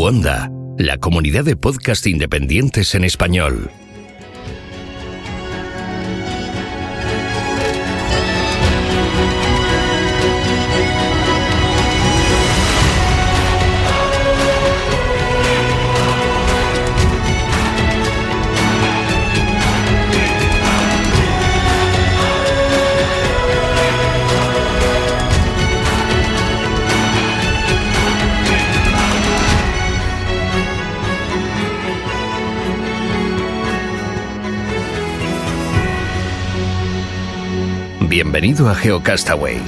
Onda, la comunidad de podcast independientes en español. Bienvenido a GeoCastaway.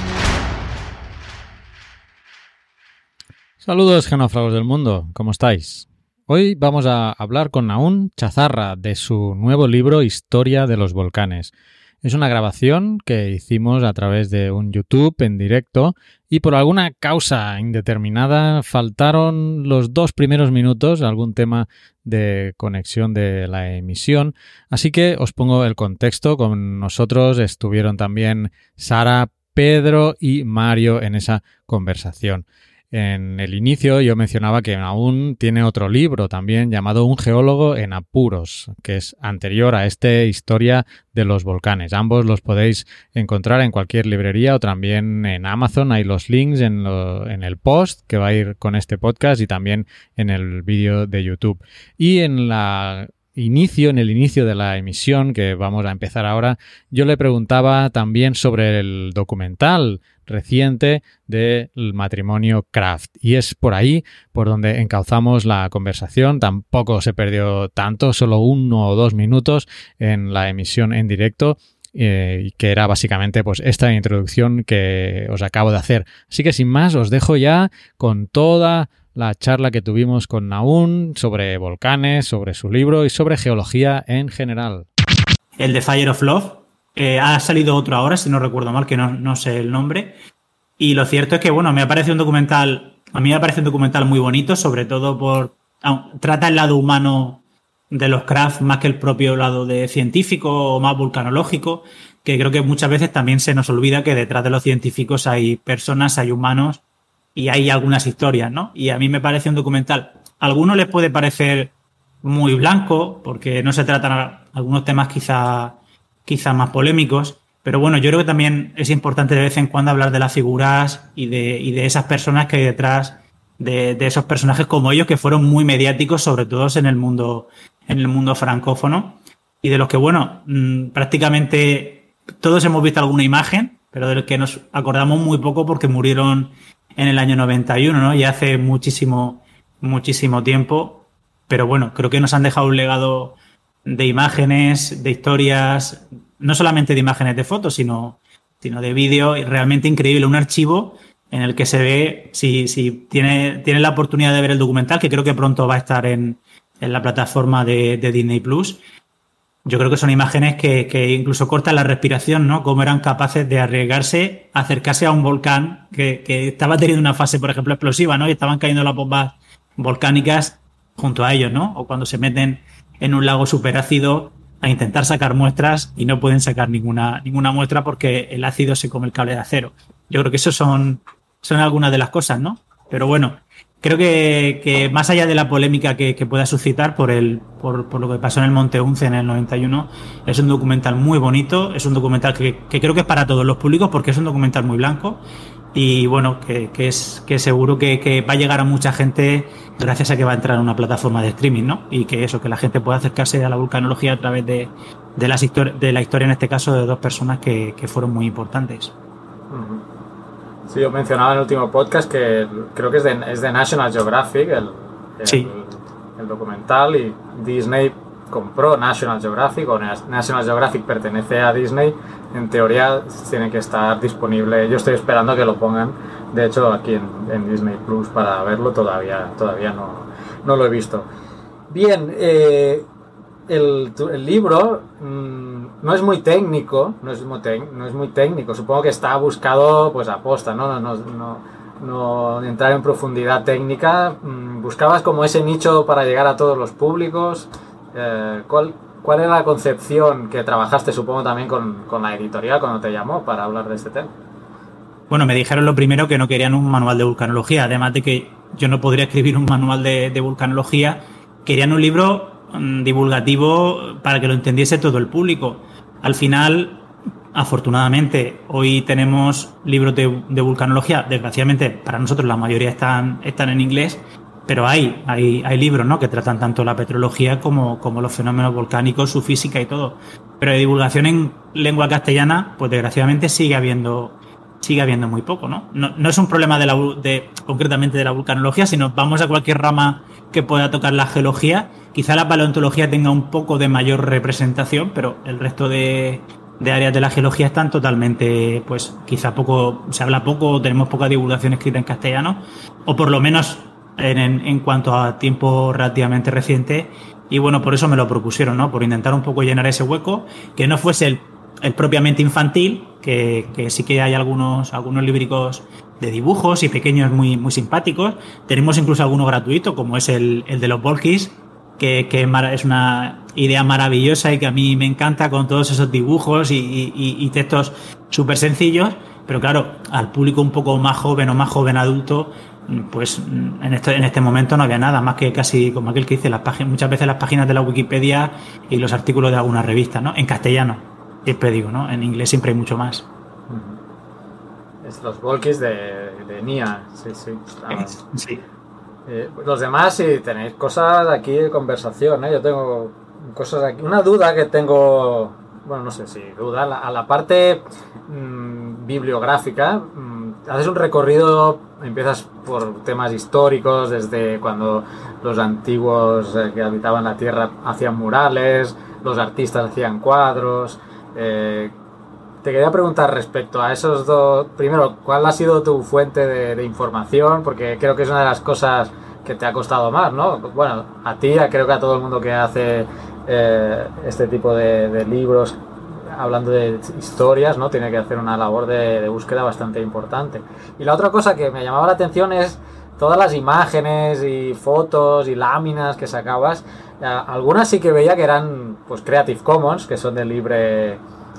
Saludos, genófagos del mundo, ¿cómo estáis? Hoy vamos a hablar con Nahum Chazarra de su nuevo libro Historia de los volcanes. Es una grabación que hicimos a través de un YouTube en directo y por alguna causa indeterminada faltaron los 2 primeros minutos, algún tema de conexión de la emisión. Así que os pongo el contexto. Con nosotros estuvieron también Sara, Pedro y Mario en esa conversación. En el inicio yo mencionaba que aún tiene otro libro también llamado Un geólogo en apuros, que es anterior a esta Historia de los volcanes. Ambos los podéis encontrar en cualquier librería o también en Amazon. Hay los links en el post que va a ir con este podcast y también en el vídeo de YouTube. Y en el inicio de la emisión, que vamos a empezar ahora, yo le preguntaba también sobre el documental reciente del matrimonio Kraft. Y es por ahí por donde encauzamos la conversación. Tampoco se perdió tanto, solo 1 o 2 minutos en la emisión en directo, que era básicamente pues esta introducción que os acabo de hacer. Así que sin más, os dejo ya con toda la charla que tuvimos con Nahum sobre volcanes, sobre su libro y sobre geología en general. El de Fire of Love. Ha salido otro ahora, si no recuerdo mal, que no sé el nombre. Y lo cierto es que, bueno, a mí me parece un documental muy bonito, sobre todo trata el lado humano de los Kraft más que el propio lado de científico o más vulcanológico, que creo que muchas veces también se nos olvida que detrás de los científicos hay personas, hay humanos y hay algunas historias, ¿no? Y a mí me parece un documental, a algunos les puede parecer muy blanco, porque no se tratan algunos temas quizá más polémicos, pero bueno, yo creo que también es importante de vez en cuando hablar de las figuras y de esas personas que hay detrás de esos personajes como ellos, que fueron muy mediáticos, sobre todo en el mundo francófono, y de los que, bueno, prácticamente todos hemos visto alguna imagen, pero del que nos acordamos muy poco porque murieron en el año 91, ¿no? Y hace muchísimo tiempo, pero bueno, creo que nos han dejado un legado de imágenes, de historias, no solamente de imágenes de fotos, sino de vídeo, y realmente increíble, un archivo en el que se ve, si tiene la oportunidad de ver el documental, que creo que pronto va a estar en la plataforma de Disney Plus. Yo creo que son imágenes que incluso cortan la respiración, ¿no? Cómo eran capaces de arriesgarse a acercarse a un volcán que estaba teniendo una fase, por ejemplo, explosiva, ¿no? Y estaban cayendo las bombas volcánicas junto a ellos, ¿no? O cuando se meten en un lago superácido a intentar sacar muestras y no pueden sacar ninguna muestra porque el ácido se come el cable de acero. Yo creo que eso son algunas de las cosas, ¿no? Pero bueno, creo que más allá de la polémica que pueda suscitar por lo que pasó en el Monte Unce en el 91, es un documental muy bonito, es un documental que creo que es para todos los públicos porque es un documental muy blanco y bueno, que seguro que va a llegar a mucha gente gracias a que va a entrar en una plataforma de streaming, ¿no? Y que la gente pueda acercarse a la vulcanología a través de la historia, en este caso, de 2 personas que fueron muy importantes. Sí, yo mencionaba en el último podcast que creo que es de National Geographic el documental, y Disney compró National Geographic, o National Geographic pertenece a Disney. En teoría tiene que estar disponible. Yo estoy esperando que lo pongan, de hecho, aquí en Disney Plus para verlo. Todavía no lo he visto. Bien, el libro no es muy técnico, supongo que está buscado pues aposta, no entrar en profundidad técnica. Buscabas como ese nicho para llegar a todos los públicos. ¿Cuál era la concepción que trabajaste, supongo, también con la editorial cuando te llamó para hablar de este tema? Bueno, me dijeron lo primero que no querían un manual de vulcanología, además de que yo no podría escribir un manual de vulcanología. Querían un libro divulgativo para que lo entendiese todo el público. Al final, afortunadamente, hoy tenemos libros de vulcanología. Desgraciadamente, para nosotros la mayoría están en inglés, pero hay libros, ¿no?, que tratan tanto la petrología como los fenómenos volcánicos, su física y todo. Pero de divulgación en lengua castellana, pues desgraciadamente sigue habiendo muy poco, ¿no? No es un problema concretamente de la vulcanología, sino vamos a cualquier rama que pueda tocar la geología. Quizá la paleontología tenga un poco de mayor representación, pero el resto de áreas de la geología están totalmente, pues quizá poco, se habla poco, tenemos poca divulgación escrita en castellano, o por lo menos en cuanto a tiempo relativamente reciente. Y bueno, por eso me lo propusieron, ¿no? Por intentar un poco llenar ese hueco, que no fuese el propiamente infantil, que sí que hay algunos libricos de dibujos y pequeños muy, muy simpáticos. Tenemos incluso alguno gratuito, como es el de los Volkis, que es una idea maravillosa y que a mí me encanta, con todos esos dibujos y textos súper sencillos. Pero claro, al público un poco más joven o más joven adulto, pues en este momento no había nada más que casi como aquel que dice muchas veces las páginas de la Wikipedia y los artículos de algunas revistas, ¿no? En castellano, siempre digo, ¿no? En inglés siempre hay mucho más. Es los Volkis de Nia, sí. Sí. Los demás, si tenéis cosas aquí de conversación, ¿eh? Yo tengo cosas aquí. Una duda que tengo, bueno, no sé si duda, a la parte bibliográfica. Haces un recorrido, empiezas por temas históricos, desde cuando los antiguos que habitaban la Tierra hacían murales, los artistas hacían cuadros. Te quería preguntar respecto a esos dos. Primero, ¿cuál ha sido tu fuente de información? Porque creo que es una de las cosas que te ha costado más, ¿no? Bueno, a ti, creo que a todo el mundo que hace este tipo de libros, hablando de historias, ¿no? Tiene que hacer una labor de búsqueda bastante importante. Y la otra cosa que me llamaba la atención es todas las imágenes y fotos y láminas que sacabas. Algunas sí que veía que eran, pues, Creative Commons, que son de libre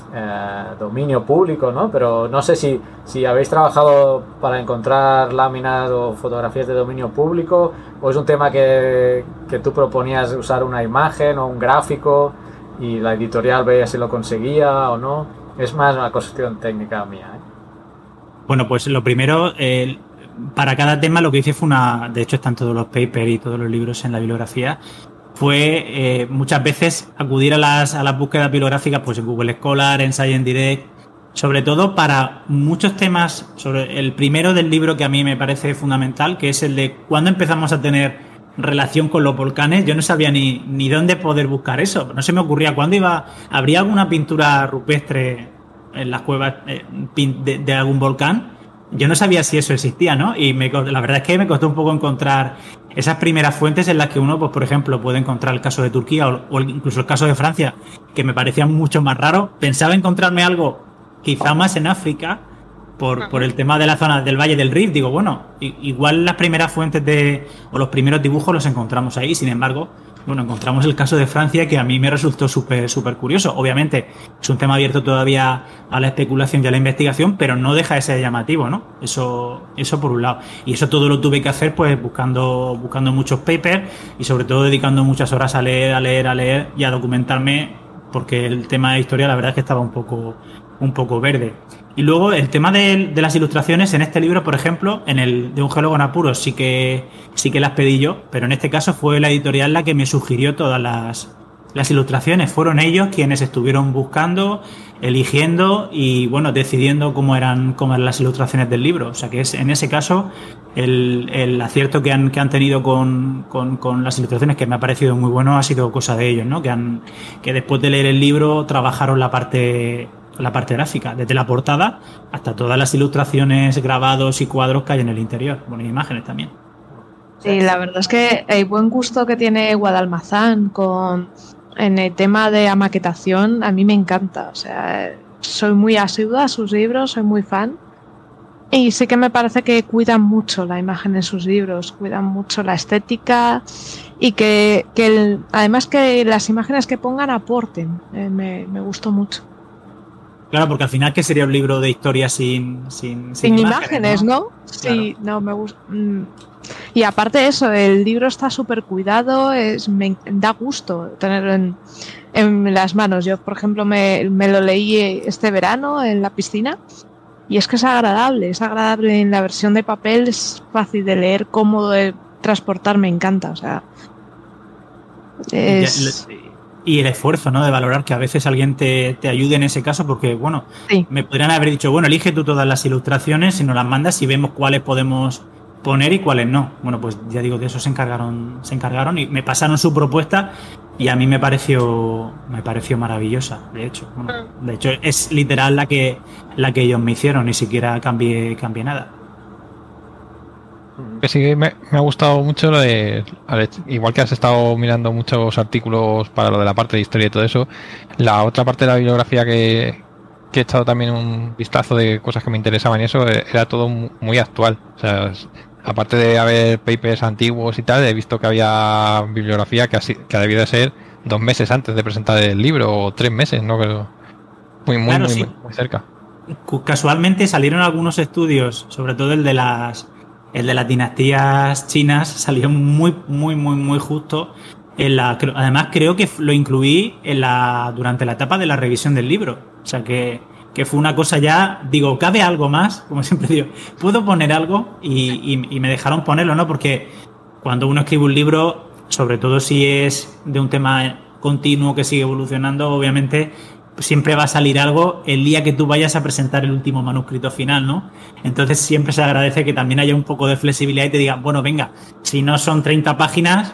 dominio público, ¿no? Pero no sé si habéis trabajado para encontrar láminas o fotografías de dominio público, o es un tema que tú proponías usar una imagen o un gráfico y la editorial veía si lo conseguía o no. Es más una cuestión técnica mía, ¿eh? Bueno, pues lo primero, para cada tema lo que hice fue de hecho están todos los papers y todos los libros en la bibliografía, fue muchas veces acudir a las búsquedas bibliográficas, pues en Google Scholar, en Science Direct, sobre todo para muchos temas. Sobre el primero del libro, que a mí me parece fundamental, que es el de cuándo empezamos a tener relación con los volcanes. Yo no sabía ni dónde poder buscar eso, no se me ocurría habría alguna pintura rupestre en las cuevas de algún volcán. Yo no sabía si eso existía, ¿no? Y la verdad es que me costó un poco encontrar esas primeras fuentes en las que uno, pues por ejemplo, puede encontrar el caso de Turquía o incluso el caso de Francia, que me parecían mucho más raros. Pensaba encontrarme algo quizá más en África por el tema de la zona del Valle del Rift. Digo, bueno, igual las primeras fuentes o los primeros dibujos los encontramos ahí. Sin embargo, bueno, encontramos el caso de Francia, que a mí me resultó súper curioso. Obviamente es un tema abierto todavía a la especulación y a la investigación, pero no deja de ser llamativo, ¿no? Eso por un lado. Y eso todo lo tuve que hacer pues buscando muchos papers y sobre todo dedicando muchas horas a leer y a documentarme, porque el tema de historia la verdad es que estaba un poco verde. Y luego el tema de las ilustraciones en este libro, por ejemplo, en el de Un geólogo en apuros sí que las pedí yo, pero en este caso fue la editorial la que me sugirió todas las ilustraciones. Fueron ellos quienes estuvieron buscando, eligiendo y bueno, decidiendo cómo eran las ilustraciones del libro. O sea que es en ese caso el acierto que han tenido con las ilustraciones, que me ha parecido muy bueno, ha sido cosa de ellos, ¿no? Que después de leer el libro trabajaron la parte gráfica, desde la portada hasta todas las ilustraciones, grabados y cuadros que hay en el interior, bueno, y imágenes también. Sí, la verdad es que el buen gusto que tiene Guadalmazán en el tema de maquetación a mí me encanta. O sea, soy muy asidua a sus libros, soy muy fan, y sí que me parece que cuidan mucho la imagen en sus libros, cuidan mucho la estética y además que las imágenes que pongan aporten. Me gustó mucho. Claro, porque al final, ¿qué sería un libro de historia sin imágenes, ¿no? Sí, claro. no, me gusta. Y aparte de eso, el libro está súper cuidado, me da gusto tenerlo en las manos. Yo, por ejemplo, me lo leí este verano en la piscina y es que es agradable en la versión de papel, es fácil de leer, cómodo de transportar, me encanta, o sea, Y el esfuerzo, ¿no? De valorar que a veces alguien te ayude en ese caso, porque, bueno, sí. Me podrían haber dicho, bueno, elige tú todas las ilustraciones y nos las mandas y vemos cuáles podemos poner y cuáles no. Bueno, pues ya digo, de eso se encargaron y me pasaron su propuesta y a mí me pareció maravillosa, de hecho. Bueno, de hecho, es literal la que ellos me hicieron, ni siquiera cambié nada. Que sí me ha gustado mucho lo de, igual que has estado mirando muchos artículos para lo de la parte de historia y todo eso, la otra parte de la bibliografía que he echado también un vistazo de cosas que me interesaban y eso era todo muy actual. O sea, aparte de haber papers antiguos y tal, he visto que había bibliografía que debió de ser 2 meses antes de presentar el libro o 3 meses, ¿no? Pero muy cerca. Casualmente salieron algunos estudios, sobre todo el de las dinastías chinas, salió muy justo además creo que lo incluí durante la etapa de la revisión del libro, o sea que fue una cosa ya, digo, ¿cabe algo más? Como siempre digo, ¿puedo poner algo? Y me dejaron ponerlo, ¿no? Porque cuando uno escribe un libro, sobre todo si es de un tema continuo que sigue evolucionando, obviamente siempre va a salir algo el día que tú vayas a presentar el último manuscrito final, ¿no? Entonces siempre se agradece que también haya un poco de flexibilidad y te digan, bueno, venga, si no son 30 páginas,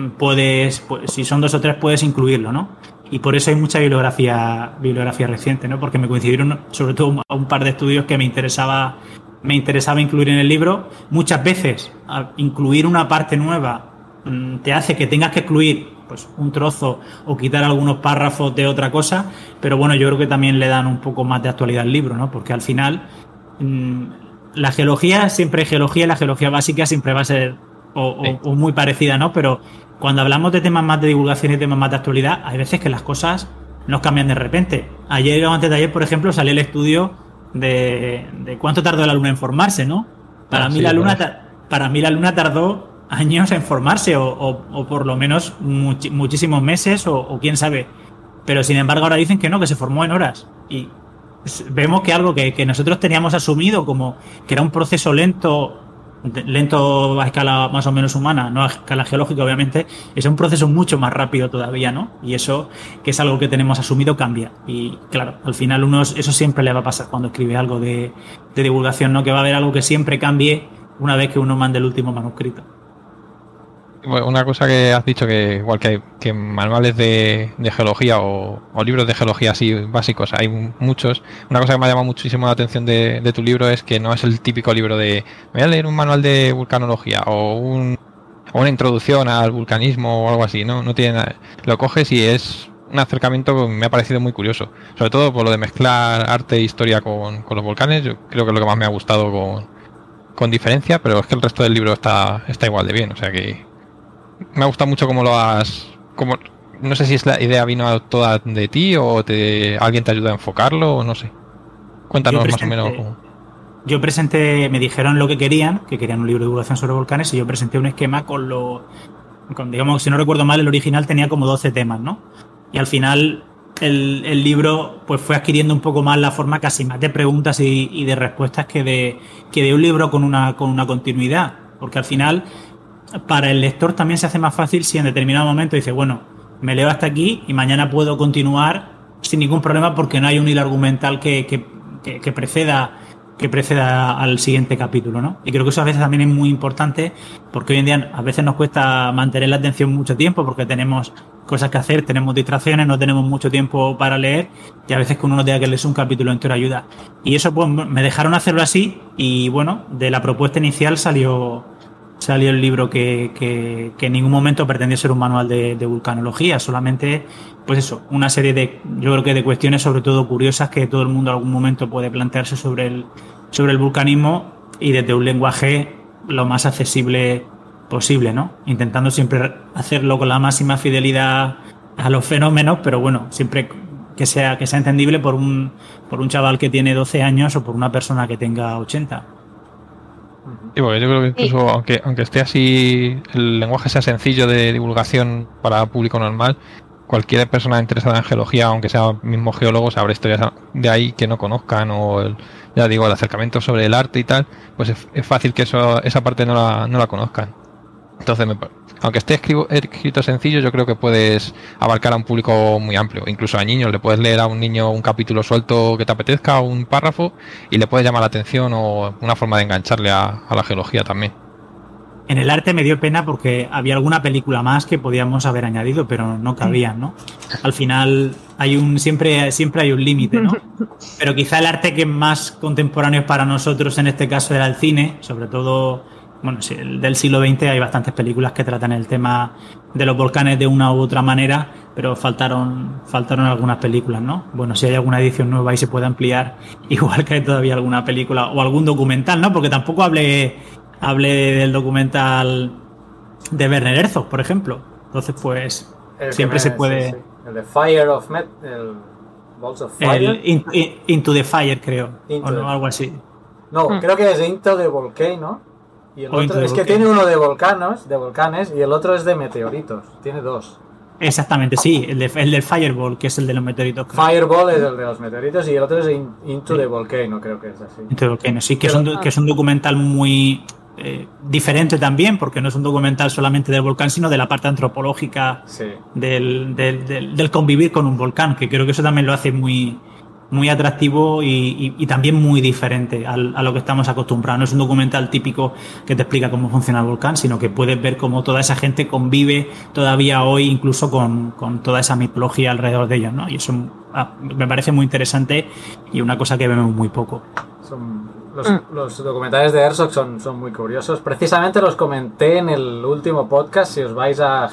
si son 2 o 3 puedes incluirlo, ¿no? Y por eso hay mucha bibliografía reciente, ¿no? Porque me coincidieron sobre todo un par de estudios que me interesaba incluir en el libro. Muchas veces incluir una parte nueva te hace que tengas que excluir pues un trozo o quitar algunos párrafos de otra cosa, pero bueno, yo creo que también le dan un poco más de actualidad al libro, ¿no? Porque al final la geología siempre es geología y la geología básica siempre va a ser o muy parecida, ¿no? Pero cuando hablamos de temas más de divulgación y temas más de actualidad, hay veces que las cosas nos cambian de repente. Ayer o antes de ayer, por ejemplo, salió el estudio de cuánto tardó la Luna en formarse, ¿no? Para mí la Luna tardó años en formarse o por lo menos muchísimos meses o quién sabe. Pero sin embargo ahora dicen que no, que se formó en horas. Y vemos que algo que nosotros teníamos asumido como que era un proceso lento a escala más o menos humana, no a escala geológica obviamente, es un proceso mucho más rápido todavía, ¿no? Y eso, que es algo que tenemos asumido, cambia. Y claro, al final eso siempre le va a pasar cuando escribe algo de divulgación, ¿no? Que va a haber algo que siempre cambie una vez que uno mande el último manuscrito. Una cosa que has dicho, que igual que manuales de geología o libros de geología así básicos hay muchos. Una cosa que me ha llamado muchísimo la atención de tu libro es que no es el típico libro de voy a leer un manual de vulcanología o una introducción al vulcanismo o algo así, no tiene nada. Lo coges y es un acercamiento que me ha parecido muy curioso, sobre todo por lo de mezclar arte e historia con los volcanes. Yo creo que es lo que más me ha gustado con diferencia, pero es que el resto del libro está igual de bien, o sea que me ha gustado mucho cómo lo has... no sé si la idea vino toda de ti o alguien te ayuda a enfocarlo o no sé. Cuéntanos más o menos cómo. Yo presenté, me dijeron lo que querían un libro de divulgación sobre volcanes y yo presenté un esquema con digamos, si no recuerdo mal, el original tenía como 12 temas, ¿no? Y al final el libro pues fue adquiriendo un poco más la forma casi más de preguntas y de respuestas que de un libro con una continuidad. Porque al final para el lector también se hace más fácil si en determinado momento dice, bueno, me leo hasta aquí y mañana puedo continuar sin ningún problema porque no hay un hilo argumental que preceda al siguiente capítulo, ¿no? Y creo que eso a veces también es muy importante porque hoy en día a veces nos cuesta mantener la atención mucho tiempo porque tenemos cosas que hacer, tenemos distracciones, no tenemos mucho tiempo para leer y a veces que uno no tenga que leerse un capítulo entero ayuda. Y eso pues me dejaron hacerlo así y bueno, de la propuesta inicial salió el libro que en ningún momento pretendía ser un manual de vulcanología, solamente pues eso, una serie yo creo que de cuestiones sobre todo curiosas que todo el mundo en algún momento puede plantearse sobre el vulcanismo y desde un lenguaje lo más accesible posible, ¿no? Intentando siempre hacerlo con la máxima fidelidad a los fenómenos, pero bueno, siempre sea entendible por un chaval que tiene 12 años o por una persona que tenga 80. Sí, porque yo creo que incluso aunque esté así, el lenguaje sea sencillo de divulgación para público normal, cualquier persona interesada en geología, aunque sea mismo geólogo, sabrá historias de ahí que no conozcan, o el acercamiento sobre el arte y tal, pues es fácil que esa parte no la conozcan. Entonces, aunque esté escrito sencillo, yo creo que puedes abarcar a un público muy amplio, incluso a niños. Le puedes leer a un niño un capítulo suelto que te apetezca, un párrafo, y le puedes llamar la atención, o una forma de engancharle a la geología también. En el arte me dio pena porque había alguna película más que podíamos haber añadido, pero no cabían, ¿no? Al final siempre hay un límite, ¿no? Pero quizá el arte que es más contemporáneo para nosotros en este caso era el cine, sobre todo, bueno, sí, del siglo XX. Hay bastantes películas que tratan el tema de los volcanes de una u otra manera, pero faltaron algunas películas, ¿no? Bueno, si hay alguna edición nueva y se puede ampliar, igual que hay todavía alguna película o algún documental, ¿no? Porque tampoco hablé del documental de Werner Herzog, por ejemplo. Entonces, pues, siempre se puede... Sí. El de Fire of Met, el Balls of Fire. Into the Fire, creo. Algo así. No, creo que es Into the Volcano. Y el otro es que tiene uno de volcanes, y el otro es de meteoritos. Tiene dos. Exactamente, sí. El del Fireball, que es el de los meteoritos. Creo. Fireball es el de los meteoritos y el otro es Into the Volcano, creo que es así. Into the Volcano, sí, que es un documental muy... diferente también, porque no es un documental solamente del volcán, sino de la parte antropológica, sí, del convivir con un volcán, que creo que eso también lo hace muy, muy atractivo y también muy diferente a lo que estamos acostumbrados. No es un documental típico que te explica cómo funciona el volcán, sino que puedes ver cómo toda esa gente convive todavía hoy, incluso con toda esa mitología alrededor de ellos, ¿no? Y eso me parece muy interesante y una cosa que vemos muy poco. Los documentales de Herzog son muy curiosos. Precisamente los comenté en el último podcast. Si os vais a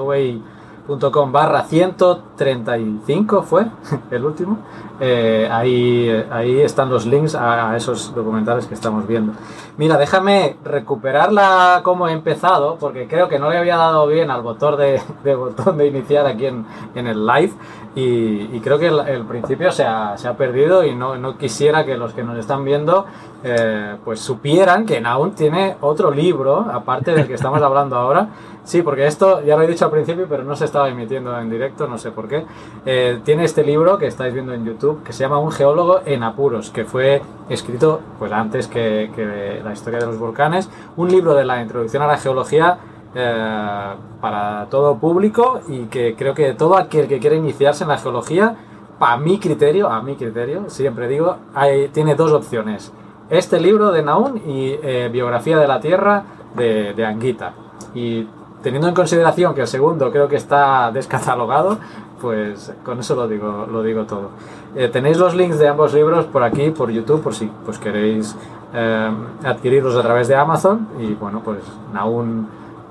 geocastaway.com/135 fue el último. Ahí están los links a esos documentales que estamos viendo. Mira, déjame recuperar cómo he empezado, porque creo que no le había dado bien al botón de iniciar aquí en el live. Y creo que el principio se ha perdido, y no quisiera que los que nos están viendo pues supieran que Naun tiene otro libro aparte del que estamos hablando ahora. Sí, porque esto ya lo he dicho al principio, pero no se estaba emitiendo en directo, no sé por qué. Tiene este libro que estáis viendo en YouTube, que se llama Un geólogo en apuros, que fue escrito pues antes que la historia de los volcanes. Un libro de la introducción a la geología para todo público, y que creo que todo aquel que quiere iniciarse en la geología, a mi criterio, siempre digo, tiene dos opciones: este libro de Naun y Biografía de la Tierra de Anguita. Y teniendo en consideración que el segundo creo que está descatalogado, pues con eso lo digo todo. Tenéis los links de ambos libros por aquí, por YouTube, por si pues queréis adquirirlos a través de Amazon. Y bueno, pues Naun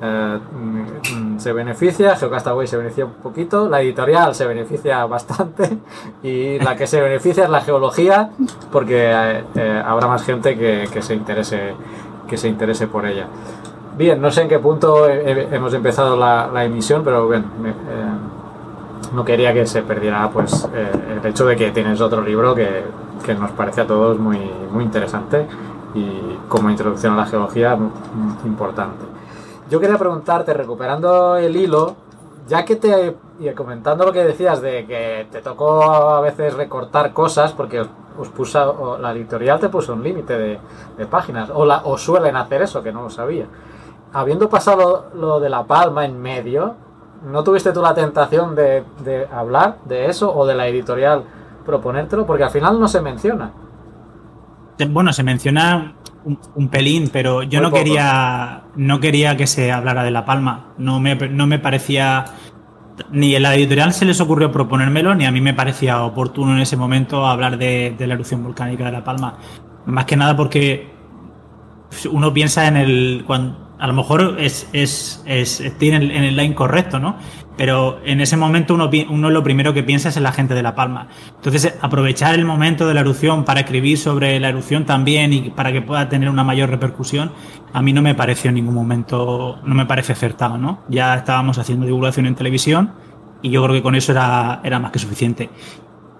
se beneficia, Geocastaway se beneficia un poquito, la editorial se beneficia bastante, y la que se beneficia es la geología, porque habrá más gente que se interese por ella. Bien, no sé en qué punto hemos empezado la emisión, pero bueno, no quería que se perdiera pues el hecho de que tienes otro libro que nos parece a todos muy, muy interesante, y como introducción a la geología muy importante. Yo quería preguntarte, recuperando el hilo, ya que y comentando lo que decías de que te tocó a veces recortar cosas porque la editorial te puso un límite de páginas, o suelen hacer eso, que no lo sabía. Habiendo pasado lo de La Palma en medio, ¿no tuviste tú la tentación de hablar de eso, o de la editorial proponértelo? Porque al final no se menciona. Bueno, se menciona un pelín, pero yo no quería que se hablara de La Palma. No me parecía, ni en la editorial se les ocurrió proponérmelo, ni a mí me parecía oportuno en ese momento hablar de la erupción volcánica de La Palma. Más que nada porque uno piensa a lo mejor tiene en el line correcto, ¿no? Pero en ese momento uno lo primero que piensa es en la gente de La Palma. Entonces, aprovechar el momento de la erupción para escribir sobre la erupción también, y para que pueda tener una mayor repercusión, a mí no me pareció en ningún momento, no me parece acertado, ¿no? Ya estábamos haciendo divulgación en televisión, y yo creo que con eso era más que suficiente.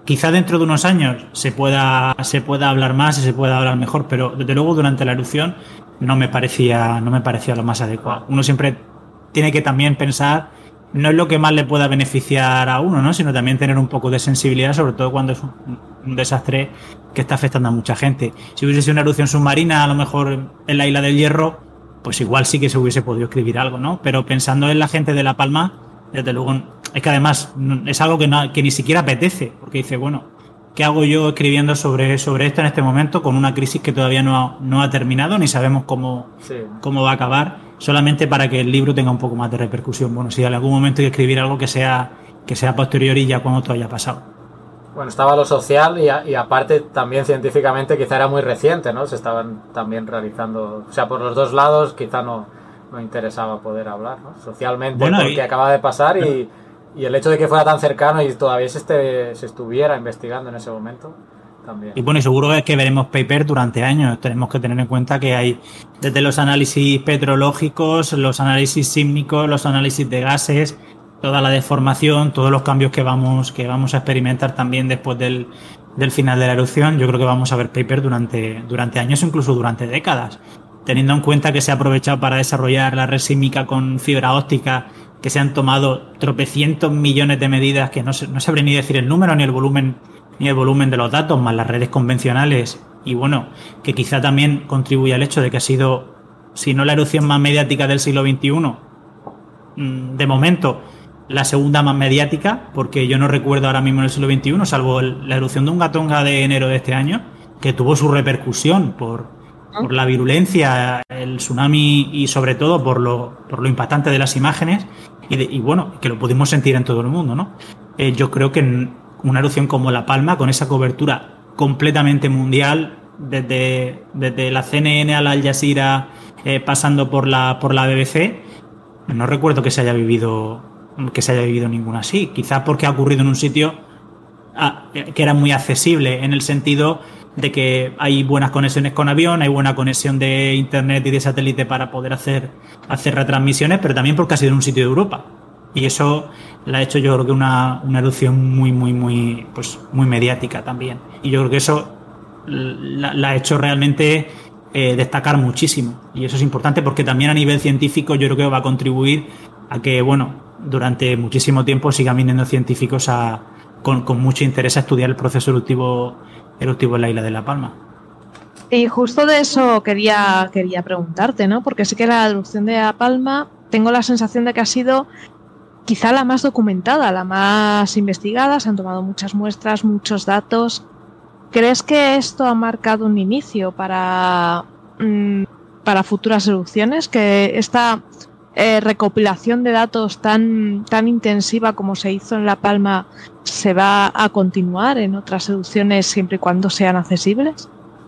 quizá dentro de unos años se pueda hablar más y se pueda hablar mejor, pero desde luego durante la erupción no me parecía lo más adecuado. Uno siempre tiene que también pensar, no es lo que más le pueda beneficiar a uno, ¿no? Sino también tener un poco de sensibilidad, sobre todo cuando es un desastre que está afectando a mucha gente. Si hubiese sido una erupción submarina, a lo mejor en la Isla del Hierro, pues igual sí que se hubiese podido escribir algo, ¿no? Pero pensando en la gente de La Palma, desde luego, es que además es algo que ni siquiera apetece, porque dice, bueno, ¿qué hago yo escribiendo sobre esto en este momento con una crisis que todavía no ha terminado, ni sabemos cómo va a acabar, solamente para que el libro tenga un poco más de repercusión? Bueno, si en algún momento hay que escribir algo que sea posterior y ya cuando todo haya pasado. Bueno, estaba lo social y aparte también científicamente quizá era muy reciente, ¿no? Se estaban también realizando, o sea, por los dos lados quizá no interesaba poder hablar, ¿no? Socialmente, bueno, porque acaba de pasar y el hecho de que fuera tan cercano y todavía se estuviera investigando en ese momento también. Y bueno, y seguro es que veremos paper durante años. Tenemos que tener en cuenta que hay desde los análisis petrológicos, los análisis sísmicos, los análisis de gases, toda la deformación, todos los cambios que vamos a experimentar también después del final de la erupción. Yo creo que vamos a ver paper durante años, incluso durante décadas, teniendo en cuenta que se ha aprovechado para desarrollar la red sísmica con fibra óptica, que se han tomado tropecientos millones de medidas que no sabré ni decir el número ni el volumen de los datos, más las redes convencionales, y bueno, que quizá también contribuye al hecho de que ha sido, si no la erupción más mediática del siglo XXI, de momento la segunda más mediática, porque yo no recuerdo ahora mismo en el siglo XXI, salvo la erupción de Unga Tonga de enero de este año, que tuvo su repercusión por la virulencia, el tsunami y sobre todo por lo impactante de las imágenes y bueno, que lo pudimos sentir en todo el mundo, ¿no? Yo creo que una erupción como La Palma, con esa cobertura completamente mundial, desde la CNN a la Al Jazeera, pasando por la BBC, no recuerdo que se haya vivido ninguna así. Quizás porque ha ocurrido en un sitio que era muy accesible, en el sentido de que hay buenas conexiones con avión, hay buena conexión de internet y de satélite para poder hacer retransmisiones, pero también porque ha sido en un sitio de Europa. Y eso la ha hecho, yo creo que una erupción muy mediática también. Y yo creo que eso la ha hecho realmente destacar muchísimo. Y eso es importante porque también a nivel científico yo creo que va a contribuir a que, bueno, durante muchísimo tiempo sigan viniendo científicos con mucho interés a estudiar el proceso eruptivo en la isla de La Palma. Y justo de eso quería preguntarte, ¿no? Porque sí que la erupción de La Palma tengo la sensación de que ha sido quizá la más documentada, la más investigada, se han tomado muchas muestras, muchos datos. ¿Crees que esto ha marcado un inicio para futuras erupciones? ¿Que esta recopilación de datos tan intensiva como se hizo en La Palma se va a continuar en otras erupciones siempre y cuando sean accesibles?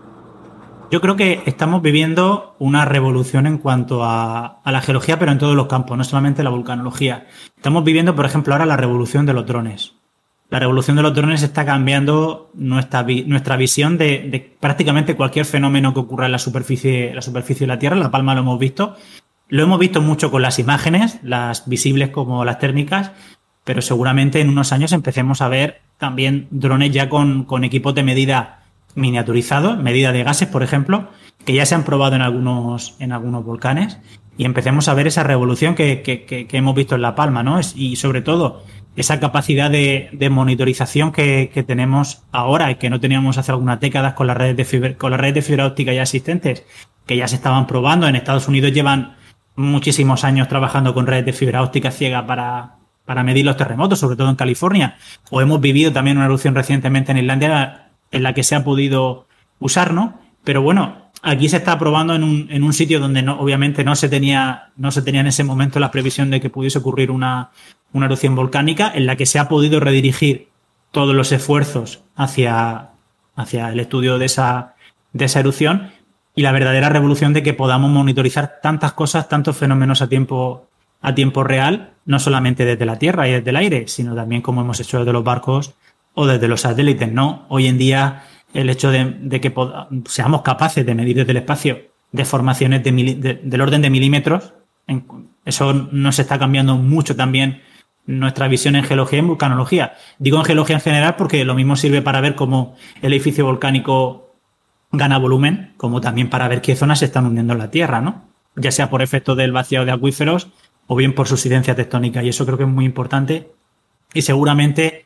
Yo creo que estamos viviendo una revolución en cuanto a la geología, pero en todos los campos, no solamente la vulcanología. Estamos viviendo, por ejemplo, ahora la revolución de los drones. La revolución de los drones está cambiando nuestra visión de prácticamente cualquier fenómeno que ocurra en la superficie de la Tierra. En La Palma lo hemos visto. Lo hemos visto mucho con las imágenes, las visibles como las térmicas, pero seguramente en unos años empecemos a ver también drones ya con equipos de medida miniaturizados, medida de gases, por ejemplo, que ya se han probado en algunos volcanes, y empecemos a ver esa revolución que hemos visto en La Palma, ¿no? Y sobre todo esa capacidad de monitorización que tenemos ahora y que no teníamos hace algunas décadas con las redes de fibra óptica ya existentes, que ya se estaban probando. En Estados Unidos llevan muchísimos años trabajando con redes de fibra óptica ciega para medir los terremotos, sobre todo en California, o hemos vivido también una erupción recientemente en Islandia en la que se ha podido usar, ¿no? Pero bueno, aquí se está probando en un sitio donde obviamente no se tenía en ese momento la previsión de que pudiese ocurrir una erupción volcánica, en la que se ha podido redirigir todos los esfuerzos hacia el estudio de esa erupción, y la verdadera revolución de que podamos monitorizar tantas cosas, tantos fenómenos a tiempo real, no solamente desde la Tierra y desde el aire, sino también como hemos hecho desde los barcos o desde los satélites, ¿no? Hoy en día el hecho de que seamos capaces de medir desde el espacio deformaciones del orden de milímetros, eso nos está cambiando mucho también nuestra visión en geología y en vulcanología. Digo en geología en general porque lo mismo sirve para ver cómo el edificio volcánico gana volumen, como también para ver qué zonas se están hundiendo en la Tierra, ¿no? Ya sea por efecto del vaciado de acuíferos o bien por su incidencia tectónica. Y eso creo que es muy importante. Y seguramente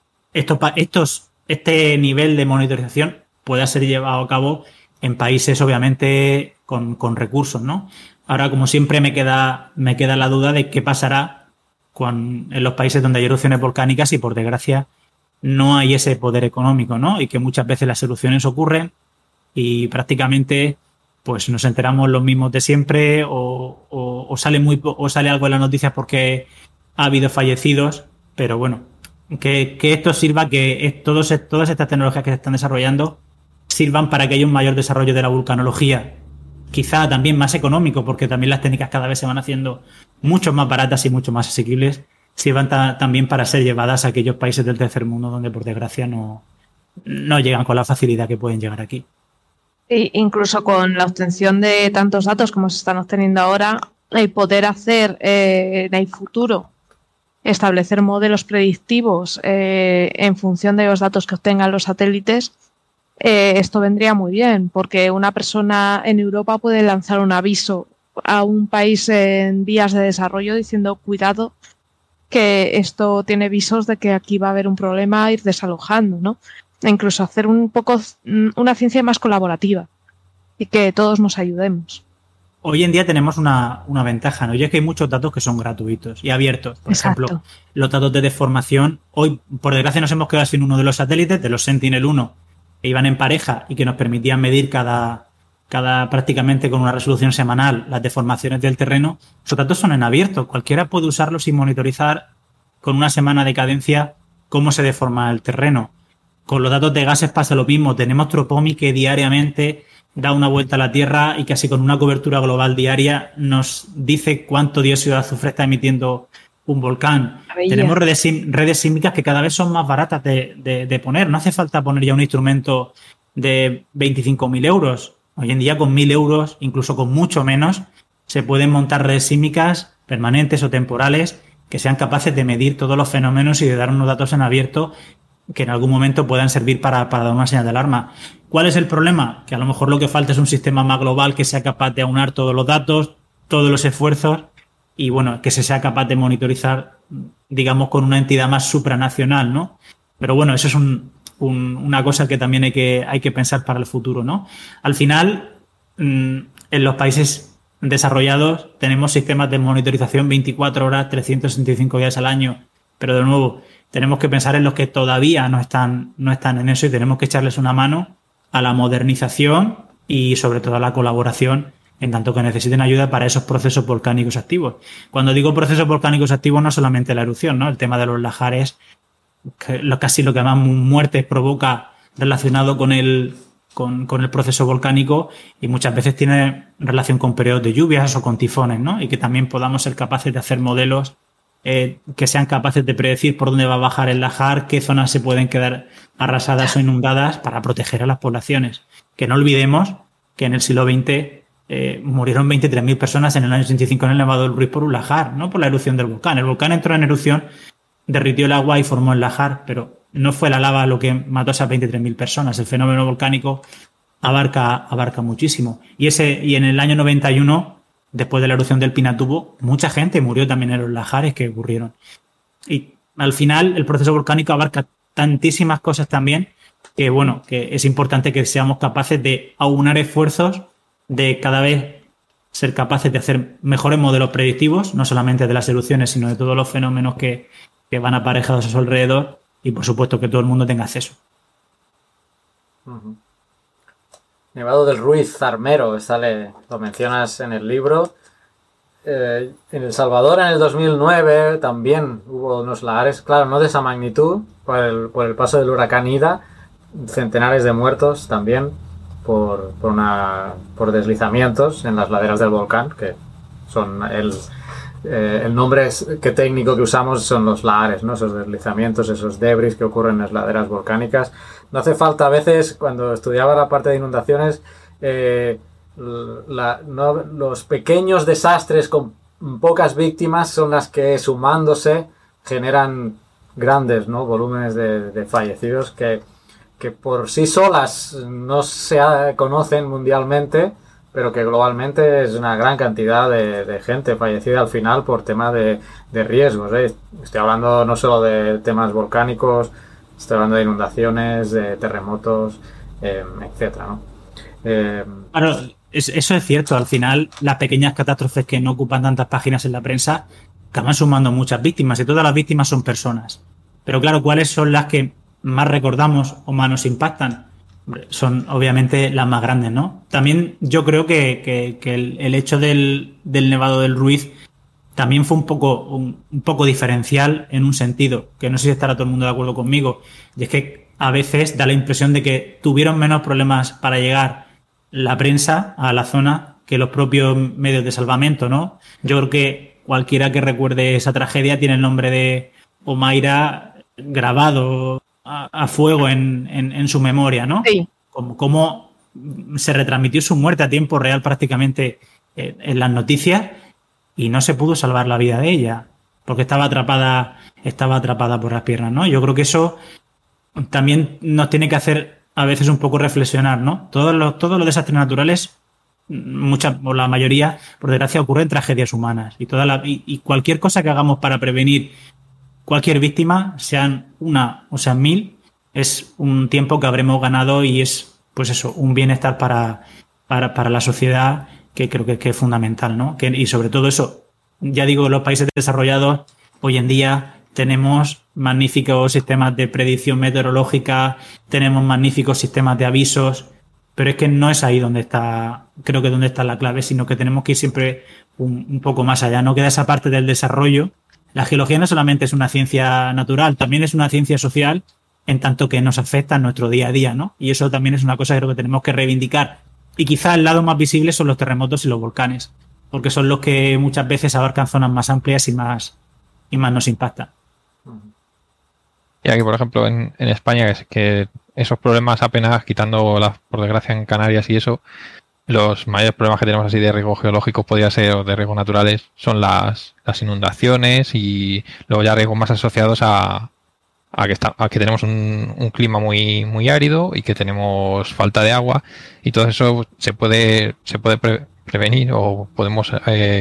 este nivel de monitorización pueda ser llevado a cabo en países, obviamente, con recursos, ¿no? Ahora, como siempre, me queda la duda de qué pasará en los países donde hay erupciones volcánicas y, por desgracia, no hay ese poder económico, ¿no? Y que muchas veces las erupciones ocurren y prácticamente pues nos enteramos los mismos de siempre o sale algo en las noticias porque ha habido fallecidos, pero bueno, que esto sirva, que todas estas tecnologías que se están desarrollando sirvan para que haya un mayor desarrollo de la vulcanología, quizá también más económico, porque también las técnicas cada vez se van haciendo mucho más baratas y mucho más asequibles, sirvan también para ser llevadas a aquellos países del tercer mundo donde por desgracia no llegan con la facilidad que pueden llegar aquí. E incluso con la obtención de tantos datos como se están obteniendo ahora, el poder hacer en el futuro, establecer modelos predictivos en función de los datos que obtengan los satélites, esto vendría muy bien, porque una persona en Europa puede lanzar un aviso a un país en vías de desarrollo diciendo cuidado, que esto tiene visos de que aquí va a haber un problema, ir desalojando, ¿no? E incluso hacer un poco una ciencia más colaborativa y que todos nos ayudemos. Hoy en día tenemos una ventaja, ¿no? Y es que hay muchos datos que son gratuitos y abiertos. Por ejemplo, los datos de deformación. Hoy, por desgracia, nos hemos quedado sin uno de los satélites, de los Sentinel-1, que iban en pareja y que nos permitían medir cada prácticamente con una resolución semanal las deformaciones del terreno. Esos datos son en abierto. Cualquiera puede usarlos y monitorizar con una semana de cadencia cómo se deforma el terreno. Con los datos de gases pasa lo mismo. Tenemos Tropomi que diariamente da una vuelta a la Tierra y casi con una cobertura global diaria nos dice cuánto dióxido de azufre está emitiendo un volcán. Tenemos redes sísmicas que cada vez son más baratas de poner. No hace falta poner ya un instrumento de 25.000 euros. Hoy en día con 1.000 euros, incluso con mucho menos, se pueden montar redes sísmicas permanentes o temporales que sean capaces de medir todos los fenómenos y de dar unos datos en abierto que en algún momento puedan servir para dar una señal de alarma. ¿Cuál es el problema? Que a lo mejor lo que falta es un sistema más global que sea capaz de aunar todos los datos, todos los esfuerzos y, bueno, que se sea capaz de monitorizar, digamos, con una entidad más supranacional, ¿no? Pero bueno, eso es una cosa que también hay que pensar para el futuro, ¿no? Al final, en los países desarrollados tenemos sistemas de monitorización 24 horas, 365 días al año, pero de nuevo tenemos que pensar en los que todavía no están en eso y tenemos que echarles una mano a la modernización y sobre todo a la colaboración en tanto que necesiten ayuda para esos procesos volcánicos activos. Cuando digo procesos volcánicos activos no solamente la erupción, ¿no? El tema de los lahares, casi lo que más muertes provoca relacionado con el proceso volcánico y muchas veces tiene relación con periodos de lluvias o con tifones, ¿no? Y que también podamos ser capaces de hacer modelos que sean capaces de predecir por dónde va a bajar el lahar, qué zonas se pueden quedar arrasadas o inundadas para proteger a las poblaciones. Que no olvidemos que en el siglo XX murieron 23.000 personas en el año 85 en el Nevado del Ruiz por un lahar, no por la erupción del volcán. El volcán entró en erupción, derritió el agua y formó el lahar, pero no fue la lava lo que mató a esas 23.000 personas. El fenómeno volcánico abarca muchísimo. Y en el año 91, después de la erupción del Pinatubo, mucha gente murió también en los lahares que ocurrieron. Y al final el proceso volcánico abarca tantísimas cosas también que, bueno, que es importante que seamos capaces de aunar esfuerzos, de cada vez ser capaces de hacer mejores modelos predictivos, no solamente de las erupciones, sino de todos los fenómenos que van aparejados a su alrededor y, por supuesto, que todo el mundo tenga acceso. Uh-huh. Nevado del Ruiz, Zarmero, lo mencionas en el libro. En El Salvador, en el 2009, también hubo unos lahares, claro, no de esa magnitud, por el paso del huracán Ida, centenares de muertos también por deslizamientos en las laderas del volcán, que son el nombre técnico que usamos son los lahares, ¿no? Esos deslizamientos, esos debris que ocurren en las laderas volcánicas. No hace falta, a veces, cuando estudiaba la parte de inundaciones, los pequeños desastres con pocas víctimas son las que, sumándose, generan grandes, ¿no?, volúmenes de fallecidos que por sí solas no se conocen mundialmente, pero que globalmente es una gran cantidad de gente fallecida al final por tema de riesgos, ¿eh? Estoy hablando no solo de temas volcánicos, estoy hablando de inundaciones, de terremotos, etcétera, ¿no? Claro, eso es cierto. Al final, las pequeñas catástrofes que no ocupan tantas páginas en la prensa acaban sumando muchas víctimas, y todas las víctimas son personas. Pero claro, ¿cuáles son las que más recordamos o más nos impactan? Son obviamente las más grandes, ¿no? También yo creo que el hecho del Nevado del Ruiz también fue un poco diferencial en un sentido, que no sé si estará todo el mundo de acuerdo conmigo, y es que a veces da la impresión de que tuvieron menos problemas para llegar la prensa a la zona que los propios medios de salvamento, ¿no? Yo creo que cualquiera que recuerde esa tragedia tiene el nombre de Omaira grabado a fuego en su memoria, ¿no? Sí. Como se retransmitió su muerte a tiempo real prácticamente en las noticias y no se pudo salvar la vida de ella porque estaba atrapada por las piernas, ¿no? Yo creo que eso también nos tiene que hacer a veces un poco reflexionar, ¿no? Todos los desastres naturales, o la mayoría, por desgracia, ocurren tragedias humanas y cualquier cosa que hagamos para prevenir cualquier víctima, sean una o sean 1000, es un tiempo que habremos ganado y es, pues eso, un bienestar para la sociedad que creo que es fundamental, ¿no? Y sobre todo eso, ya digo, los países desarrollados hoy en día tenemos magníficos sistemas de predicción meteorológica, tenemos magníficos sistemas de avisos, pero es que no es ahí donde está la clave, sino que tenemos que ir siempre un poco más allá. No queda esa parte del desarrollo. La geología no solamente es una ciencia natural, también es una ciencia social, en tanto que nos afecta en nuestro día a día, ¿no? Y eso también es una cosa que creo que tenemos que reivindicar. Y quizá el lado más visible son los terremotos y los volcanes, porque son los que muchas veces abarcan zonas más amplias y más nos impactan. Y aquí, por ejemplo, en España, es que esos problemas apenas, quitando por desgracia en Canarias y eso, los mayores problemas que tenemos así de riesgo geológico podría ser, o de riesgos naturales, son las inundaciones y luego ya riesgos más asociados a que tenemos un clima muy, muy árido y que tenemos falta de agua, y todo eso se puede prevenir, o podemos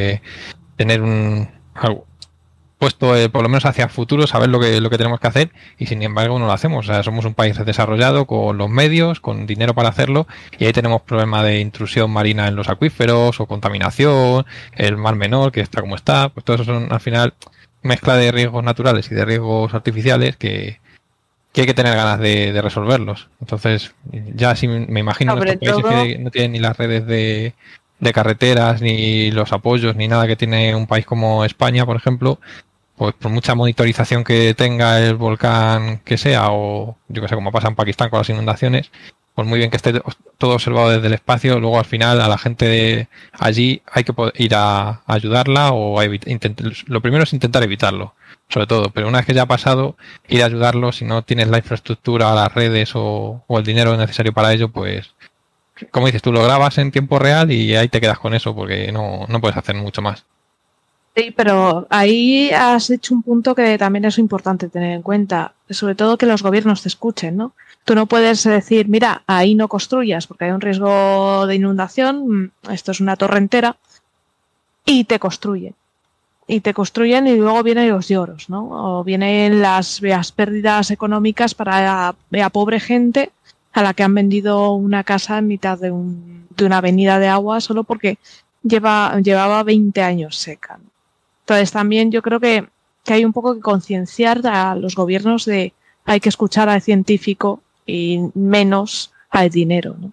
tener algo puesto por lo menos hacia el futuro, saber lo que tenemos que hacer, y sin embargo no lo hacemos. O sea, somos un país desarrollado con los medios, con dinero para hacerlo, y ahí tenemos problemas de intrusión marina en los acuíferos o contaminación, el Mar Menor que está como está, pues todo eso son al final mezcla de riesgos naturales y de riesgos artificiales que hay que tener ganas de resolverlos. Entonces, ya sí me imagino en estos países que no tienen ni las redes de carreteras, ni los apoyos, ni nada que tiene un país como España, por ejemplo, pues por mucha monitorización que tenga el volcán que sea, o yo que sé, como pasa en Pakistán con las inundaciones, pues muy bien que esté todo observado desde el espacio, luego al final a la gente de allí hay que ir a ayudarla, o lo primero es intentar evitarlo, sobre todo, pero una vez que ya ha pasado, ir a ayudarlo. Si no tienes la infraestructura, las redes o el dinero necesario para ello, pues como dices tú, lo grabas en tiempo real y ahí te quedas con eso, porque no puedes hacer mucho más. Sí, pero ahí has hecho un punto que también es importante tener en cuenta, sobre todo que los gobiernos te escuchen, ¿no? Tú no puedes decir, mira, ahí no construyas porque hay un riesgo de inundación, esto es una torre entera, y te construyen. Y y luego vienen los lloros, ¿no? O vienen las pérdidas económicas para la pobre gente a la que han vendido una casa en mitad de una avenida de agua solo porque llevaba 20 años seca. Entonces también yo creo que hay un poco que concienciar a los gobiernos de hay que escuchar al científico y menos al dinero, ¿no?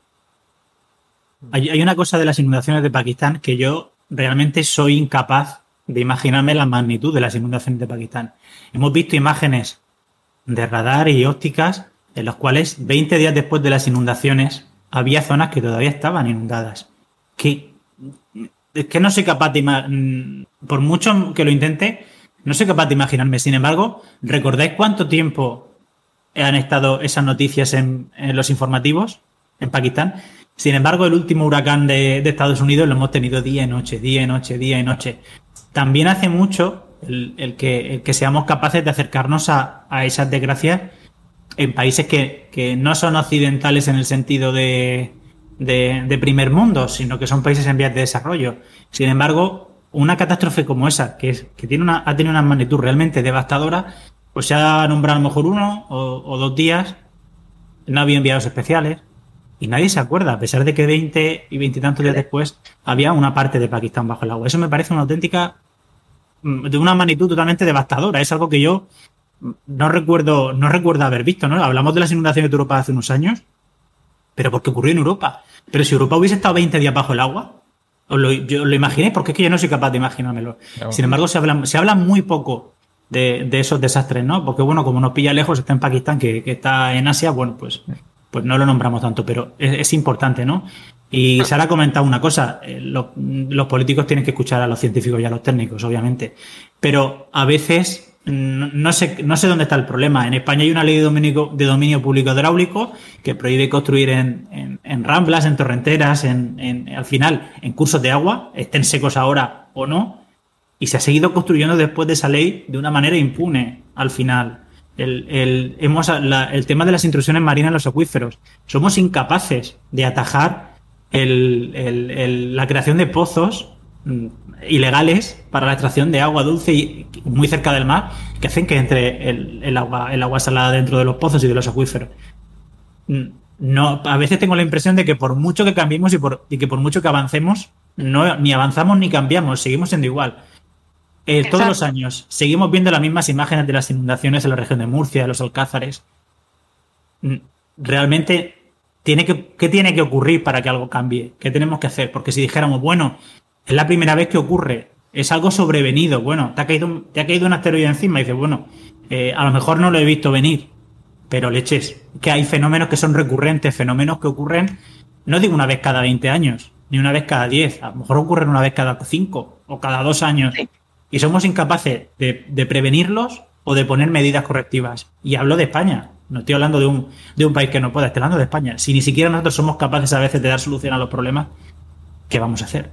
Hay una cosa de las inundaciones de Pakistán que yo realmente soy incapaz de imaginarme la magnitud de las inundaciones de Pakistán. Hemos visto imágenes de radar y ópticas en las cuales 20 días después de las inundaciones había zonas que todavía estaban inundadas. Es que no soy capaz de por mucho que lo intente, no soy capaz de imaginarme. Sin embargo, ¿recordáis cuánto tiempo han estado esas noticias en los informativos en Pakistán? Sin embargo, el último huracán de Estados Unidos lo hemos tenido día y noche, día y noche, día y noche. También hace mucho el que seamos capaces de acercarnos a esas desgracias en países que no son occidentales en el sentido de primer mundo, sino que son países en vías de desarrollo. Sin embargo, una catástrofe como esa, que ha tenido una magnitud realmente devastadora, pues se ha nombrado a lo mejor 1 o 2 días, no había enviados especiales, y nadie se acuerda, a pesar de que 20 y 20 y tantos días después había una parte de Pakistán bajo el agua. Eso me parece una auténtica, de una magnitud totalmente devastadora. Es algo que yo no recuerdo haber visto, ¿no? Hablamos de las inundaciones de Europa hace unos años, pero porque ocurrió en Europa. Pero si Europa hubiese estado 20 días bajo el agua, yo lo imaginé, porque es que yo no soy capaz de imaginármelo. Claro. Sin embargo, se habla muy poco de esos desastres, ¿no? Porque, bueno, como nos pilla lejos, está en Pakistán, que está en Asia, bueno, pues no lo nombramos tanto, pero es importante, ¿no? Y Sara ha comentado una cosa, los políticos tienen que escuchar a los científicos y a los técnicos, obviamente, pero a veces no sé dónde está el problema. En España hay una ley de dominio público hidráulico que prohíbe construir en ramblas, en torrenteras, al final en cursos de agua, estén secos ahora o no, y se ha seguido construyendo después de esa ley de una manera impune al final. El tema de las intrusiones marinas en los acuíferos. Somos incapaces de atajar la creación de pozos ilegales para la extracción de agua dulce y muy cerca del mar, que hacen que entre el agua salada dentro de los pozos y de los acuíferos. No, a veces tengo la impresión de que por mucho que cambiemos y que por mucho que avancemos, ni avanzamos ni cambiamos, seguimos siendo igual. Todos los años seguimos viendo las mismas imágenes de las inundaciones en la región de Murcia, de los Alcázares. Realmente, ¿qué tiene que ocurrir para que algo cambie? ¿Qué tenemos que hacer? Porque si dijéramos, bueno, es la primera vez que ocurre, es algo sobrevenido, bueno, te ha caído un asteroide encima y dices, bueno, a lo mejor no lo he visto venir, pero leches, que hay fenómenos que son recurrentes, fenómenos que ocurren, no digo una vez cada 20 años, ni una vez cada 10, a lo mejor ocurren una vez cada 5 o cada 2 años. Sí. Y somos incapaces de prevenirlos o de poner medidas correctivas. Y hablo de España. No estoy hablando de un país que no pueda, estoy hablando de España. Si ni siquiera nosotros somos capaces a veces de dar solución a los problemas, ¿qué vamos a hacer?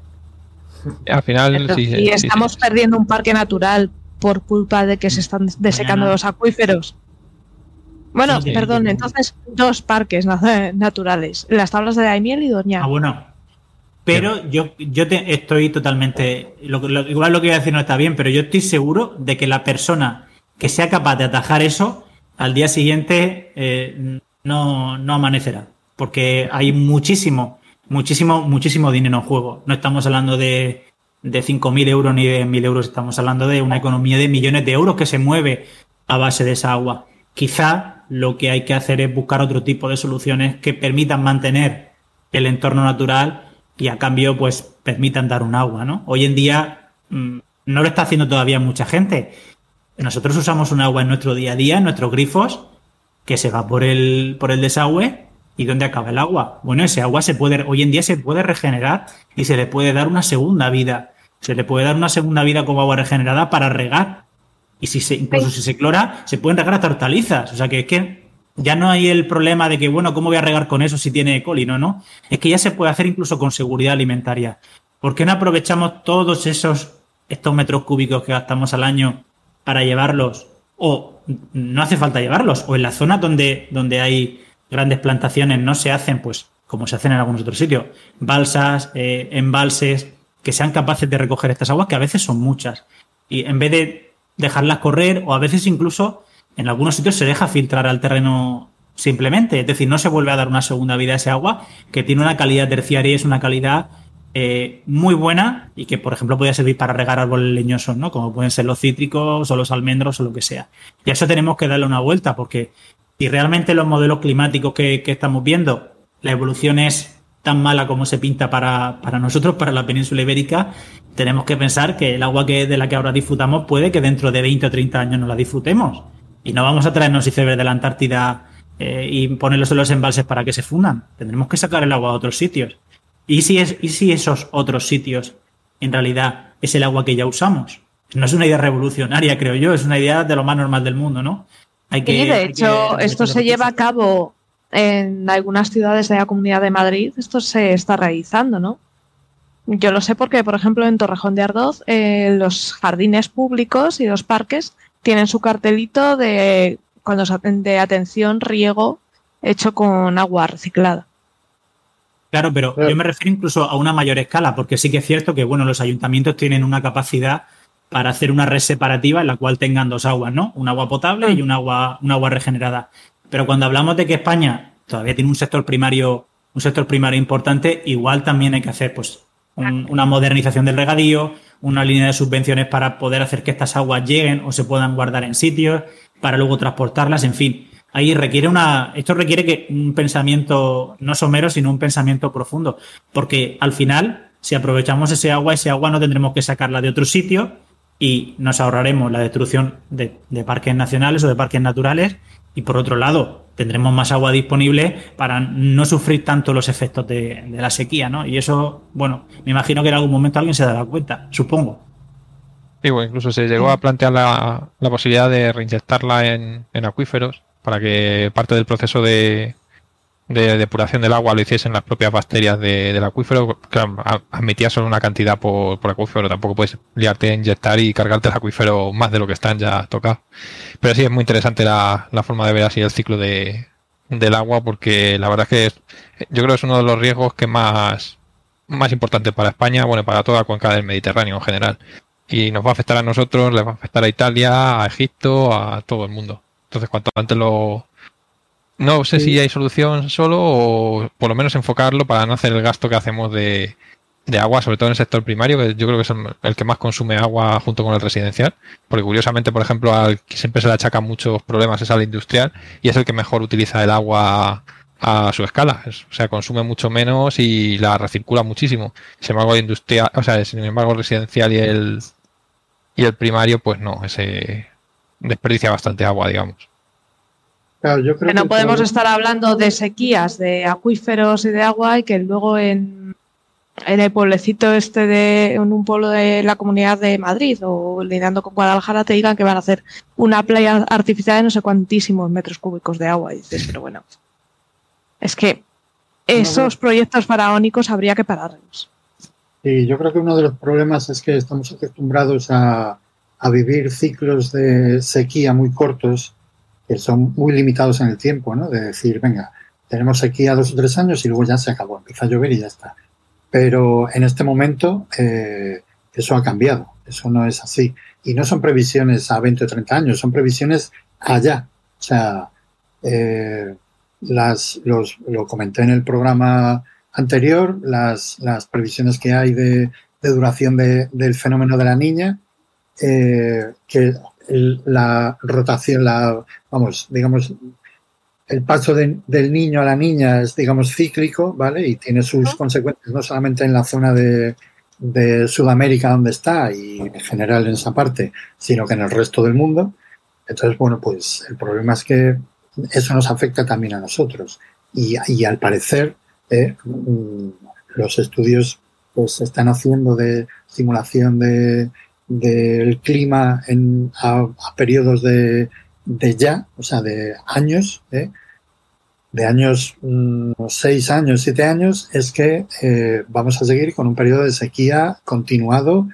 Al final, y estamos perdiendo un parque natural por culpa de que se están desecando los acuíferos. Bueno, perdón, entonces 2 parques naturales. Las Tablas de Daimiel y Doñana. Ah, bueno. Pero yo estoy totalmente... igual lo que voy a decir no está bien, pero yo estoy seguro de que la persona que sea capaz de atajar eso, al día siguiente no amanecerá. Porque hay muchísimo dinero en juego. No estamos hablando de 5.000 euros ni de 1.000 euros, estamos hablando de una economía de millones de euros que se mueve a base de esa agua. Quizá lo que hay que hacer es buscar otro tipo de soluciones que permitan mantener el entorno natural y a cambio pues permitan dar un agua, ¿no? Hoy en día no lo está haciendo todavía mucha gente. Nosotros usamos un agua en nuestro día a día, en nuestros grifos, que se va por el desagüe. ¿Y dónde acaba el agua? Bueno, ese agua hoy en día se puede regenerar y se le puede dar una segunda vida. Se le puede dar una segunda vida como agua regenerada para regar. Y incluso si se clora, se pueden regar hasta hortalizas. O sea que es que ya no hay el problema de que, bueno, ¿cómo voy a regar con eso si tiene E. coli? No. Es que ya se puede hacer incluso con seguridad alimentaria. ¿Por qué no aprovechamos todos estos metros cúbicos que gastamos al año para llevarlos? O no hace falta llevarlos. O en las zonas donde hay grandes plantaciones no se hacen, pues, como se hacen en algunos otros sitios, balsas, embalses, que sean capaces de recoger estas aguas, que a veces son muchas. Y en vez de dejarlas correr, o a veces incluso en algunos sitios se deja filtrar al terreno simplemente. Es decir, no se vuelve a dar una segunda vida a ese agua, que tiene una calidad terciaria y es una calidad muy buena y que, por ejemplo, podría servir para regar árboles leñosos, ¿no? Como pueden ser los cítricos o los almendros o lo que sea. Y a eso tenemos que darle una vuelta, porque si realmente los modelos climáticos que estamos viendo, la evolución es tan mala como se pinta para nosotros, para la península ibérica, tenemos que pensar que el agua de la que ahora disfrutamos puede que dentro de 20 o 30 años no la disfrutemos. Y no vamos a traernos icebergs de la Antártida y ponerlos en los embalses para que se fundan. Tendremos que sacar el agua a otros sitios. ¿Y si esos otros sitios en realidad es el agua que ya usamos? No es una idea revolucionaria, creo yo, es una idea de lo más normal del mundo, ¿no? De hecho, esto se lleva a cabo en algunas ciudades de la Comunidad de Madrid, esto se está realizando, ¿no? Yo lo sé porque, por ejemplo, en Torrejón de Ardoz, los jardines públicos y los parques tienen su cartelito de atención riego hecho con agua reciclada. Claro, pero yo me refiero incluso a una mayor escala, porque sí que es cierto que, bueno, los ayuntamientos tienen una capacidad para hacer una red separativa en la cual tengan dos aguas, ¿no? Un agua potable y un agua regenerada. Pero cuando hablamos de que España todavía tiene un sector primario importante, igual también hay que hacer, pues, una modernización del regadío, una línea de subvenciones para poder hacer que estas aguas lleguen o se puedan guardar en sitios, para luego transportarlas, en fin. Ahí esto requiere que un pensamiento no somero, sino un pensamiento profundo. Porque al final, si aprovechamos ese agua no tendremos que sacarla de otro sitio y nos ahorraremos la destrucción de parques nacionales o de parques naturales. Y por otro lado, tendremos más agua disponible para no sufrir tanto los efectos de la sequía, ¿no? Y eso, bueno, me imagino que en algún momento alguien se dará cuenta, supongo. Sí, bueno, incluso se llegó a plantear la posibilidad de reinyectarla en acuíferos para que parte del proceso de depuración del agua lo hiciesen las propias bacterias del acuífero. Claro, admitía solo una cantidad por acuífero, tampoco puedes liarte a inyectar y cargarte el acuífero más de lo que están ya tocados. Pero sí es muy interesante la forma de ver así el ciclo del agua, porque la verdad es que yo creo que es uno de los riesgos que más importantes para España, bueno, para toda la cuenca del Mediterráneo en general. Y nos va a afectar a nosotros, les va a afectar a Italia, a Egipto, a todo el mundo. Entonces, cuanto antes no sé si hay solución solo o por lo menos enfocarlo para no hacer el gasto que hacemos de agua, sobre todo en el sector primario, que yo creo que es el que más consume agua junto con el residencial, porque curiosamente, por ejemplo, al que siempre se le achacan muchos problemas es al industrial y es el que mejor utiliza el agua a su escala, o sea, consume mucho menos y la recircula muchísimo. Sin embargo, el residencial y el primario, pues no, ese desperdicia bastante agua, digamos. Claro, yo creo que no podemos estar hablando de sequías, de acuíferos y de agua y que luego en el pueblecito en un pueblo de la Comunidad de Madrid o lidiando con Guadalajara te digan que van a hacer una playa artificial de no sé cuantísimos metros cúbicos de agua. Y dices, pero bueno, es que esos proyectos faraónicos habría que pararlos. Sí, yo creo que uno de los problemas es que estamos acostumbrados a vivir ciclos de sequía muy cortos, que son muy limitados en el tiempo, ¿no? De decir, venga, tenemos sequía 2 o 3 años y luego ya se acabó, empieza a llover y ya está. Pero en este momento eso ha cambiado, eso no es así. Y no son previsiones a 20 o 30 años, son previsiones allá. O sea, lo comenté en el programa anterior, las previsiones que hay de duración del fenómeno de la Niña, que la rotación, digamos, el paso del niño a la niña es, digamos, cíclico, ¿vale? Y tiene sus consecuencias no solamente en la zona de Sudamérica donde está y en general en esa parte, sino que en el resto del mundo. Entonces, bueno, pues el problema es que eso nos afecta también a nosotros. Y al parecer, los estudios pues se están haciendo de simulación del clima a periodos de ya, o sea, de años, de años 6 años, 7 años, es que vamos a seguir con un periodo de sequía continuado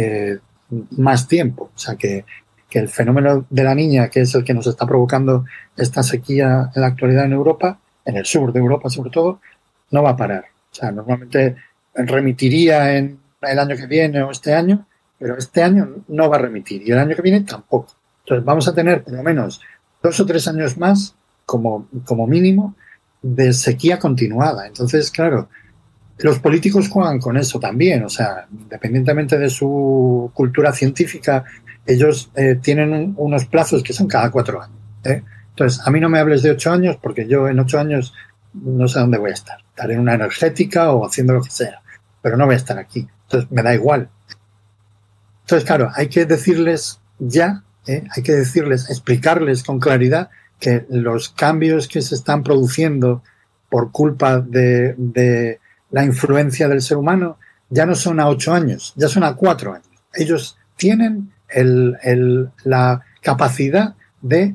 más tiempo. O sea, que el fenómeno de la Niña, que es el que nos está provocando esta sequía en la actualidad en Europa, en el sur de Europa sobre todo, no va a parar. O sea, normalmente remitiría en el año que viene o este año, pero este año no va a remitir y el año que viene tampoco. Entonces vamos a tener por lo menos 2 o 3 años más como mínimo de sequía continuada. Entonces, claro, los políticos juegan con eso también. O sea, independientemente de su cultura científica, ellos tienen unos plazos que son cada 4 años. Entonces, a mí no me hables de 8 años porque yo en 8 años no sé dónde voy a estar. Estaré en una energética o haciendo lo que sea, pero no voy a estar aquí. Entonces, me da igual. Entonces, claro, hay que decirles ya, hay que decirles, explicarles con claridad que los cambios que se están produciendo por culpa de la influencia del ser humano ya no son a 8 años, ya son a 4 años. Ellos tienen la capacidad de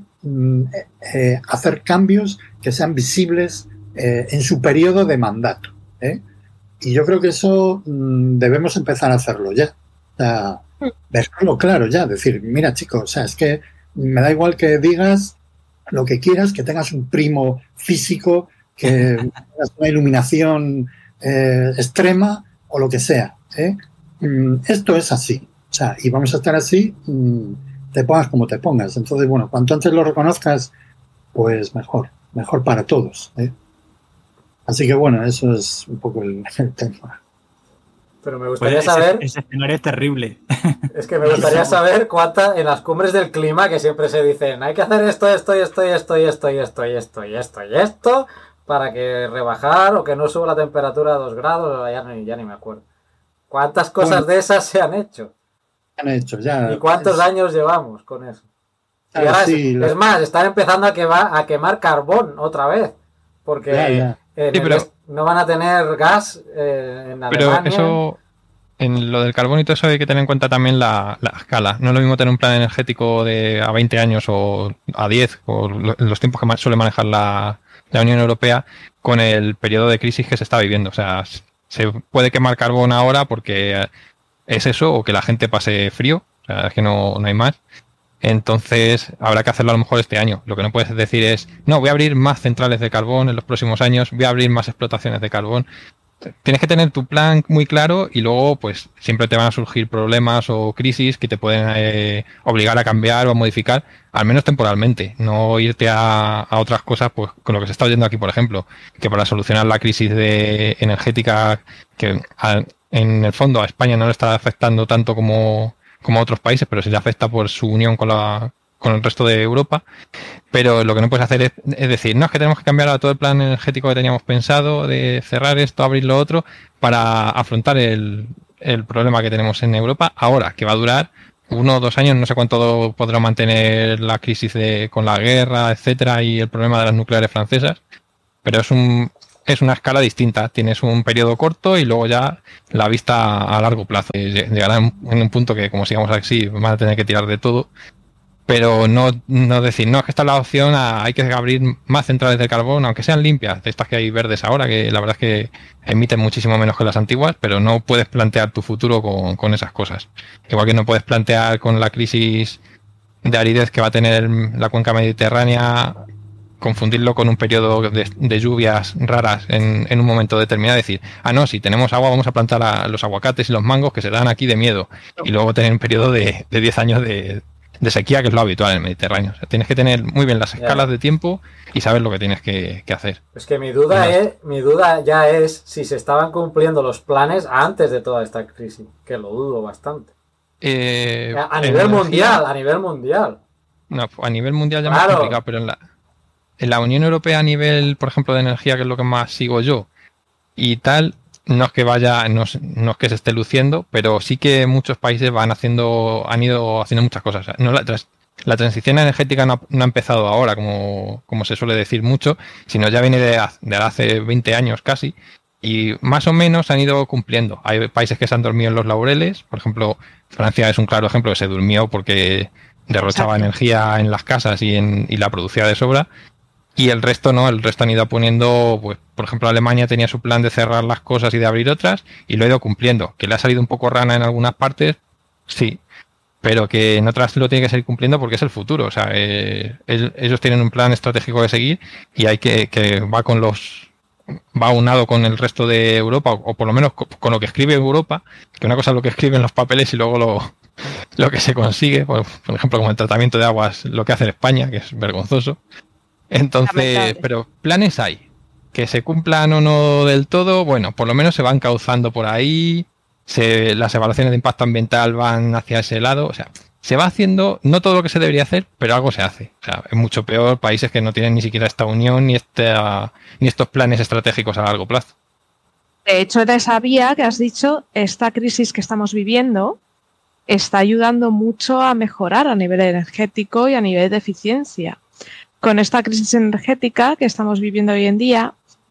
hacer cambios que sean visibles en su periodo de mandato. Y yo creo que eso debemos empezar a hacerlo ya. O sea, dejarlo claro ya, decir, mira chicos, o sea, es que me da igual que digas lo que quieras, que tengas un primo físico, que tengas una iluminación extrema o lo que sea. Esto es así. O sea, y vamos a estar así, te pongas como te pongas. Entonces, bueno, cuanto antes lo reconozcas, pues mejor para todos. Así que bueno, eso es un poco el tema. Pero me gustaría saber... Ese escenario es terrible. Es que me gustaría saber cuánta, en las cumbres del clima, que siempre se dicen, hay que hacer esto, para que rebajar o que no suba la temperatura a 2 grados, ya ni me acuerdo. ¿Cuántas cosas de esas se han hecho? Han hecho, ya. ¿Y cuántos años llevamos con eso? Y ahora es más, están empezando a quemar carbón otra vez, porque no van a tener gas en Alemania. Pero eso, en lo del carbón y todo eso hay que tener en cuenta también la escala. No es lo mismo tener un plan energético a 20 años o a 10, o los tiempos que suele manejar la Unión Europea, con el periodo de crisis que se está viviendo. O sea, se puede quemar carbón ahora porque es eso, o que la gente pase frío. O sea, es que no hay más. Entonces habrá que hacerlo a lo mejor este año. Lo que no puedes decir es, no, voy a abrir más centrales de carbón en los próximos años, voy a abrir más explotaciones de carbón. Tienes que tener tu plan muy claro y luego pues siempre te van a surgir problemas o crisis que te pueden obligar a cambiar o a modificar, al menos temporalmente. No irte a otras cosas, pues con lo que se está oyendo aquí, por ejemplo, que para solucionar la crisis energética que en el fondo a España no le está afectando tanto como a otros países, pero sí le afecta por su unión con el resto de Europa. Pero lo que no puedes hacer es decir, no, es que tenemos que cambiar a todo el plan energético que teníamos pensado, de cerrar esto, abrir lo otro, para afrontar el problema que tenemos en Europa ahora, que va a durar 1 o 2 años, no sé cuánto podrá mantener la crisis con la guerra, etcétera, y el problema de las nucleares francesas, pero es una escala distinta. Tienes un periodo corto y luego ya la vista a largo plazo. Llegará en un punto que, como sigamos así, van a tener que tirar de todo. Pero no decir, no, es que esta es la opción, hay que abrir más centrales de carbón, aunque sean limpias, de estas que hay verdes ahora, que la verdad es que emiten muchísimo menos que las antiguas, pero no puedes plantear tu futuro con esas cosas. Igual que no puedes plantear con la crisis de aridez que va a tener la cuenca mediterránea, confundirlo con un periodo de lluvias raras en un momento determinado, decir, no, si tenemos agua vamos a plantar los aguacates y los mangos que se dan aquí de miedo, y luego tener un periodo de 10 años de sequía, que es lo habitual en el Mediterráneo. O sea, tienes que tener muy bien las escalas de tiempo y saber lo que tienes que hacer. Es que mi duda ya es si se estaban cumpliendo los planes antes de toda esta crisis, que lo dudo bastante. A nivel mundial. No, a nivel mundial ya más complicado, pero en la Unión Europea, a nivel, por ejemplo, de energía, que es lo que más sigo yo, y tal, no es que se esté luciendo, pero sí que muchos países han ido haciendo muchas cosas. No, la transición energética no ha empezado ahora, como se suele decir mucho, sino ya viene de hace 20 años casi, y más o menos han ido cumpliendo. Hay países que se han dormido en los laureles, por ejemplo, Francia es un claro ejemplo que se durmió porque derrochaba energía en las casas y la producía de sobra. Y el resto no, el resto han ido poniendo, pues, por ejemplo, Alemania tenía su plan de cerrar las cosas y de abrir otras, y lo ha ido cumpliendo. Que le ha salido un poco rana en algunas partes, sí, pero que en otras lo tiene que seguir cumpliendo porque es el futuro. O sea, ellos tienen un plan estratégico de seguir y hay que va aunado con el resto de Europa, o por lo menos con lo que escribe Europa, que una cosa es lo que escriben los papeles y luego lo que se consigue, por ejemplo, como el tratamiento de aguas, lo que hace España, que es vergonzoso. Entonces, pero planes hay. Que se cumplan o no del todo, bueno, por lo menos se van cauzando por ahí, las evaluaciones de impacto ambiental van hacia ese lado, o sea, se va haciendo, no todo lo que se debería hacer, pero algo se hace. O sea, es mucho peor países que no tienen ni siquiera esta unión ni estos planes estratégicos a largo plazo. De hecho, en esa vía que has dicho, esta crisis que estamos viviendo está ayudando mucho a mejorar a nivel energético y a nivel de eficiencia. Con esta crisis energética que estamos viviendo hoy en día,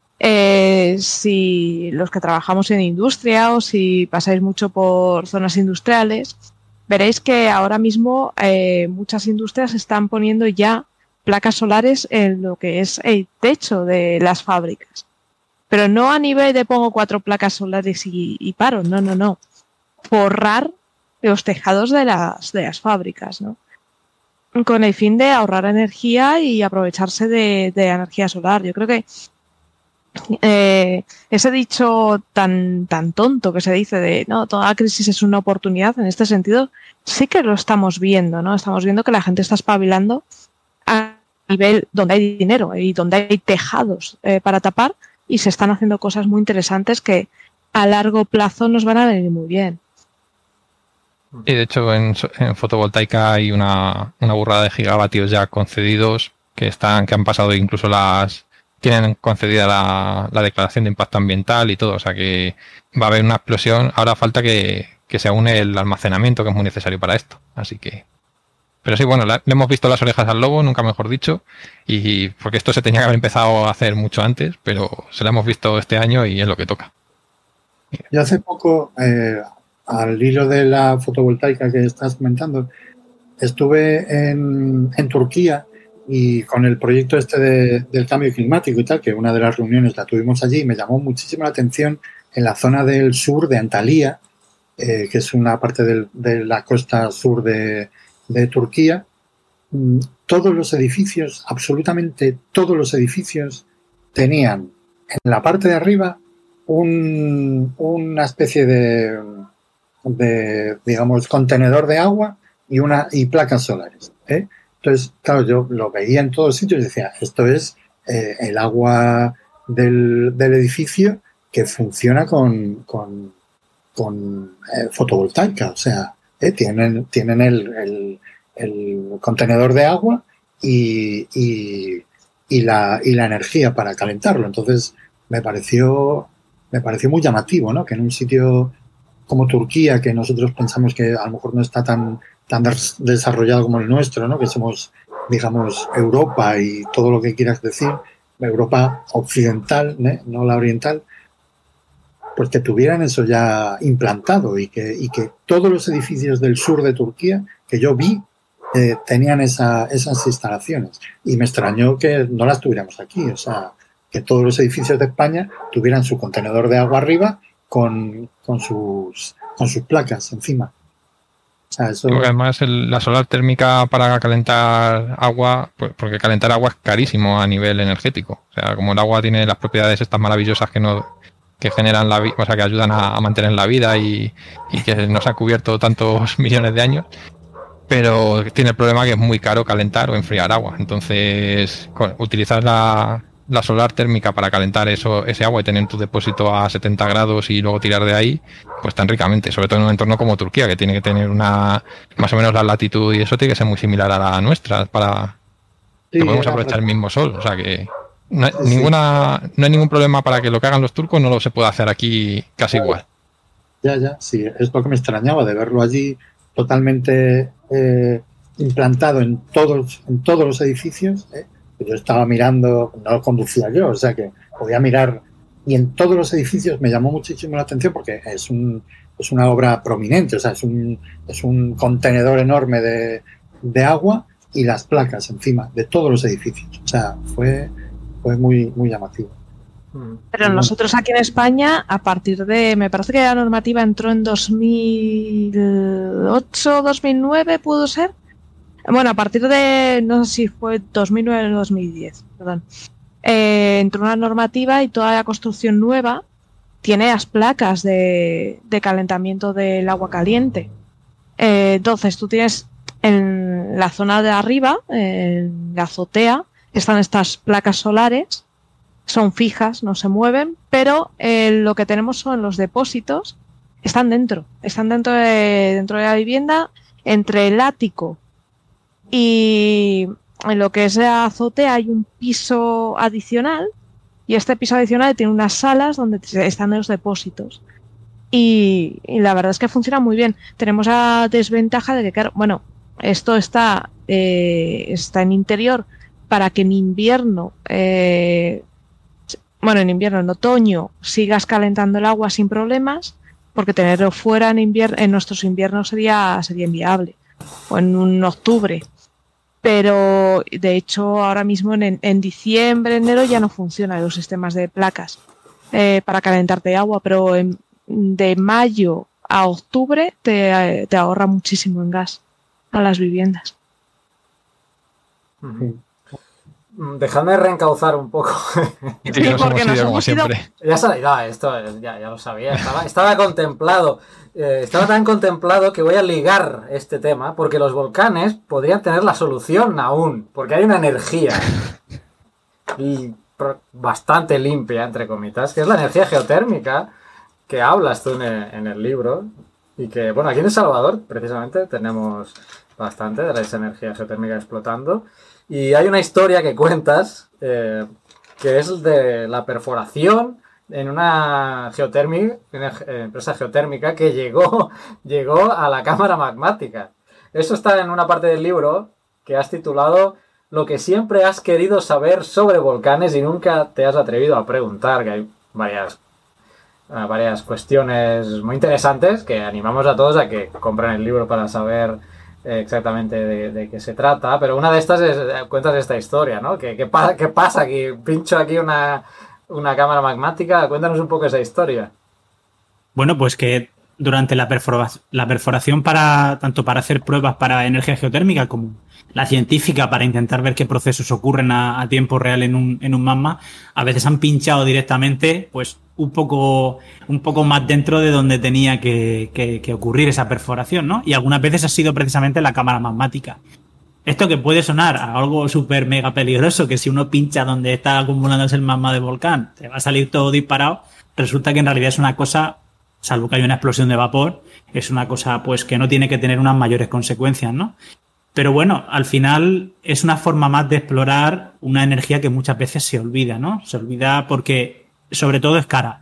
si los que trabajamos en industria o si pasáis mucho por zonas industriales, veréis que ahora mismo muchas industrias están poniendo ya placas solares en lo que es el techo de las fábricas. Pero no a nivel de pongo 4 placas solares y paro, no. Forrar los tejados de las fábricas, ¿no? Con el fin de ahorrar energía y aprovecharse de energía solar. Yo creo que ese dicho tan tonto que se dice de no, toda crisis es una oportunidad, en este sentido sí que lo estamos viendo, ¿no? Estamos viendo que la gente está espabilando a nivel donde hay dinero y donde hay tejados para tapar, y se están haciendo cosas muy interesantes que a largo plazo nos van a venir muy bien. Y de hecho en fotovoltaica hay una burrada de gigavatios ya concedidos que han pasado, incluso tienen concedida la declaración de impacto ambiental y todo, o sea que va a haber una explosión. Ahora falta que se une el almacenamiento, que es muy necesario para esto, así que... Pero sí, bueno, le hemos visto las orejas al lobo, nunca mejor dicho, y porque esto se tenía que haber empezado a hacer mucho antes, pero se lo hemos visto este año y es lo que toca. Yo hace poco, al hilo de la fotovoltaica que estás comentando, estuve en Turquía, y con el proyecto del cambio climático y tal, que una de las reuniones la tuvimos allí, me llamó muchísimo la atención en la zona del sur de Antalya, que es una parte de la costa sur de Turquía. Todos los edificios, absolutamente todos los edificios, tenían en la parte de arriba una especie de digamos, contenedor de agua y placas solares, ¿eh? Entonces, claro, yo lo veía en todos sitios y decía, esto es el agua del edificio que funciona con fotovoltaica. O sea, tienen el contenedor de agua y la energía para calentarlo. Entonces, me pareció muy llamativo, ¿no? Que en un sitio como Turquía, que nosotros pensamos que a lo mejor no está tan desarrollado como el nuestro, ¿no? Que somos, digamos, Europa y todo lo que quieras decir, Europa occidental, ¿eh? No la oriental, pues que tuvieran eso ya implantado y que todos los edificios del sur de Turquía que yo vi tenían esas instalaciones, y me extrañó que no las tuviéramos aquí. O sea, que todos los edificios de España tuvieran su contenedor de agua arriba con sus placas encima. O sea, eso... Porque además la solar térmica para calentar agua, pues porque calentar agua es carísimo a nivel energético. O sea, como el agua tiene las propiedades estas maravillosas que generan la vida, o sea, que ayudan a mantener la vida y que nos ha cubierto tantos millones de años, pero tiene el problema que es muy caro calentar o enfriar agua. Entonces, utilizar la solar térmica para calentar ese agua y tener tu depósito a 70 grados y luego tirar de ahí, pues tan ricamente, sobre todo en un entorno como Turquía, que tiene que tener más o menos la latitud, y eso tiene que ser muy similar a la nuestra para que podemos aprovechar el mismo sol. O sea que no hay ningún problema para que lo que hagan los turcos no lo se pueda hacer aquí casi igual. Ya, sí, es lo que me extrañaba de verlo allí totalmente implantado en todos los edificios. Yo estaba mirando, no conducía yo, o sea que podía mirar, y en todos los edificios me llamó muchísimo la atención porque es una obra prominente. O sea, es un contenedor enorme de agua y las placas encima de todos los edificios. O sea, fue muy, muy llamativo. Pero nosotros aquí en España, a partir de, me parece que la normativa entró en 2008, 2009, ¿pudo ser? Bueno, a partir de, no sé si fue 2009 o 2010, perdón. Entró una normativa y toda la construcción nueva tiene las placas de calentamiento del agua caliente. Entonces tú tienes en la zona de arriba, en la azotea, están estas placas solares. Son fijas, no se mueven, pero lo que tenemos son los depósitos, están dentro de la vivienda, entre el ático y en lo que es la azotea hay un piso adicional, y este piso adicional tiene unas salas donde están los depósitos. Y la verdad es que funciona muy bien. Tenemos la desventaja de que, claro, bueno, esto está en interior para que en invierno... en otoño sigas calentando el agua sin problemas, porque tenerlo fuera en nuestros inviernos sería inviable, o en un octubre. Pero de hecho ahora mismo en diciembre, enero ya no funcionan los sistemas de placas. para calentarte agua, pero de mayo a octubre te ahorra muchísimo en gas a las viviendas. Dejadme reencauzar un poco. Y sí, porque nos hemos ido como siempre. Ya lo sabía. Estaba contemplado. Estaba tan contemplado que voy a ligar este tema porque los volcanes podrían tener la solución aún. Porque hay una energía bastante limpia, entre comitas, que es la energía geotérmica que hablas tú en el libro. Y que, bueno, aquí en El Salvador precisamente tenemos bastante de esa energía geotérmica explotando. Y hay una historia que cuentas que es de la perforación en una empresa geotérmica que llegó a la cámara magmática. Eso está en una parte del libro que has titulado Lo que siempre has querido saber sobre volcanes y nunca te has atrevido a preguntar, que hay varias cuestiones muy interesantes que animamos a todos a que compren el libro para saber exactamente de qué se trata, pero una de estas cuentas esta historia, ¿no? ¿Qué pasa aquí? Pincho aquí una cámara magmática. Cuéntanos un poco esa historia. Bueno, pues que durante la perforación tanto para hacer pruebas para energía geotérmica como la científica para intentar ver qué procesos ocurren a tiempo real en un magma, a veces han pinchado directamente pues un poco más dentro de donde tenía que ocurrir esa perforación, ¿no? Y algunas veces ha sido precisamente la cámara magmática. Esto que puede sonar a algo súper mega peligroso, que si uno pincha donde está acumulándose el magma del volcán, te va a salir todo disparado, resulta que en realidad es una cosa, salvo que haya una explosión de vapor, es una cosa pues que no tiene que tener unas mayores consecuencias, ¿no? Pero bueno, al final es una forma más de explorar una energía que muchas veces se olvida, ¿no? Se olvida porque sobre todo es cara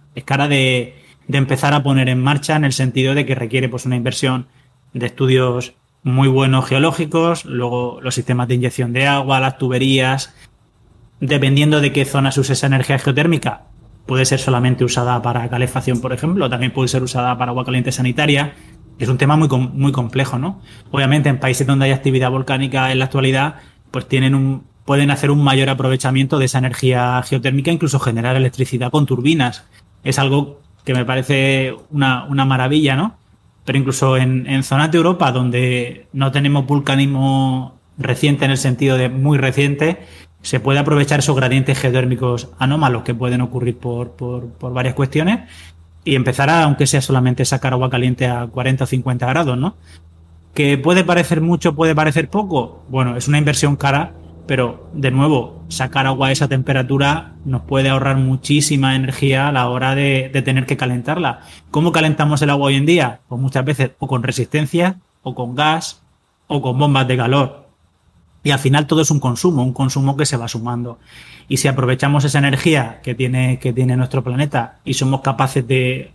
de empezar a poner en marcha, en el sentido de que requiere pues una inversión de estudios muy buenos geológicos, luego los sistemas de inyección de agua, las tuberías, dependiendo de qué zona se use esa energía geotérmica, puede ser solamente usada para calefacción, por ejemplo, también puede ser usada para agua caliente sanitaria. Es un tema muy complejo, ¿no? Obviamente en países donde hay actividad volcánica en la actualidad, pues pueden hacer un mayor aprovechamiento de esa energía geotérmica, incluso generar electricidad con turbinas. Es algo que me parece una maravilla, ¿no? Pero incluso en zonas de Europa donde no tenemos vulcanismo reciente en el sentido de muy reciente, se puede aprovechar esos gradientes geotérmicos anómalos que pueden ocurrir por varias cuestiones y empezar aunque sea solamente sacar agua caliente a 40 o 50 grados, ¿no? ¿Que puede parecer mucho, puede parecer poco? Bueno, es una inversión cara, pero de nuevo, sacar agua a esa temperatura nos puede ahorrar muchísima energía a la hora de tener que calentarla. ¿Cómo calentamos el agua hoy en día? Pues muchas veces o con resistencia, o con gas, o con bombas de calor. Y al final todo es un consumo que se va sumando. Y si aprovechamos esa energía que tiene nuestro planeta y somos capaces de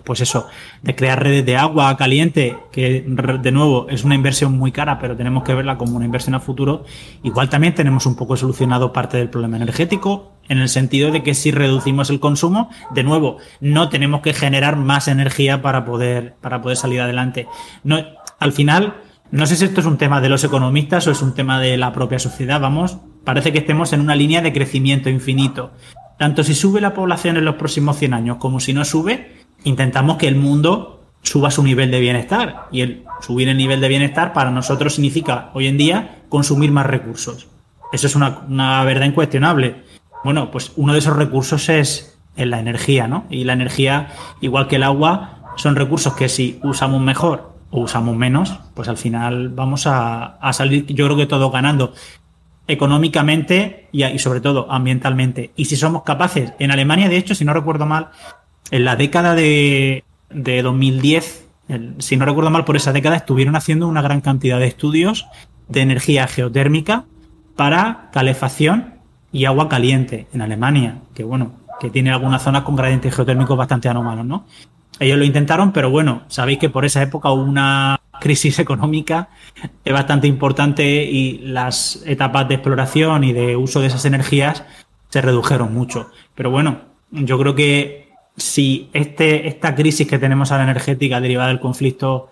crear redes de agua caliente, que de nuevo es una inversión muy cara, pero tenemos que verla como una inversión a futuro, igual también tenemos un poco solucionado parte del problema energético, en el sentido de que si reducimos el consumo, de nuevo, no tenemos que generar más energía para poder salir adelante. No, al final, no sé si esto es un tema de los economistas o es un tema de la propia sociedad, parece que estemos en una línea de crecimiento infinito. Tanto si sube la población en los próximos 100 años como si no sube, intentamos que el mundo suba su nivel de bienestar. Y el subir el nivel de bienestar para nosotros significa, hoy en día, consumir más recursos. Eso es una verdad incuestionable. Bueno, pues uno de esos recursos es la energía, ¿no? Y la energía, igual que el agua, son recursos que si usamos mejor o usamos menos, pues al final vamos a salir, yo creo que todos ganando, económicamente y sobre todo ambientalmente. Y si somos capaces, en Alemania, de hecho, si no recuerdo mal, en la década de 2010, si no recuerdo mal, por esa década estuvieron haciendo una gran cantidad de estudios de energía geotérmica para calefacción y agua caliente en Alemania, que tiene algunas zonas con gradientes geotérmicos bastante anómalos, ¿no? Ellos lo intentaron, pero bueno, sabéis que por esa época hubo una crisis económica bastante importante y las etapas de exploración y de uso de esas energías se redujeron mucho. Pero bueno, yo creo que si esta crisis que tenemos ahora energética derivada del conflicto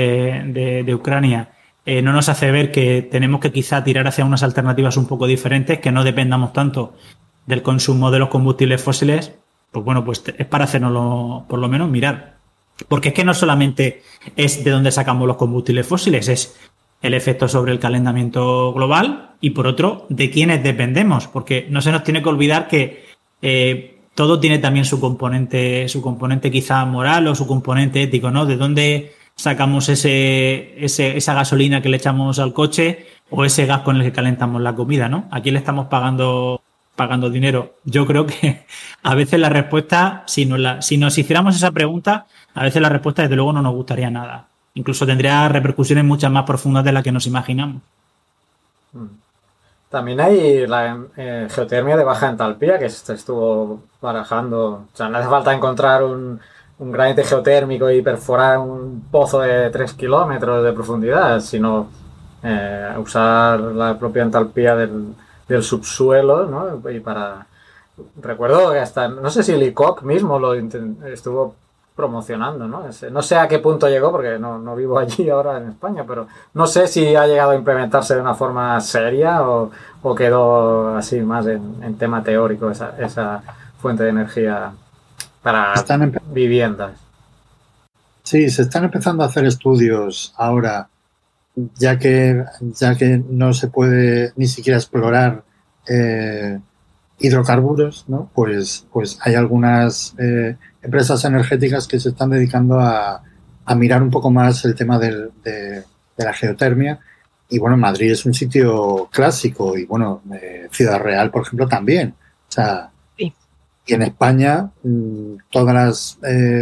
de Ucrania no nos hace ver que tenemos que quizá tirar hacia unas alternativas un poco diferentes, que no dependamos tanto del consumo de los combustibles fósiles, pues bueno, pues es para hacérnoslo por lo menos mirar. Porque es que no solamente es de dónde sacamos los combustibles fósiles, es el efecto sobre el calentamiento global y por otro, de quiénes dependemos, porque no se nos tiene que olvidar que todo tiene también su componente quizá moral o su componente ético, ¿no? De dónde sacamos esa gasolina que le echamos al coche o ese gas con el que calentamos la comida, ¿no? ¿A quién le estamos pagando dinero? Yo creo que a veces la respuesta, si nos hiciéramos esa pregunta, a veces la respuesta desde luego no nos gustaría nada. Incluso tendría repercusiones muchas más profundas de las que nos imaginamos. También hay la geotermia de baja entalpía que se estuvo barajando. O sea, no hace falta encontrar un granite geotérmico y perforar un pozo de 3 kilómetros de profundidad, sino usar la propia entalpía del subsuelo, ¿no? Y recuerdo que hasta, no sé si el ICOC mismo lo estuvo promocionando, ¿no? No sé a qué punto llegó, porque no vivo allí ahora en España, pero no sé si ha llegado a implementarse de una forma seria o quedó así más en tema teórico esa fuente de energía para viviendas. Sí, se están empezando a hacer estudios ahora, ya que no se puede ni siquiera explorar hidrocarburos, ¿no? Pues hay algunas empresas energéticas que se están dedicando a mirar un poco más el tema de la geotermia. Y bueno, Madrid es un sitio clásico y bueno, Ciudad Real, por ejemplo, también. O sea, sí. Y en España todas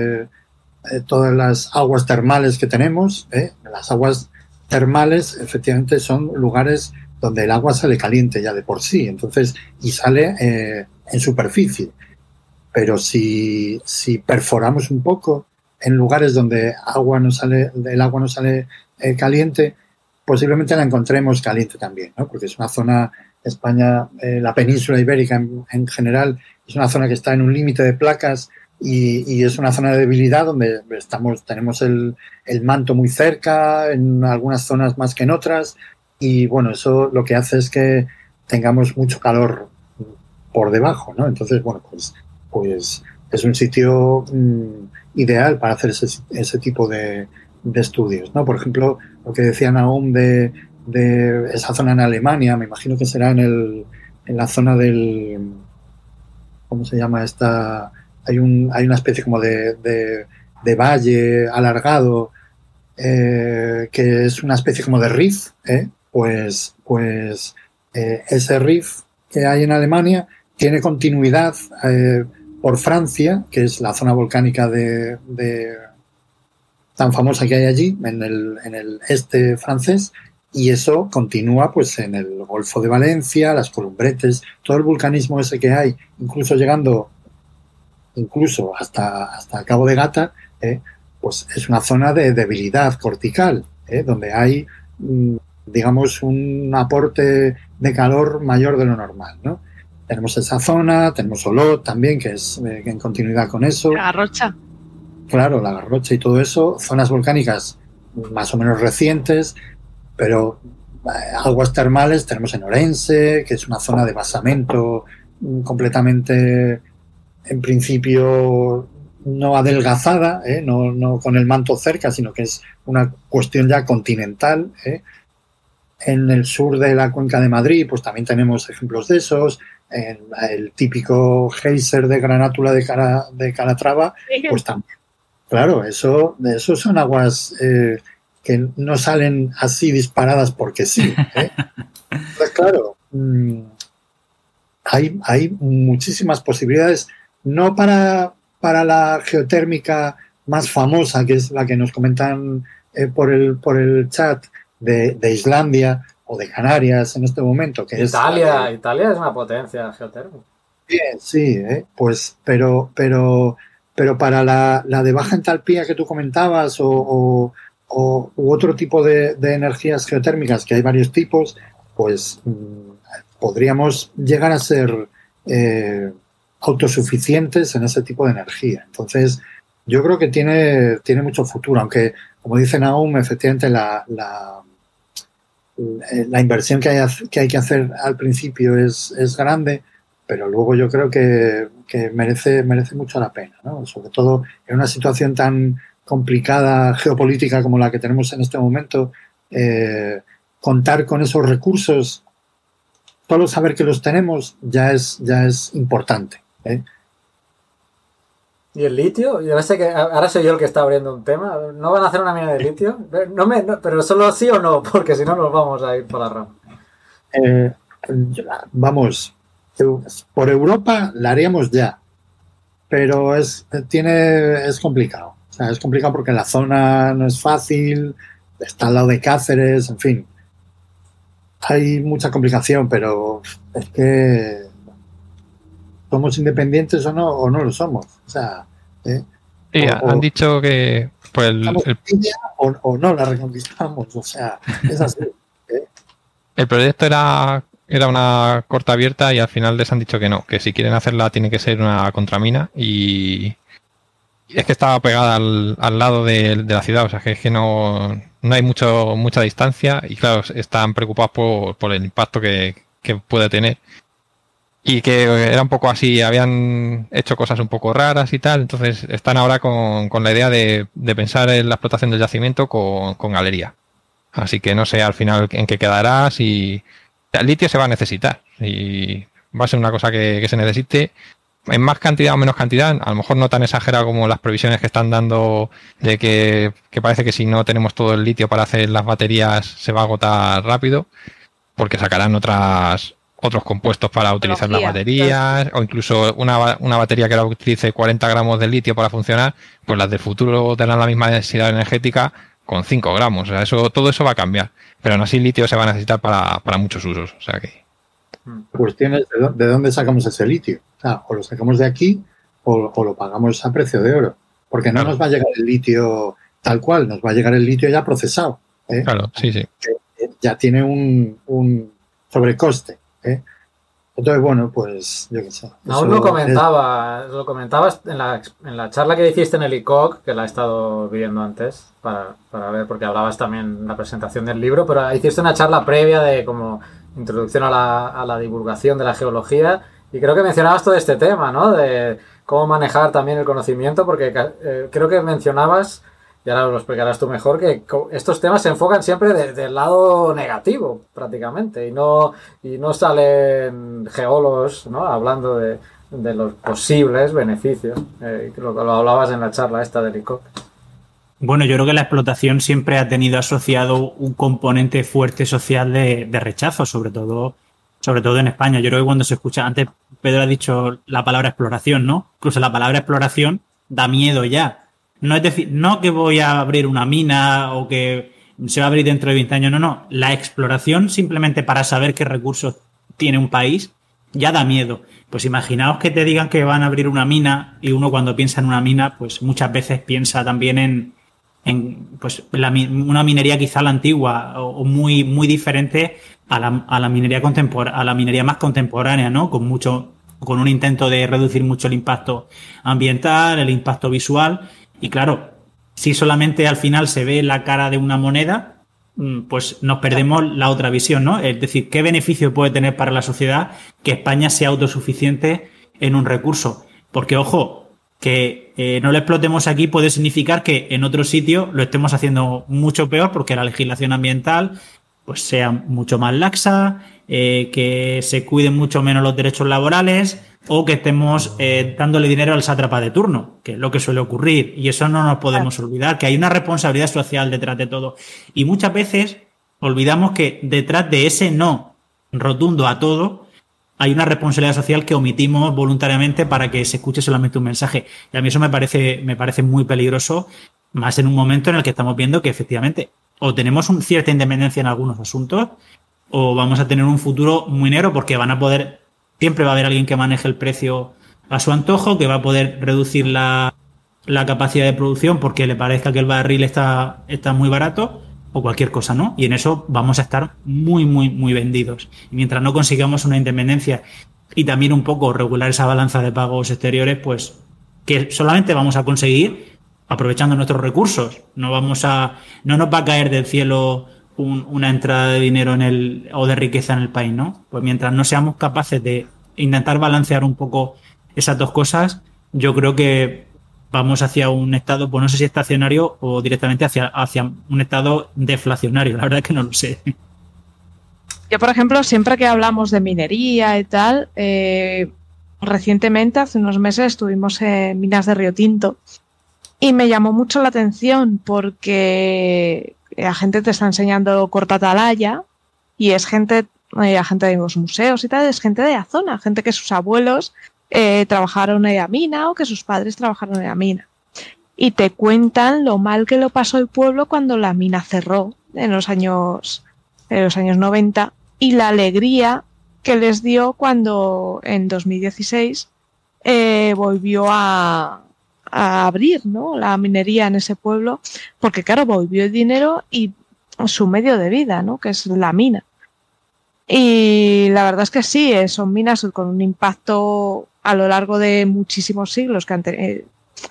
las aguas termales que tenemos, las aguas termales efectivamente son lugares donde el agua sale caliente ya de por sí, entonces, y sale en superficie. Pero si perforamos un poco en lugares donde el agua no sale caliente, posiblemente la encontremos caliente también, ¿no? Porque es una zona, España, la península ibérica en general, es una zona que está en un límite de placas y es una zona de debilidad donde tenemos el manto muy cerca, en algunas zonas más que en otras, y bueno, eso lo que hace es que tengamos mucho calor por debajo, ¿no? Entonces, bueno, pues es un sitio ideal para hacer ese tipo de estudios, ¿no? Por ejemplo, lo que decía Nahum de esa zona en Alemania, me imagino que será en la zona del, ¿cómo se llama esta? Hay una especie como de valle alargado que es una especie como de rift, pues ese rift que hay en Alemania tiene continuidad por Francia, que es la zona volcánica tan famosa que hay allí, en el este francés, y eso continúa pues en el Golfo de Valencia, las Columbretes, todo el vulcanismo ese que hay, incluso llegando hasta Cabo de Gata, pues es una zona de debilidad cortical, donde hay, digamos, un aporte de calor mayor de lo normal, ¿no? Tenemos esa zona, tenemos Olot también, que es en continuidad con eso. La Garrocha. Claro, la Garrocha y todo eso, zonas volcánicas más o menos recientes, pero aguas termales tenemos en Orense, que es una zona de basamento completamente, en principio, no adelgazada, no con el manto cerca, sino que es una cuestión ya continental. En el sur de la Cuenca de Madrid, pues también tenemos ejemplos de esos. En el típico geyser de Granátula de Calatrava, pues también. Claro, eso son aguas que no salen así disparadas porque sí. Pues claro, hay muchísimas posibilidades, no para la geotérmica más famosa, que es la que nos comentan por el chat de Islandia o de Canarias en este momento, que Italia es una potencia geotérmica. Bien, sí, pues, pero para la de baja entalpía que tú comentabas u otro tipo de energías geotérmicas, que hay varios tipos, pues podríamos llegar a ser autosuficientes en ese tipo de energía. Entonces, yo creo que tiene mucho futuro, aunque, como dice Nahum, efectivamente la inversión que hay que hacer al principio es grande, pero luego yo creo que que merece mucho la pena, ¿no? Sobre todo en una situación tan complicada geopolítica como la que tenemos en este momento, contar con esos recursos, solo saber que los tenemos ya es importante, ¿eh? ¿Y el litio? Yo sé que ahora soy yo el que está abriendo un tema. ¿No van a hacer una mina de litio? Pero solo sí o no, porque si no nos vamos a ir por la rama. Vamos, por Europa la haríamos ya, pero es complicado. O sea, es complicado porque la zona no es fácil, está al lado de Cáceres, en fin. Hay mucha complicación, pero es que somos independientes o no lo somos. O sea, sí, han dicho que pues o no la reconquistamos. O sea, es así. El proyecto era una corta abierta y al final les han dicho que no, que si quieren hacerla tiene que ser una contramina y es que estaba pegada al lado de la ciudad, o sea que es que no hay mucha distancia y claro, están preocupados por el impacto que puede tener y que era un poco así, habían hecho cosas un poco raras y tal, entonces están ahora con la idea de pensar en la explotación del yacimiento con galería. Así que no sé al final en qué quedará, si el litio se va a necesitar y va a ser una cosa que se necesite en más cantidad o menos cantidad, a lo mejor no tan exagerado como las previsiones que están dando de que parece que si no tenemos todo el litio para hacer las baterías se va a agotar rápido, porque sacarán otros compuestos para utilizar las baterías, o incluso una batería que ahora utilice 40 gramos de litio para funcionar, pues las del futuro tendrán la misma densidad energética con 5 gramos, o sea, todo eso va a cambiar, pero aún así el litio se va a necesitar para muchos usos, o sea que... La cuestión es de dónde sacamos ese litio. O sea, o lo sacamos de aquí o lo pagamos a precio de oro. Porque no nos va a llegar el litio tal cual, nos va a llegar el litio ya procesado, ¿eh? Claro, sí. Ya tiene un sobrecoste, ¿eh? Entonces, bueno, pues yo qué sé. Aún lo comentabas en la charla que hiciste en el ICOC, que la he estado viendo antes, para ver, porque hablabas también en la presentación del libro, pero hiciste una charla previa de como introducción a la divulgación de la geología, y creo que mencionabas todo este tema, ¿no? De cómo manejar también el conocimiento, porque creo que mencionabas, y ahora lo explicarás tú mejor, que estos temas se enfocan siempre del lado negativo, prácticamente, y no salen geólogos, ¿no? Hablando de los posibles beneficios. Lo hablabas en la charla esta del ICOC. Bueno, yo creo que la explotación siempre ha tenido asociado un componente fuerte social de rechazo, sobre todo en España. Yo creo que cuando se escucha, antes Pedro ha dicho la palabra exploración, ¿no? Incluso la palabra exploración da miedo ya. No es decir, no que voy a abrir una mina o que se va a abrir dentro de 20 años, no. La exploración simplemente para saber qué recursos tiene un país ya da miedo. Pues imaginaos que te digan que van a abrir una mina y uno cuando piensa en una mina, pues muchas veces piensa también en una minería quizá la antigua o muy, muy diferente a la minería contemporánea, a la minería más contemporánea, ¿no? Con un intento de reducir mucho el impacto ambiental, el impacto visual. Y claro, si solamente al final se ve la cara de una moneda, pues nos perdemos la otra visión, ¿no? Es decir, ¿qué beneficio puede tener para la sociedad que España sea autosuficiente en un recurso? Porque, ojo, que no lo explotemos aquí puede significar que en otro sitio lo estemos haciendo mucho peor porque la legislación ambiental pues sea mucho más laxa, que se cuiden mucho menos los derechos laborales o que estemos dándole dinero al sátrapa de turno, que es lo que suele ocurrir. Y eso no nos podemos olvidar, que hay una responsabilidad social detrás de todo. Y muchas veces olvidamos que detrás de ese no rotundo a todo hay una responsabilidad social que omitimos voluntariamente para que se escuche solamente un mensaje. Y a mí eso me parece muy peligroso, más en un momento en el que estamos viendo que efectivamente o tenemos una cierta independencia en algunos asuntos o vamos a tener un futuro muy negro porque siempre va a haber alguien que maneje el precio a su antojo, que va a poder reducir la capacidad de producción porque le parezca que el barril está muy barato o cualquier cosa, ¿no? Y en eso vamos a estar muy, muy, muy vendidos. Y mientras no consigamos una independencia y también un poco regular esa balanza de pagos exteriores, pues que solamente vamos a conseguir aprovechando nuestros recursos. No nos va a caer del cielo una entrada de dinero o de riqueza en el país, ¿no? Pues mientras no seamos capaces de intentar balancear un poco esas dos cosas, yo creo que vamos hacia un estado, pues no sé si estacionario o directamente hacia un estado deflacionario. La verdad es que no lo sé. Yo, por ejemplo, siempre que hablamos de minería y tal, recientemente, hace unos meses, estuvimos en Minas de Río Tinto y me llamó mucho la atención porque la gente te está enseñando corta atalaya y es gente de los museos y tal, es gente de la zona, gente que sus abuelos trabajaron en la mina o que sus padres trabajaron en la mina. Y te cuentan lo mal que lo pasó el pueblo cuando la mina cerró en los años 90 y la alegría que les dio cuando en 2016 volvió a abrir, ¿no?, la minería en ese pueblo, porque claro, volvió el dinero y su medio de vida, ¿no?, que es la mina. Y la verdad es que sí, son minas con un impacto a lo largo de muchísimos siglos que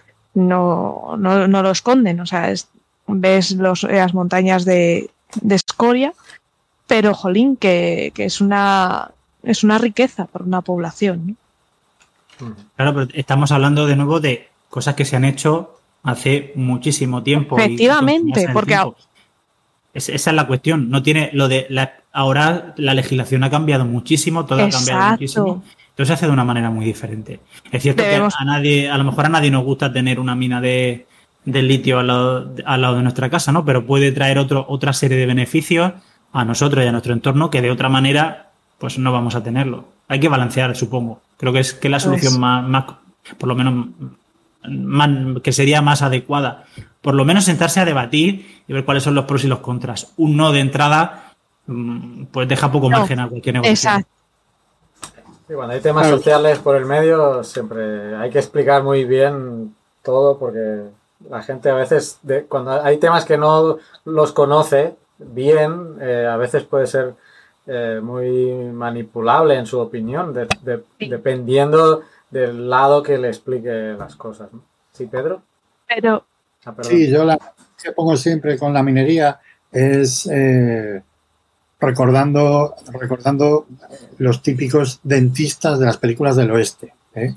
no lo esconden. O sea, ves las montañas de escoria, pero jolín, que es una riqueza para una población, ¿no? Claro, pero estamos hablando de nuevo de cosas que se han hecho hace muchísimo tiempo. Efectivamente, porque esa es la cuestión. No tiene lo de ahora la legislación ha cambiado muchísimo, todo ha cambiado muchísimo. Entonces se hace de una manera muy diferente. Es cierto que a lo mejor a nadie nos gusta tener una mina de litio al lado de nuestra casa, ¿no? Pero puede traer otra serie de beneficios a nosotros y a nuestro entorno que de otra manera pues no vamos a tenerlo. Hay que balancear, supongo. Creo que es la solución más por lo menos que sería más adecuada. Por lo menos sentarse a debatir y ver cuáles son los pros y los contras. Un no de entrada pues deja poco margen a cualquier negociación. Exacto. Sí, cuando hay temas sociales por el medio siempre hay que explicar muy bien todo porque la gente a veces, cuando hay temas que no los conoce bien, a veces puede ser muy manipulable en su opinión, dependiendo del lado que le explique las cosas, ¿no? ¿Sí, Pedro? Pero sí, yo la que pongo siempre con la minería es recordando los típicos dentistas de las películas del oeste,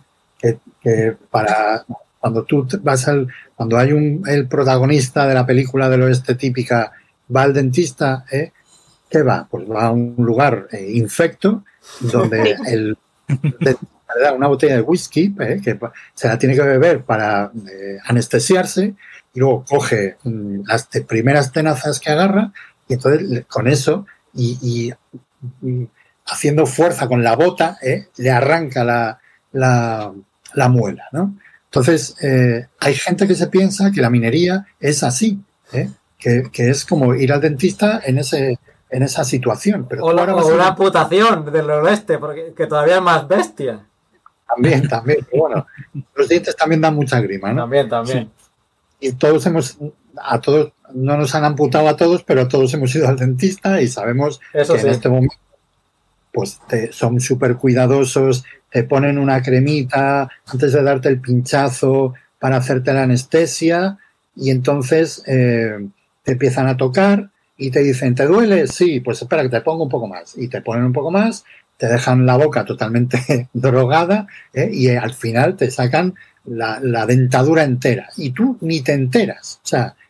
que para cuando tú cuando hay el protagonista de la película del oeste típica va al dentista, ¿qué va? Pues va a un lugar infecto donde el dentista le da una botella de whisky que se la tiene que beber para anestesiarse y luego coge las primeras tenazas que agarra y entonces con eso y haciendo fuerza con la bota le arranca la muela, ¿no? Entonces hay gente que se piensa que la minería es así, que es como ir al dentista en esa situación. Pero o una amputación del oeste, porque que todavía es más bestia. También. Bueno, los dientes también dan mucha grima, ¿no? También. Sí. Y a todos, no nos han amputado a todos, pero todos hemos ido al dentista y sabemos eso que sí. En este momento pues son súper cuidadosos, te ponen una cremita antes de darte el pinchazo para hacerte la anestesia y entonces te empiezan a tocar y te dicen, ¿te duele? Sí, pues espera que te pongo un poco más. Y te ponen un poco más, te dejan la boca totalmente drogada y al final te sacan la dentadura entera. Y tú ni te enteras,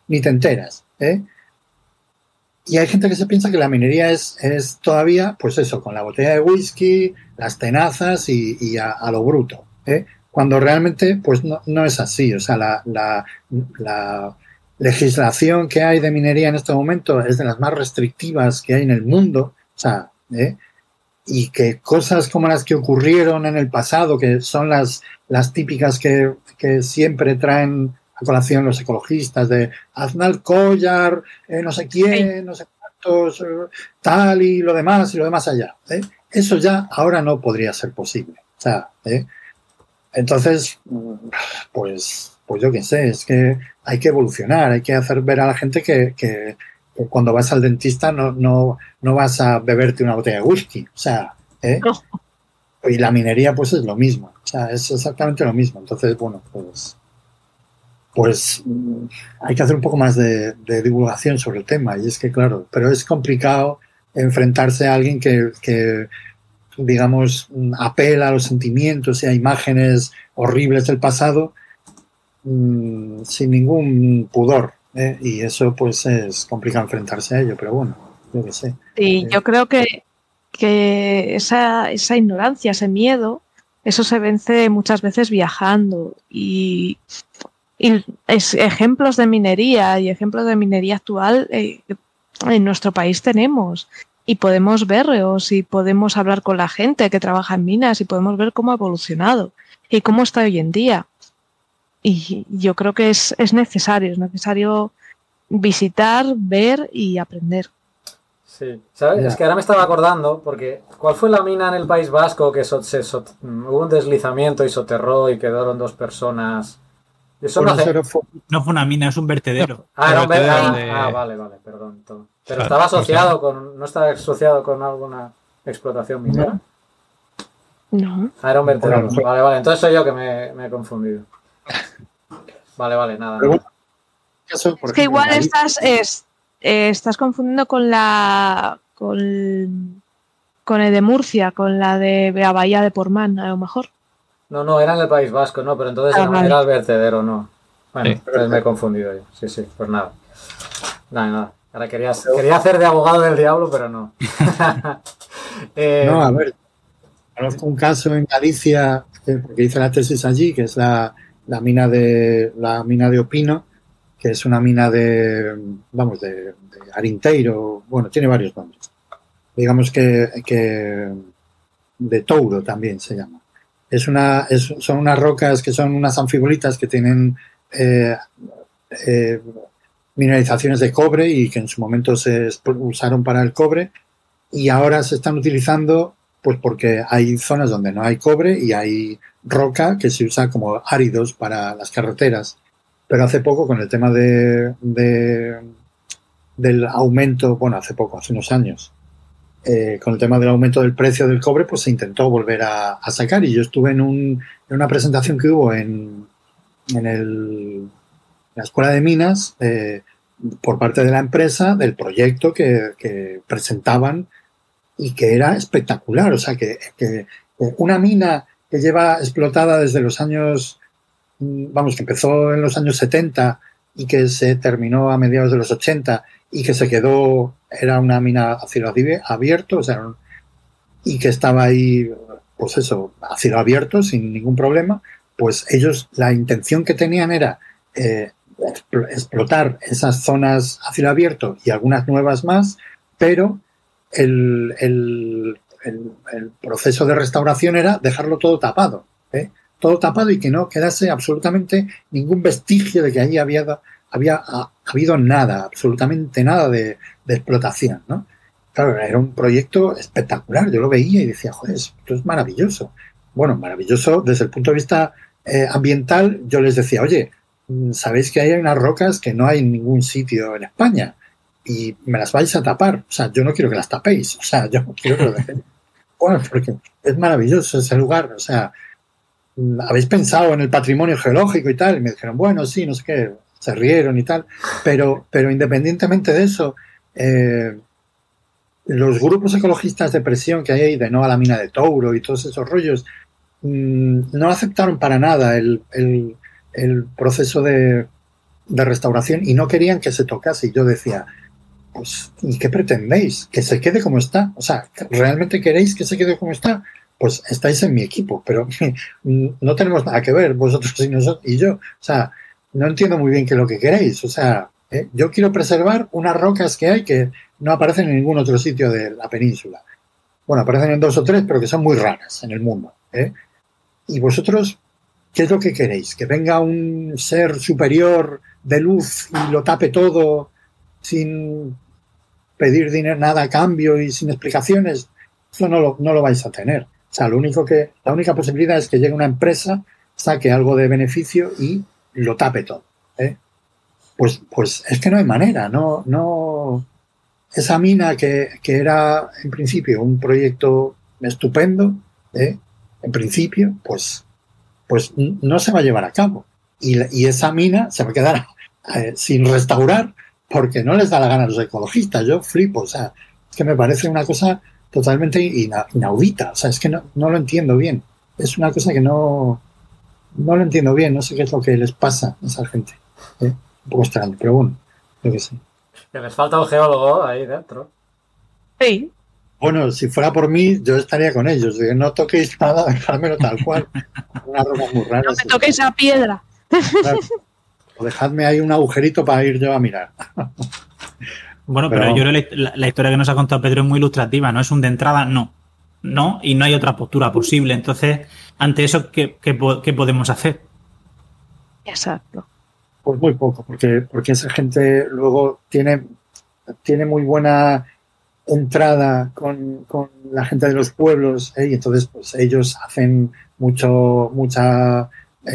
Y hay gente que se piensa que la minería es todavía, pues eso, con la botella de whisky, las tenazas y a lo bruto, cuando realmente pues no es así. O sea, la legislación que hay de minería en este momento es de las más restrictivas que hay en el mundo, o sea, y que cosas como las que ocurrieron en el pasado, que son las típicas que siempre traen a colación los ecologistas de Aznal Collar, no sé quién, no sé cuántos, tal y lo demás allá. Eso ya ahora no podría ser posible. O sea, entonces, pues yo qué sé, es que hay que evolucionar, hay que hacer ver a la gente que cuando vas al dentista no vas a beberte una botella de whisky. O sea, y la minería pues es lo mismo. O sea, es exactamente lo mismo. Entonces, bueno, pues hay que hacer un poco más de divulgación sobre el tema y es que claro, pero es complicado enfrentarse a alguien que digamos, apela a los sentimientos y a imágenes horribles del pasado sin ningún pudor, ¿eh? Y eso pues es complicado enfrentarse a ello, pero bueno, yo qué sé. Sí, yo creo que esa ignorancia, ese miedo, eso se vence muchas veces viajando y ejemplos de minería y ejemplos de minería actual en nuestro país tenemos y podemos verlos y podemos hablar con la gente que trabaja en minas y podemos ver cómo ha evolucionado y cómo está hoy en día. Y yo creo que es necesario visitar, ver y aprender. Sí, ¿sabes? Es que ahora me estaba acordando, porque ¿cuál fue la mina en el País Vasco que hubo un deslizamiento y soterró y quedaron 2 personas? Eso no fue una mina, es un vertedero. Era un vertedero. Vale, perdón. Pero estaba asociado no estaba asociado con alguna explotación minera. No. Era un vertedero. Vale, entonces soy yo que me he confundido. Vale, nada. Es que igual estás confundiendo con el de Murcia, con la de la Bahía de Portmán, a lo mejor. No, era en el País Vasco, no, pero entonces era el vertedero, no. Bueno, sí. Entonces me he confundido yo. Sí, pues nada. Nada. Ahora quería hacer de abogado del diablo, pero no. No, a ver, conozco un caso en Galicia, porque hice la tesis allí, que es la mina de Opino, que es una mina de Arinteiro, bueno, tiene varios nombres. Digamos que de Touro también se llama. Son unas rocas que son unas anfibolitas que tienen mineralizaciones de cobre y que en su momento se usaron para el cobre y ahora se están utilizando pues porque hay zonas donde no hay cobre y hay roca que se usa como áridos para las carreteras. Pero hace poco, con el tema del aumento, hace unos años, con el tema del aumento del precio del cobre, pues se intentó volver a sacar. Y yo estuve en una presentación que hubo en la Escuela de Minas por parte de la empresa del proyecto que presentaban y que era espectacular. O sea, que una mina que lleva explotada desde los años, que empezó en los años 70 y que se terminó a mediados de los 80 y que se quedó, era una mina a cielo abierto, o sea, y que estaba ahí, pues eso, a cielo abierto sin ningún problema, pues ellos, la intención que tenían era explotar esas zonas a cielo abierto y algunas nuevas más, pero el proceso de restauración era dejarlo todo tapado, todo tapado y que no quedase absolutamente ningún vestigio de que allí había habido nada, absolutamente nada de explotación, ¿no? Claro, era un proyecto espectacular, yo lo veía y decía, joder, esto es maravilloso. Bueno, maravilloso desde el punto de vista ambiental. Yo les decía, oye, sabéis que hay unas rocas que no hay en ningún sitio en España y me las vais a tapar, o sea, yo no quiero que las tapéis, o sea, yo quiero que lo dejéis. Bueno, porque es maravilloso ese lugar, o sea, habéis pensado en el patrimonio geológico y tal, y me dijeron, bueno, sí, no sé qué, se rieron y tal, pero independientemente de eso, los grupos ecologistas de presión que hay ahí, de no a la mina de Touro y todos esos rollos, no aceptaron para nada el proceso de restauración y no querían que se tocase. Y yo decía, pues, ¿y qué pretendéis? ¿Que se quede como está? O sea, ¿realmente queréis que se quede como está? Pues estáis en mi equipo, pero no tenemos nada que ver vosotros y nosotros y yo. O sea, no entiendo muy bien qué es lo que queréis. O sea, yo quiero preservar unas rocas que hay que no aparecen en ningún otro sitio de la península. Bueno, aparecen en 2 o 3, pero que son muy raras en el mundo. Y vosotros, ¿qué es lo que queréis? ¿Que venga un ser superior de luz y lo tape todo sin pedir dinero, nada a cambio y sin explicaciones? Eso no lo vais a tener. O sea, la única posibilidad es que llegue una empresa, saque algo de beneficio y lo tape todo. Pues es que no hay manera. No. Esa mina que era en principio un proyecto estupendo, en principio, pues no se va a llevar a cabo. Y esa mina se va a quedar sin restaurar porque no les da la gana a los ecologistas. Yo flipo, o sea, es que me parece una cosa totalmente inaudita. O sea, es que no lo entiendo bien. Es una cosa que no lo entiendo bien. No sé qué es lo que les pasa a esa gente. Un poco extraño, pero bueno, yo qué sé. Que les falta un geólogo ahí dentro. Sí. Bueno, si fuera por mí, yo estaría con ellos. No toquéis nada, dejádmelo tal cual. Una roca muy rara. No me toquéis esa piedra. Claro. O dejadme ahí un agujerito para ir yo a mirar. Bueno, pero yo creo que la historia que nos ha contado Pedro es muy ilustrativa, ¿no? Es un de entrada, no, y no hay otra postura posible. Entonces, ante eso, ¿qué podemos hacer? Exacto. Pues muy poco, porque esa gente luego tiene muy buena entrada con la gente de los pueblos, y entonces pues ellos hacen muchas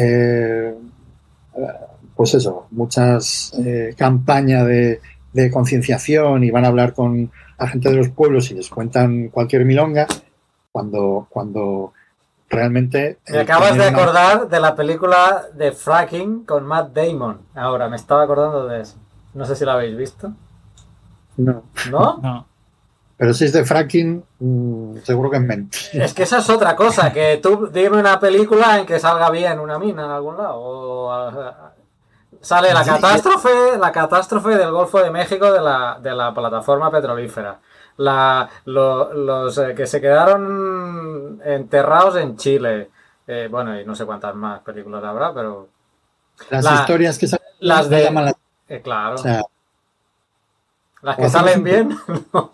campañas de concienciación y van a hablar con la gente de los pueblos y les cuentan cualquier milonga cuando realmente... Me acabas de acordar de la película de Fracking con Matt Damon. Ahora, me estaba acordando de eso. No sé si la habéis visto. No. ¿No? No. Pero si es de fracking, seguro que es mentira. Es que esa es otra cosa, que tú dime una película en que salga bien una mina en algún lado. Sale la catástrofe del Golfo de México de la plataforma petrolífera. Los que se quedaron enterrados en Chile. Bueno, y no sé cuántas más películas habrá, pero... Las historias que salen... Las de... claro. O sea, las que salen bien, no,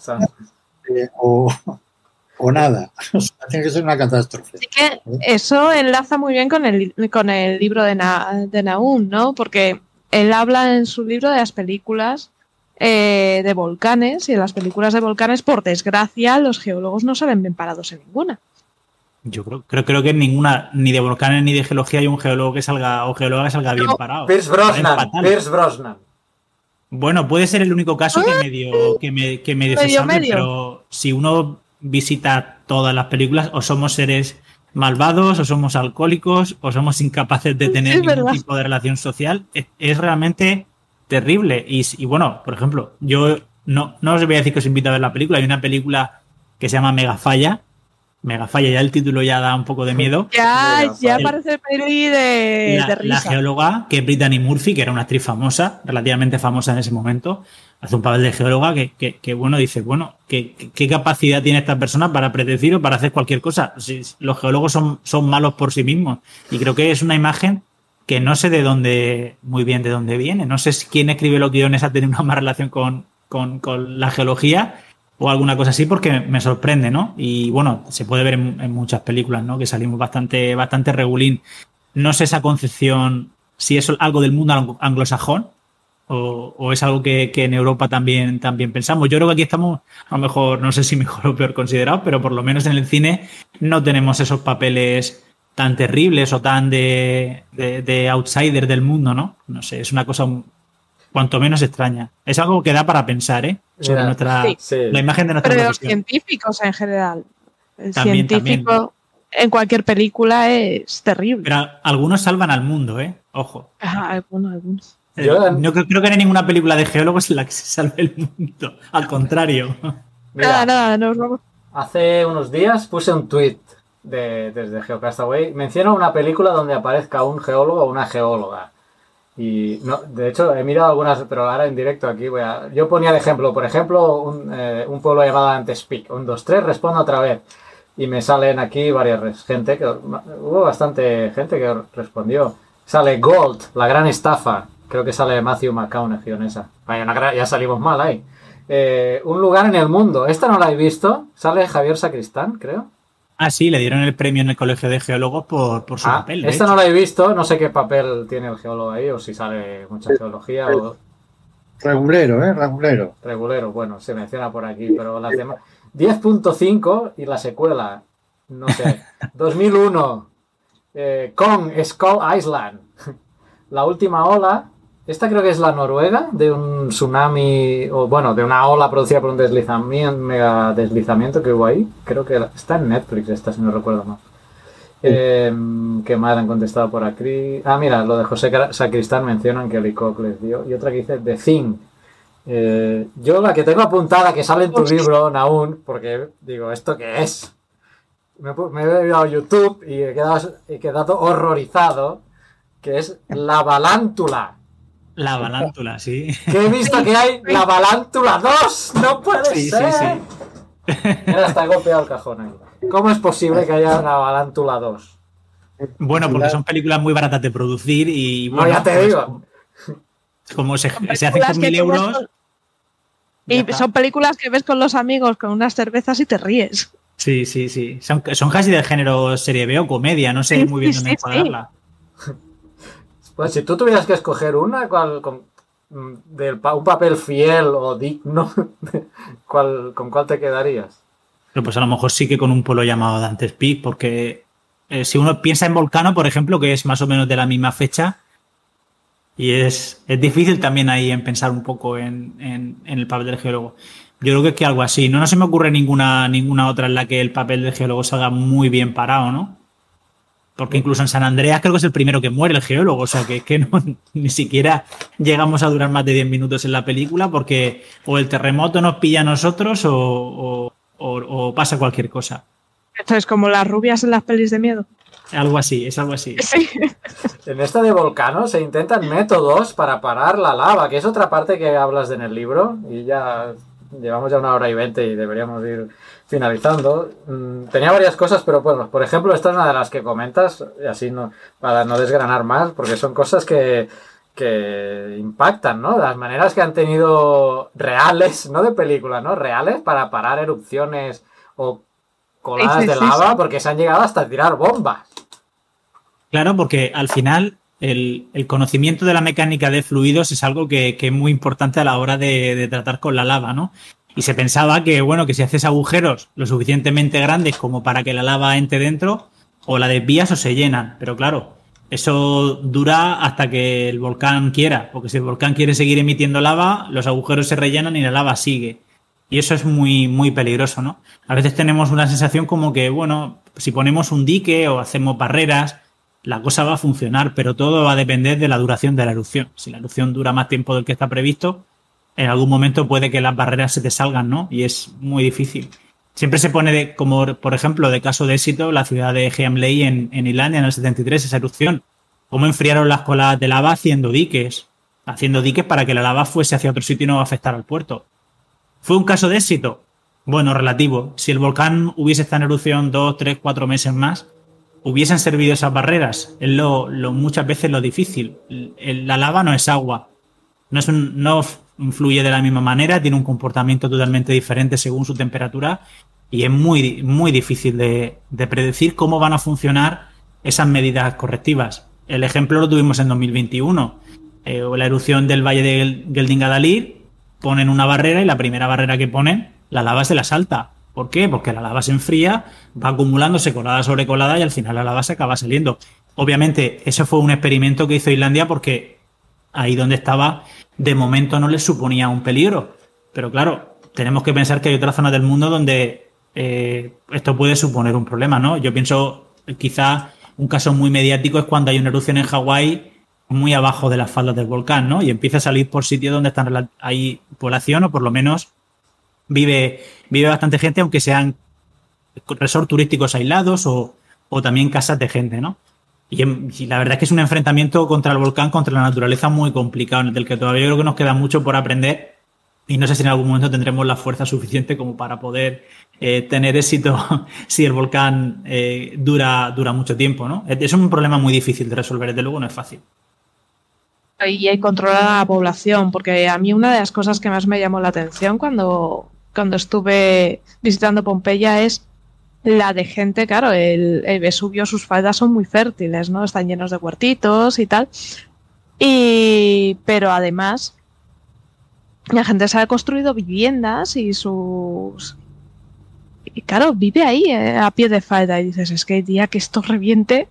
o nada. O sea, tiene que ser una catástrofe. Así que eso enlaza muy bien con el libro de Nahum, ¿no? Porque él habla en su libro de las películas de volcanes, y en las películas de volcanes, por desgracia, los geólogos no salen bien parados en ninguna. Yo creo que en ninguna, ni de volcanes ni de geología, hay un geólogo que salga bien parado. Pierce Brosnan. Bueno, puede ser el único caso que medio se salve, pero si uno visita todas las películas, o somos seres malvados, o somos alcohólicos, o somos incapaces de tener ningún tipo de relación social. Es realmente terrible. Y bueno, por ejemplo, yo no os voy a decir que os invito a ver la película. Hay una película que se llama Megafalla, ya el título ya da un poco de miedo. Ya parece peli de risa. La geóloga, que es Brittany Murphy, que era una actriz famosa, relativamente famosa en ese momento, hace un papel de geóloga que bueno, dice, bueno, ¿qué capacidad tiene esta persona para predecir o para hacer cualquier cosa? Si los geólogos son malos por sí mismos. Y creo que es una imagen que no sé muy bien de dónde viene. No sé quién escribe los guiones a tener una más relación con la geología o alguna cosa así, porque me sorprende, ¿no? Y bueno, se puede ver en muchas películas, ¿no? Que salimos bastante regulín. No sé esa concepción, si es algo del mundo anglosajón o es algo que en Europa también pensamos. Yo creo que aquí estamos, a lo mejor, no sé si mejor o peor considerados, pero por lo menos en el cine no tenemos esos papeles tan terribles o tan de outsider del mundo, ¿no? No sé, es una cosa cuanto menos extraña. Es algo que da para pensar, sobre la imagen de nuestra profesión. Pero profesión. los científicos en general. El también, científico en cualquier película es terrible. Pero algunos salvan al mundo, ojo. Algunos. No creo que no hay ninguna película de geólogos en la que se salve el mundo. Al contrario. Mira, nada, nos vamos. Hace unos días puse un tweet desde Geocastaway. Menciono una película donde aparezca un geólogo o una geóloga. Y no, de hecho he mirado algunas, pero ahora en directo aquí yo ponía de ejemplo, por ejemplo, un pueblo llamado Antespeak. 1, 2, 3, respondo otra vez. Y me salen aquí hubo bastante gente que respondió. Sale Gold, la gran estafa. Creo que sale Matthew McConaughey en esa. Vaya, ya salimos mal ahí. Un lugar en el mundo. Esta no la he visto. Sale Javier Sacristán, creo. Ah, sí, le dieron el premio en el Colegio de Geólogos por su papel. Esta no la he visto, no sé qué papel tiene el geólogo ahí, o si sale mucha geología. Regulero, Regulero, bueno, se menciona por aquí, pero las demás... 10.5 y la secuela, no sé, 2001, Kong, Skull Island, La última ola. Esta creo que es la Noruega, de un tsunami, o bueno, de una ola producida por un mega deslizamiento que hubo ahí. Creo que está en Netflix esta, si no recuerdo mal. ¿Qué más han contestado por aquí? Ah, mira, lo de José Sacristán mencionan que el ICOC les dio. Y otra que dice The Thing. Yo la que tengo apuntada, que sale en tu libro, Naún, porque digo, ¿esto qué es? Me he ido a YouTube y he quedado horrorizado, que es la balántula. La balántula, sí. Que he visto que hay la balántula 2. ¡No puede ser! Sí. Mira, está golpeado el cajón ahí. ¿Cómo es posible que haya una balántula 2? Bueno, porque son películas muy baratas de producir y... Bueno, no, ya te digo. Como se hacen con 1.000 euros... Y son películas que ves con los amigos con unas cervezas y te ríes. Sí. Son casi del género serie B o comedia. No sé muy bien dónde encuadrarla. Pues si tú tuvieras que escoger una, un papel fiel o digno, ¿con cuál te quedarías? Pero pues a lo mejor sí que con un pueblo llamado Dante's Peak, porque si uno piensa en Volcano, por ejemplo, que es más o menos de la misma fecha, y es difícil también ahí en pensar un poco en el papel del geólogo. Yo creo que es que algo así. No se me ocurre ninguna otra en la que el papel del geólogo salga muy bien parado, ¿no? Porque incluso en San Andreas creo que es el primero que muere el geólogo, o sea que es que ni siquiera llegamos a durar más de 10 minutos en la película porque o el terremoto nos pilla a nosotros o pasa cualquier cosa. Esto es como las rubias en las pelis de miedo. Es algo así. Sí. En esta de Volcano se intentan métodos para parar la lava, que es otra parte que hablas en el libro, y ya llevamos ya 1:20 y deberíamos ir finalizando. Tenía varias cosas, pero bueno, por ejemplo, esta es una de las que comentas, y así para no desgranar más, porque son cosas que impactan, ¿no? Las maneras que han tenido reales, no de película, ¿no? Reales para parar erupciones o coladas de lava, porque se han llegado hasta a tirar bombas. Claro, porque al final el conocimiento de la mecánica de fluidos es algo que es muy importante a la hora de tratar con la lava, ¿no? Y se pensaba que, bueno, que si haces agujeros lo suficientemente grandes como para que la lava entre dentro, o la desvías o se llenan. Pero claro, eso dura hasta que el volcán quiera, porque si el volcán quiere seguir emitiendo lava, los agujeros se rellenan y la lava sigue. Y eso es muy, muy peligroso, ¿no? A veces tenemos una sensación como que, bueno, si ponemos un dique o hacemos barreras, la cosa va a funcionar, pero todo va a depender de la duración de la erupción. Si la erupción dura más tiempo del que está previsto, en algún momento puede que las barreras se te salgan, ¿no? Y es muy difícil. Siempre se pone como, por ejemplo, de caso de éxito, la ciudad de Geamley en Islandia en el 73, esa erupción. Cómo enfriaron las coladas de lava haciendo diques para que la lava fuese hacia otro sitio y no afectara al puerto. ¿Fue un caso de éxito? Bueno, relativo. Si el volcán hubiese estado en erupción 2, 3, 4 meses más, ¿hubiesen servido esas barreras? Es muchas veces lo difícil. La lava no es agua. No fluye de la misma manera, tiene un comportamiento totalmente diferente según su temperatura y es muy, muy difícil de predecir cómo van a funcionar esas medidas correctivas. El ejemplo lo tuvimos en 2021. La erupción del valle de Geldingadalur, ponen una barrera y la primera barrera que ponen, la lava se la salta. ¿Por qué? Porque la lava se enfría, va acumulándose colada sobre colada y al final la lava se acaba saliendo. Obviamente, eso fue un experimento que hizo Islandia porque ahí donde estaba, de momento no les suponía un peligro. Pero claro, tenemos que pensar que hay otras zonas del mundo donde esto puede suponer un problema, ¿no? Yo pienso, quizá un caso muy mediático es cuando hay una erupción en Hawái muy abajo de las faldas del volcán, ¿no? Y empieza a salir por sitios donde hay población o por lo menos vive bastante gente, aunque sean resorts turísticos aislados o también casas de gente, ¿no? Y la verdad es que es un enfrentamiento contra el volcán, contra la naturaleza muy complicado, del que todavía creo que nos queda mucho por aprender y no sé si en algún momento tendremos la fuerza suficiente como para poder tener éxito si el volcán dura mucho tiempo, ¿no? Es un problema muy difícil de resolver, desde luego no es fácil. Y hay controlar a la población, porque a mí una de las cosas que más me llamó la atención cuando estuve visitando Pompeya es la de gente, claro, el Vesubio, sus faldas son muy fértiles, ¿no? Están llenos de huertitos y tal. Pero además, la gente se ha construido viviendas y y claro, vive ahí a pie de falda y dices, es que el día que esto reviente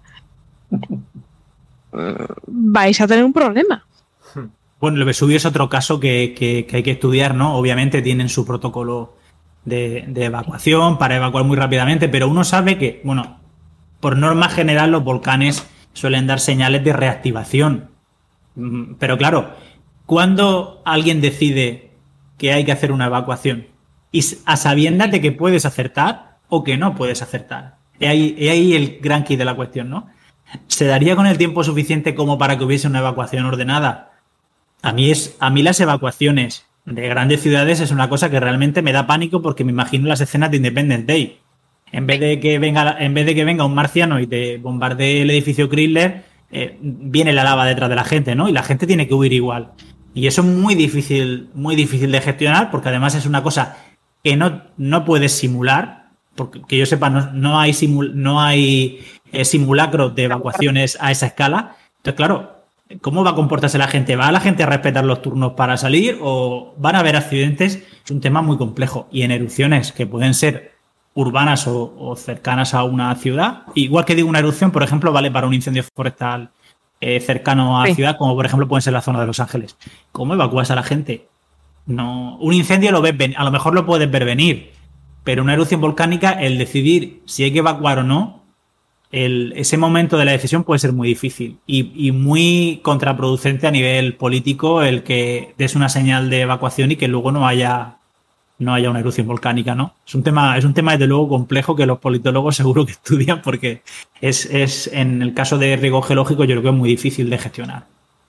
vais a tener un problema. Bueno, el Vesubio es otro caso que hay que estudiar, ¿no? Obviamente tienen su protocolo de evacuación para evacuar muy rápidamente, pero uno sabe que, bueno, por norma general los volcanes suelen dar señales de reactivación. Pero claro, cuando alguien decide que hay que hacer una evacuación y a sabiendas de que puedes acertar o que no puedes acertar. Es ahí el gran key de la cuestión, ¿no? ¿Se daría con el tiempo suficiente como para que hubiese una evacuación ordenada? A mí las evacuaciones de grandes ciudades es una cosa que realmente me da pánico porque me imagino las escenas de Independence Day. En vez de que venga un marciano y te bombardee el edificio Chrysler, viene la lava detrás de la gente, ¿no? Y la gente tiene que huir igual. Y eso es muy difícil de gestionar porque además es una cosa que no puedes simular, porque que yo sepa no hay simulacros de evacuaciones a esa escala. Entonces, claro, ¿cómo va a comportarse la gente? ¿Va la gente a respetar los turnos para salir o van a haber accidentes? Es un tema muy complejo. Y en erupciones que pueden ser urbanas o cercanas a una ciudad, igual que digo una erupción, por ejemplo, vale para un incendio forestal cercano a la ciudad, como por ejemplo puede ser la zona de Los Ángeles. ¿Cómo evacúas a la gente? No, un incendio a lo mejor lo puedes ver venir, pero una erupción volcánica, el decidir si hay que evacuar o no, ese momento de la decisión puede ser muy difícil y muy contraproducente a nivel político el que des una señal de evacuación y que luego no haya una erupción volcánica, ¿no? Es un tema desde luego complejo que los politólogos seguro que estudian porque es en el caso de riesgo geológico yo creo que es muy difícil de gestionar.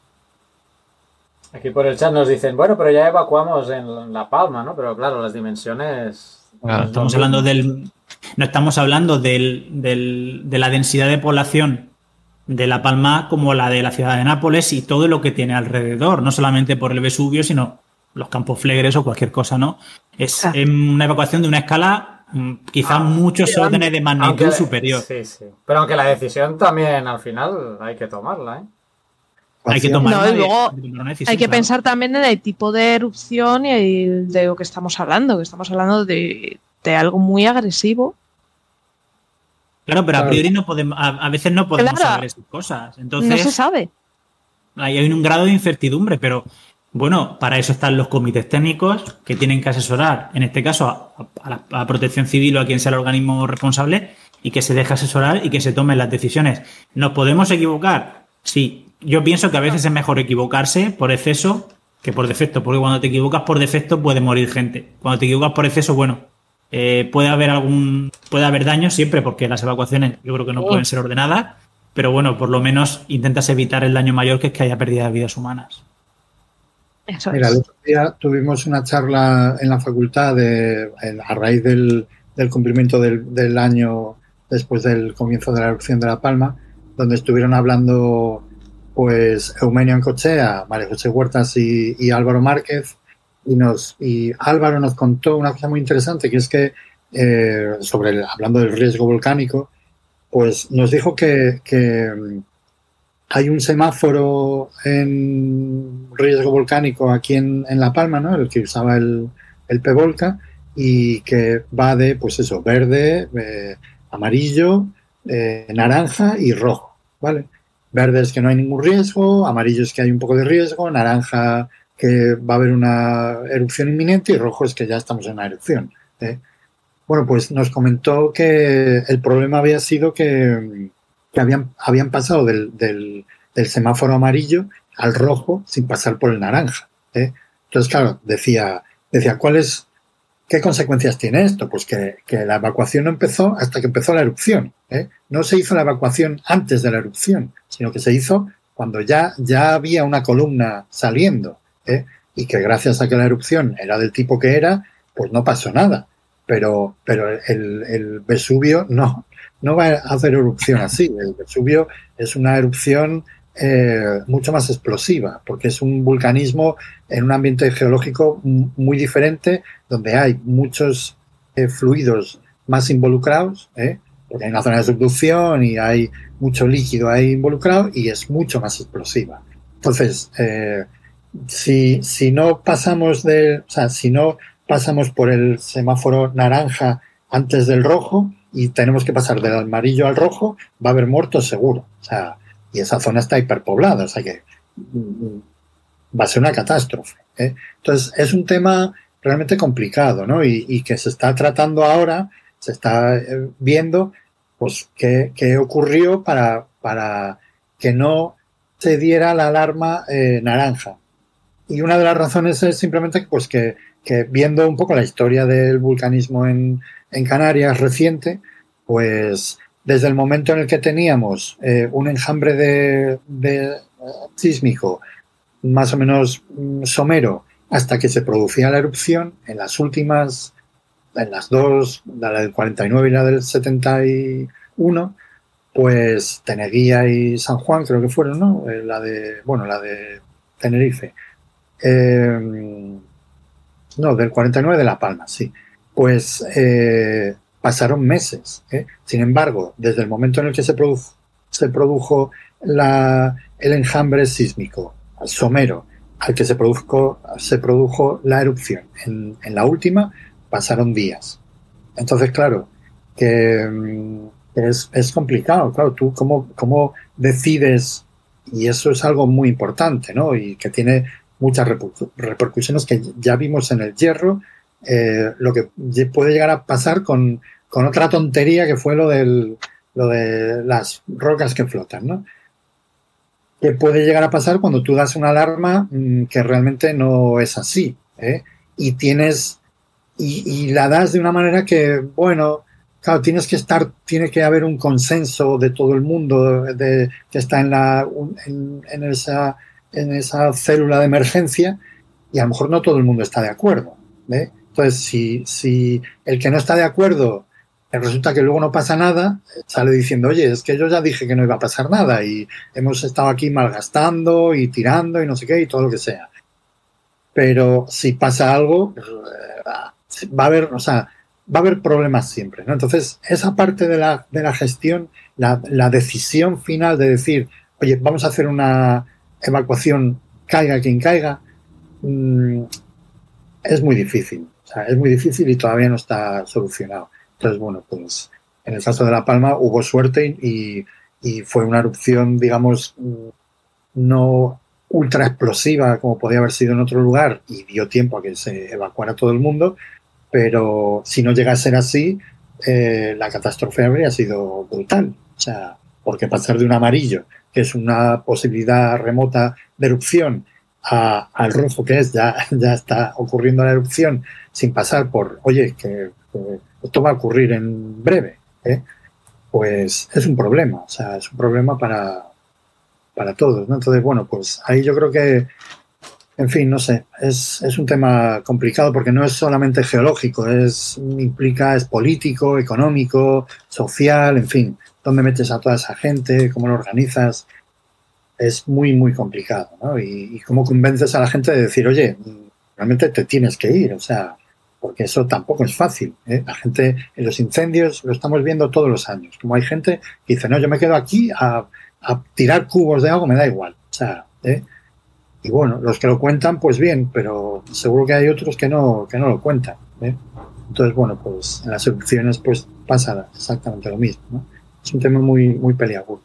Aquí por el chat nos dicen, bueno, pero ya evacuamos en La Palma, ¿no? Pero claro, las dimensiones... Claro, no estamos hablando de la densidad de población de La Palma como la de la ciudad de Nápoles y todo lo que tiene alrededor, no solamente por el Vesubio, sino los Campos Flegres o cualquier cosa, ¿no? Es una evacuación de una escala quizás muchos órdenes de magnitud superior. Sí. Pero aunque la decisión también al final hay que tomarla, ¿eh? Hay que tomar hay que pensar también en el tipo de erupción y de lo que estamos hablando, de algo muy agresivo. Claro, pero a priori no podemos, a veces no podemos saber estas cosas. Entonces, no se sabe. Hay un grado de incertidumbre, pero bueno, para eso están los comités técnicos que tienen que asesorar, en este caso a la Protección Civil o a quien sea el organismo responsable, y que se deje asesorar y que se tomen las decisiones. ¿Nos podemos equivocar? Sí. Yo pienso que a veces es mejor equivocarse por exceso que por defecto, porque cuando te equivocas por defecto puede morir gente. Cuando te equivocas por exceso, bueno, puede haber daño siempre, porque las evacuaciones yo creo que no pueden ser ordenadas, pero bueno, por lo menos intentas evitar el daño mayor, que es que haya pérdida de vidas humanas. Eso Mira, es. el otro día tuvimos una charla en la facultad a raíz del cumplimiento del año después del comienzo de la erupción de La Palma, donde estuvieron hablando pues Eumenio Encochea, María José Huertas y Álvaro Márquez, y Álvaro nos contó una cosa muy interesante, que es que hablando del riesgo volcánico, pues nos dijo que hay un semáforo en riesgo volcánico aquí en La Palma, ¿no? El que usaba el PVolca, y que va de, pues eso, verde, amarillo, naranja y rojo, ¿vale? Verde es que no hay ningún riesgo, amarillo es que hay un poco de riesgo, naranja que va a haber una erupción inminente y rojo es que ya estamos en una erupción. Bueno, pues nos comentó que el problema había sido que habían pasado del semáforo amarillo al rojo sin pasar por el naranja. Entonces, claro, decía, ¿qué consecuencias tiene esto? Pues que la evacuación no empezó hasta que empezó la erupción. No se hizo la evacuación antes de la erupción, sino que se hizo cuando ya había una columna saliendo, y que gracias a que la erupción era del tipo que era, pues no pasó nada. Pero el Vesubio no va a hacer erupción así. El Vesubio es una erupción mucho más explosiva, porque es un vulcanismo en un ambiente geológico muy diferente, donde hay muchos fluidos más involucrados, porque hay una zona de subducción y hay mucho líquido ahí involucrado y es mucho más explosiva. Entonces, si no pasamos por el semáforo naranja antes del rojo y tenemos que pasar del amarillo al rojo, va a haber muertos seguro. O sea, y esa zona está hiperpoblada, o sea que va a ser una catástrofe. Entonces, es un tema realmente complicado, ¿no? Y que se está tratando ahora, se está viendo pues qué ocurrió para que no se diera la alarma naranja. Y una de las razones es simplemente pues que que viendo un poco la historia del vulcanismo en Canarias reciente, pues desde el momento en el que teníamos un enjambre de sísmico más o menos somero hasta que se producía la erupción, en las dos, la del 49 y la del 71, pues Teneguía y San Juan creo que fueron, ¿no? La de Tenerife. No, del 49 de La Palma, sí. Pues pasaron meses. Sin embargo, desde el momento en el que se produjo el enjambre sísmico somero al que se produjo la erupción en la última, pasaron días. Entonces, claro, que es complicado. Claro, tú cómo decides, y eso es algo muy importante, ¿no? Y que tiene muchas repercusiones que ya vimos en el Hierro, lo que puede llegar a pasar con otra tontería que fue lo de las rocas que flotan, ¿no? Que puede llegar a pasar cuando tú das una alarma que realmente no es así, y la das de una manera que, bueno, claro, tiene que haber un consenso de todo el mundo que está en esa célula de emergencia, y a lo mejor no todo el mundo está de acuerdo. Entonces, si el que no está de acuerdo resulta que luego no pasa nada, sale diciendo, oye, es que yo ya dije que no iba a pasar nada y hemos estado aquí malgastando y tirando y no sé qué y todo lo que sea. Pero si pasa algo, va a haber problemas siempre, ¿no? Entonces, esa parte de la gestión, la decisión final de decir, oye, vamos a hacer una evacuación, caiga quien caiga, es muy difícil. O sea, es muy difícil y todavía no está solucionado. Entonces, bueno, pues en el caso de La Palma hubo suerte y fue una erupción, digamos, no ultra explosiva como podía haber sido en otro lugar y dio tiempo a que se evacuara todo el mundo, pero si no llega a ser así, la catástrofe habría sido brutal. O sea, porque pasar de un amarillo, que es una posibilidad remota de erupción, al rojo que es, ya está ocurriendo la erupción, sin pasar por, oye, que esto va a ocurrir en breve, pues es un problema. O sea, es un problema para todos, ¿no? Entonces, bueno, pues ahí yo creo que, en fin, no sé, es un tema complicado porque no es solamente geológico, es político, económico, social, en fin, dónde metes a toda esa gente, cómo lo organizas, es muy, muy complicado, ¿no? Y cómo convences a la gente de decir, oye, realmente te tienes que ir, o sea, porque eso tampoco es fácil, ¿eh? La gente en los incendios lo estamos viendo todos los años, como hay gente que dice, no, yo me quedo aquí a tirar cubos de agua, me da igual, o sea, y bueno, los que lo cuentan, pues bien, pero seguro que hay otros que no lo cuentan, Entonces, bueno, pues en las erupciones pues pasa exactamente lo mismo, ¿no? Es un tema muy, muy peliagudo.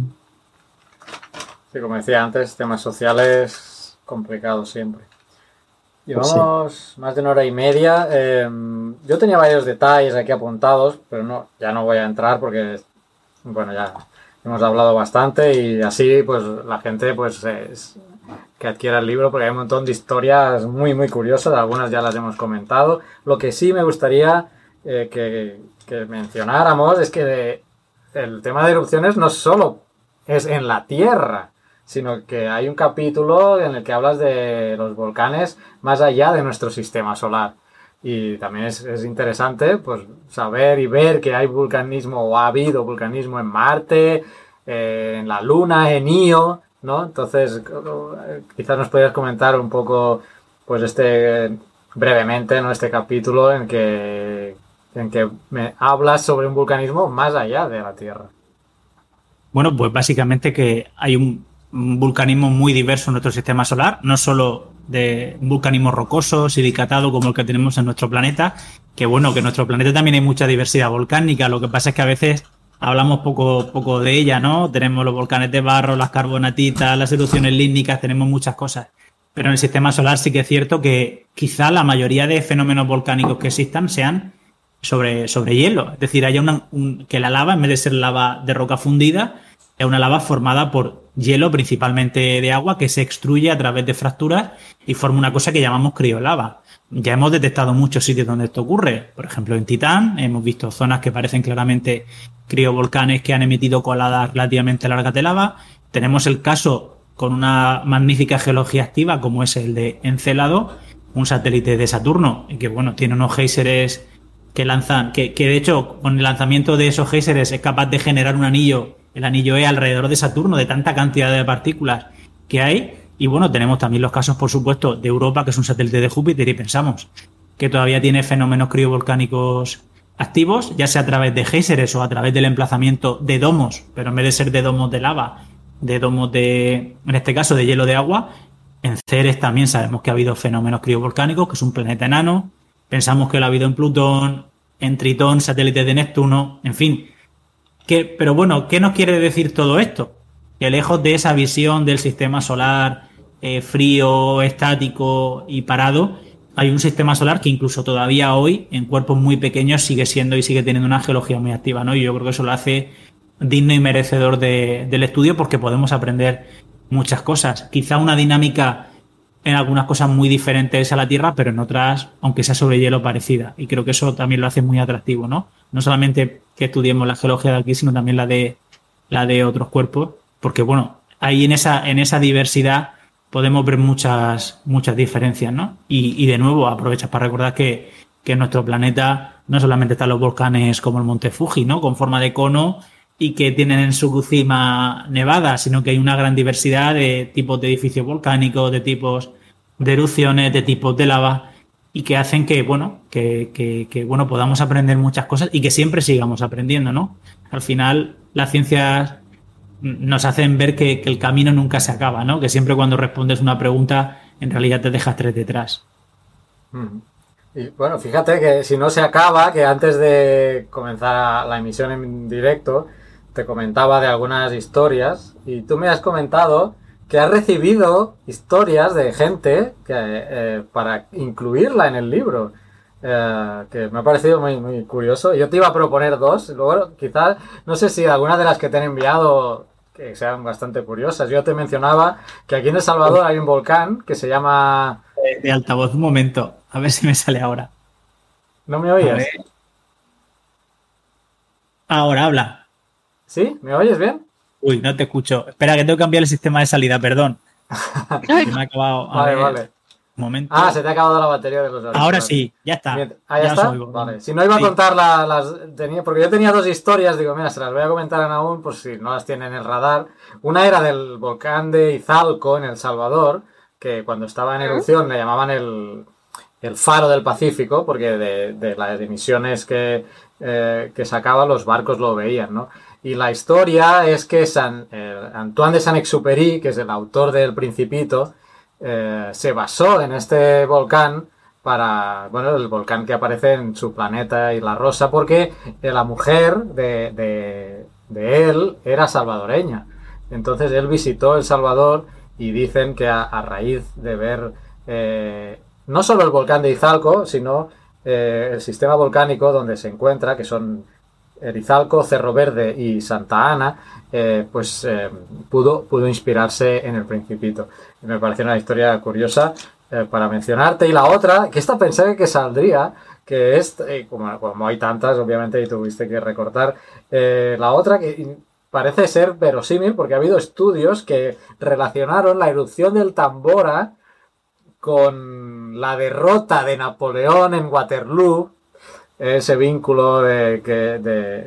Sí, como decía antes, temas sociales complicados siempre. Llevamos más de una hora y media. Yo tenía varios detalles aquí apuntados, pero ya no voy a entrar porque, bueno, ya hemos hablado bastante y así pues la gente pues que adquiera el libro porque hay un montón de historias muy, muy curiosas. Algunas ya las hemos comentado. Lo que sí me gustaría que mencionáramos es que el tema de erupciones no solo es en la Tierra, sino que hay un capítulo en el que hablas de los volcanes más allá de nuestro sistema solar. Y también es interesante pues saber y ver que hay vulcanismo o ha habido vulcanismo en Marte, en la Luna, en Io, ¿no? Entonces, quizás nos podrías comentar un poco, pues brevemente, ¿no? Este capítulo en que me hablas sobre un vulcanismo más allá de la Tierra. Bueno, pues básicamente que hay un vulcanismo muy diverso en nuestro sistema solar, no solo de un vulcanismo rocoso, silicatado como el que tenemos en nuestro planeta, que bueno, que en nuestro planeta también hay mucha diversidad volcánica, lo que pasa es que a veces hablamos poco de ella, ¿no? Tenemos los volcanes de barro, las carbonatitas, las erupciones lígnicas, tenemos muchas cosas, pero en el sistema solar sí que es cierto que quizá la mayoría de fenómenos volcánicos que existan sean sobre hielo, es decir, haya que la lava, en vez de ser lava de roca fundida, es una lava formada por hielo, principalmente de agua, que se extruye a través de fracturas y forma una cosa que llamamos criolava, ya hemos detectado muchos sitios donde esto ocurre. Por ejemplo, en Titán hemos visto zonas que parecen claramente criovolcanes que han emitido coladas relativamente largas de lava. Tenemos el caso con una magnífica geología activa como es el de Encélado, un satélite de Saturno, y que bueno, tiene unos géiseres que lanzan, que de hecho con el lanzamiento de esos géiseres es capaz de generar un anillo, el anillo E alrededor de Saturno, de tanta cantidad de partículas que hay. Y bueno, tenemos también los casos, por supuesto, de Europa, que es un satélite de Júpiter, y pensamos que todavía tiene fenómenos criovolcánicos activos, ya sea a través de géiseres o a través del emplazamiento de domos, pero en vez de ser de domos de lava, de domos de, en este caso, de hielo de agua. En Ceres también sabemos que ha habido fenómenos criovolcánicos, que es un planeta enano. Pensamos que lo ha habido en Plutón, en Tritón, satélites de Neptuno, en fin. Pero bueno, ¿qué nos quiere decir todo esto? Que lejos de esa visión del sistema solar frío, estático y parado, hay un sistema solar que incluso todavía hoy, en cuerpos muy pequeños, sigue siendo y sigue teniendo una geología muy activa, ¿no? Y yo creo que eso lo hace digno y merecedor del estudio, porque podemos aprender muchas cosas. Quizá una dinámica en algunas cosas muy diferentes a la Tierra, pero en otras, aunque sea sobre hielo, parecida. Y creo que eso también lo hace muy atractivo, ¿no? No solamente que estudiemos la geología de aquí, sino también la de otros cuerpos, porque bueno, ahí en esa diversidad podemos ver muchas diferencias, ¿no? Y de nuevo, aprovechas para recordar que en nuestro planeta no solamente están los volcanes como el Monte Fuji, ¿no? Con forma de cono y que tienen en su cima nevadas, sino que hay una gran diversidad de tipos de edificios volcánicos, de tipos de erupciones, de tipos de lava, y que hacen que podamos aprender muchas cosas y que siempre sigamos aprendiendo, ¿no? Al final, las ciencias nos hacen ver que el camino nunca se acaba, ¿no? Que siempre cuando respondes una pregunta, en realidad te dejas tres detrás. Y bueno, fíjate que si no se acaba, que antes de comenzar la emisión en directo, te comentaba de algunas historias, y tú me has comentado que has recibido historias de gente que, para incluirla en el libro, que me ha parecido muy, muy curioso. Yo te iba a proponer dos, luego quizás, no sé si alguna de las que te han enviado que sean bastante curiosas. Yo te mencionaba que aquí en El Salvador hay un volcán que se llama... De altavoz, un momento, a ver si me sale ahora. ¿No me oyes? Ahora, habla. ¿Sí? ¿Me oyes bien? Uy, no te escucho. Espera, que tengo que cambiar el sistema de salida, perdón. Se me ha acabado. Vale. Un momento. Ah, se te ha acabado la batería de los auriculares. Ahora sí, ya está. Bien. ¿Ah, ya está? Vale. Si no iba a contar porque yo tenía dos historias, digo, mira, se las voy a comentar a Nahum por si no las tiene en el radar. Una era del volcán de Izalco, en El Salvador, que cuando estaba en erupción le llamaban el faro del Pacífico, porque de las emisiones que sacaba los barcos lo veían, ¿no? Y la historia es que Antoine de Saint-Exupéry, que es el autor del Principito, se basó en este volcán el volcán que aparece en su planeta Isla Rosa, porque la mujer de él era salvadoreña. Entonces él visitó El Salvador y dicen que a raíz de ver no solo el volcán de Izalco, sino el sistema volcánico donde se encuentra, que son Izalco, Cerro Verde y Santa Ana, pudo inspirarse en el Principito. Y me pareció una historia curiosa para mencionarte. Y la otra, que esta pensé que saldría, que es, como hay tantas, obviamente, y tuviste que recortar, la otra que parece ser verosímil, porque ha habido estudios que relacionaron la erupción del Tambora con la derrota de Napoleón en Waterloo, ese vínculo del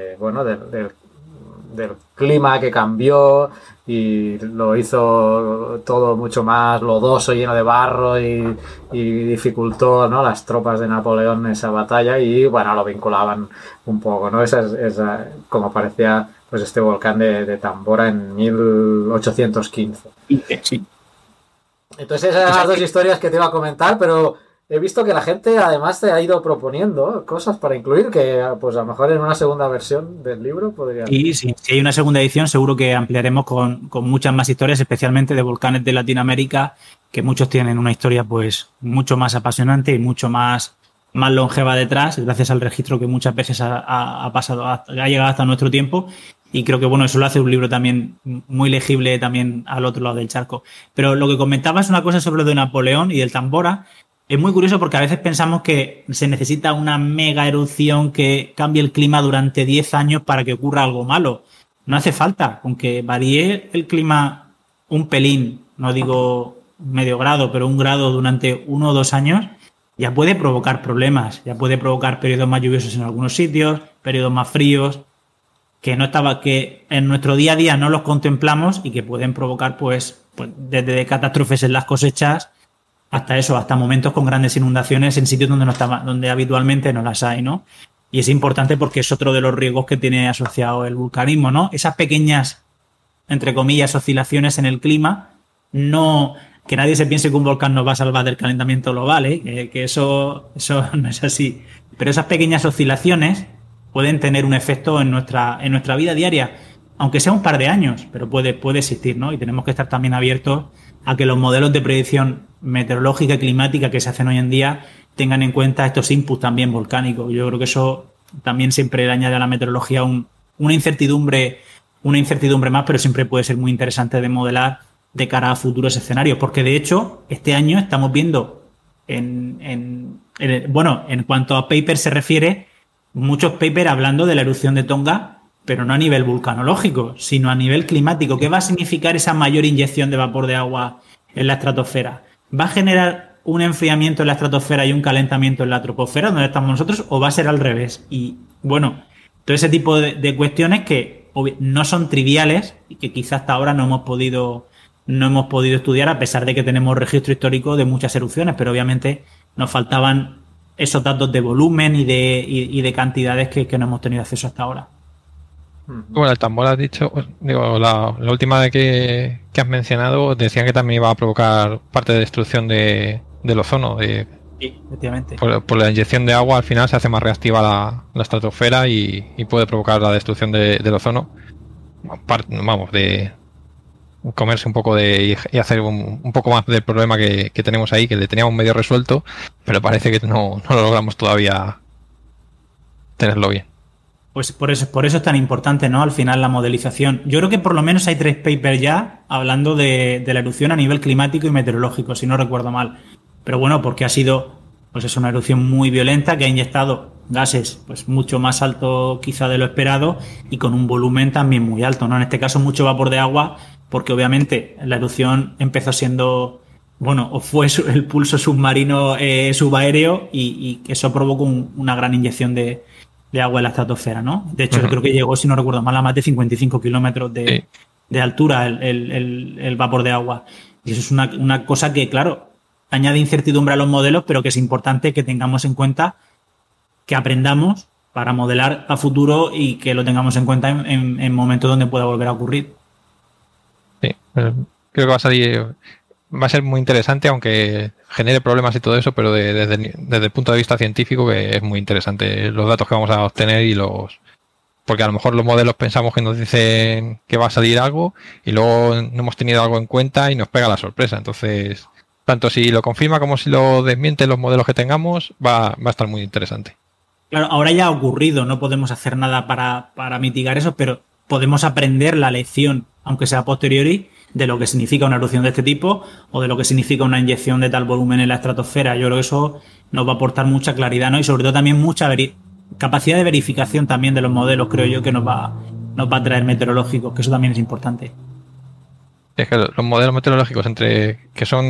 clima que cambió y lo hizo todo mucho más lodoso, lleno de barro, y dificultó, ¿no?, las tropas de Napoleón en esa batalla, y bueno, lo vinculaban un poco, ¿no? Esa como aparecía pues este volcán de Tambora en 1815. Sí. Entonces esas eran las dos historias que te iba a comentar, pero he visto que la gente además te ha ido proponiendo cosas para incluir, que pues a lo mejor en una segunda versión del libro podrían... Sí, si hay una segunda edición seguro que ampliaremos con muchas más historias, especialmente de volcanes de Latinoamérica, que muchos tienen una historia pues mucho más apasionante y mucho más longeva detrás, gracias al registro que muchas veces ha llegado hasta nuestro tiempo. Y creo que bueno, eso lo hace un libro también muy legible también al otro lado del charco. Pero lo que comentabas es una cosa sobre lo de Napoleón y del Tambora. es muy curioso porque a veces pensamos que se necesita una mega erupción que cambie el clima durante 10 años para que ocurra algo malo. No hace falta, aunque varíe el clima un pelín, no digo medio grado, pero 1 grado durante 1 o 2 años, ya puede provocar problemas, ya puede provocar periodos más lluviosos en algunos sitios, periodos más fríos, que en nuestro día a día no los contemplamos y que pueden provocar pues desde catástrofes en las cosechas hasta eso, hasta momentos con grandes inundaciones en sitios donde habitualmente no las hay, ¿no? Y es importante porque es otro de los riesgos que tiene asociado el vulcanismo, ¿no? Esas pequeñas, entre comillas, oscilaciones en el clima, que nadie se piense que un volcán nos va a salvar del calentamiento global, ¿eh? Que eso no es así. Pero esas pequeñas oscilaciones pueden tener un efecto en nuestra vida diaria, aunque sea un par de años, pero puede existir, ¿no? Y tenemos que estar también abiertos a que los modelos de predicción meteorológica y climática que se hacen hoy en día tengan en cuenta estos inputs también volcánicos. Yo creo que eso también siempre le añade a la meteorología una incertidumbre más, pero siempre puede ser muy interesante de modelar de cara a futuros escenarios, porque de hecho este año estamos viendo en cuanto a papers se refiere, muchos papers hablando de la erupción de Tonga, pero no a nivel vulcanológico, sino a nivel climático. ¿Qué va a significar esa mayor inyección de vapor de agua en la estratosfera? ¿Va a generar un enfriamiento en la estratosfera y un calentamiento en la troposfera, donde estamos nosotros, o va a ser al revés? Y bueno, todo ese tipo de cuestiones que no son triviales y que quizás hasta ahora no hemos podido estudiar, a pesar de que tenemos registro histórico de muchas erupciones, pero obviamente nos faltaban esos datos de volumen y de cantidades que no hemos tenido acceso hasta ahora. Bueno, el tambor has dicho, digo, la última de que has mencionado, decían que también iba a provocar parte de destrucción del ozono. Sí, efectivamente. Por la inyección de agua al final se hace más reactiva la estratosfera y puede provocar la destrucción del ozono. Vamos, de comerse un poco y hacer un poco más del problema que tenemos ahí, que le teníamos medio resuelto, pero parece que no lo logramos todavía tenerlo bien. Pues por eso es tan importante, ¿no? Al final la modelización. Yo creo que por lo menos hay 3 papers ya hablando de la erupción a nivel climático y meteorológico, si no recuerdo mal. Pero bueno, porque ha sido, pues es una erupción muy violenta que ha inyectado gases, pues mucho más alto quizá de lo esperado y con un volumen también muy alto, ¿no? En este caso mucho vapor de agua, porque obviamente la erupción empezó siendo, o fue el pulso submarino subaéreo y eso provocó una gran inyección de agua en la estratosfera, ¿no? De hecho, yo creo que llegó, si no recuerdo mal, a más de 55 kilómetros de altura el vapor de agua. Y eso es una cosa que, claro, añade incertidumbre a los modelos, pero que es importante que tengamos en cuenta, que aprendamos para modelar a futuro y que lo tengamos en cuenta en momentos donde pueda volver a ocurrir. Sí, creo que va a ser muy interesante, aunque genere problemas y todo eso, pero desde el punto de vista científico que es muy interesante los datos que vamos a obtener porque a lo mejor los modelos pensamos que nos dicen que va a salir algo y luego no hemos tenido algo en cuenta y nos pega la sorpresa. Entonces, tanto si lo confirma como si lo desmiente los modelos que tengamos, va a estar muy interesante. Claro, ahora ya ha ocurrido, no podemos hacer nada para mitigar eso, pero podemos aprender la lección, aunque sea a posteriori, de lo que significa una erupción de este tipo o de lo que significa una inyección de tal volumen en la estratosfera. Yo creo que eso nos va a aportar mucha claridad, ¿no? Y sobre todo también mucha capacidad de verificación también de los modelos, creo yo, que nos va a traer meteorológicos, que eso también es importante. Es que los modelos meteorológicos que son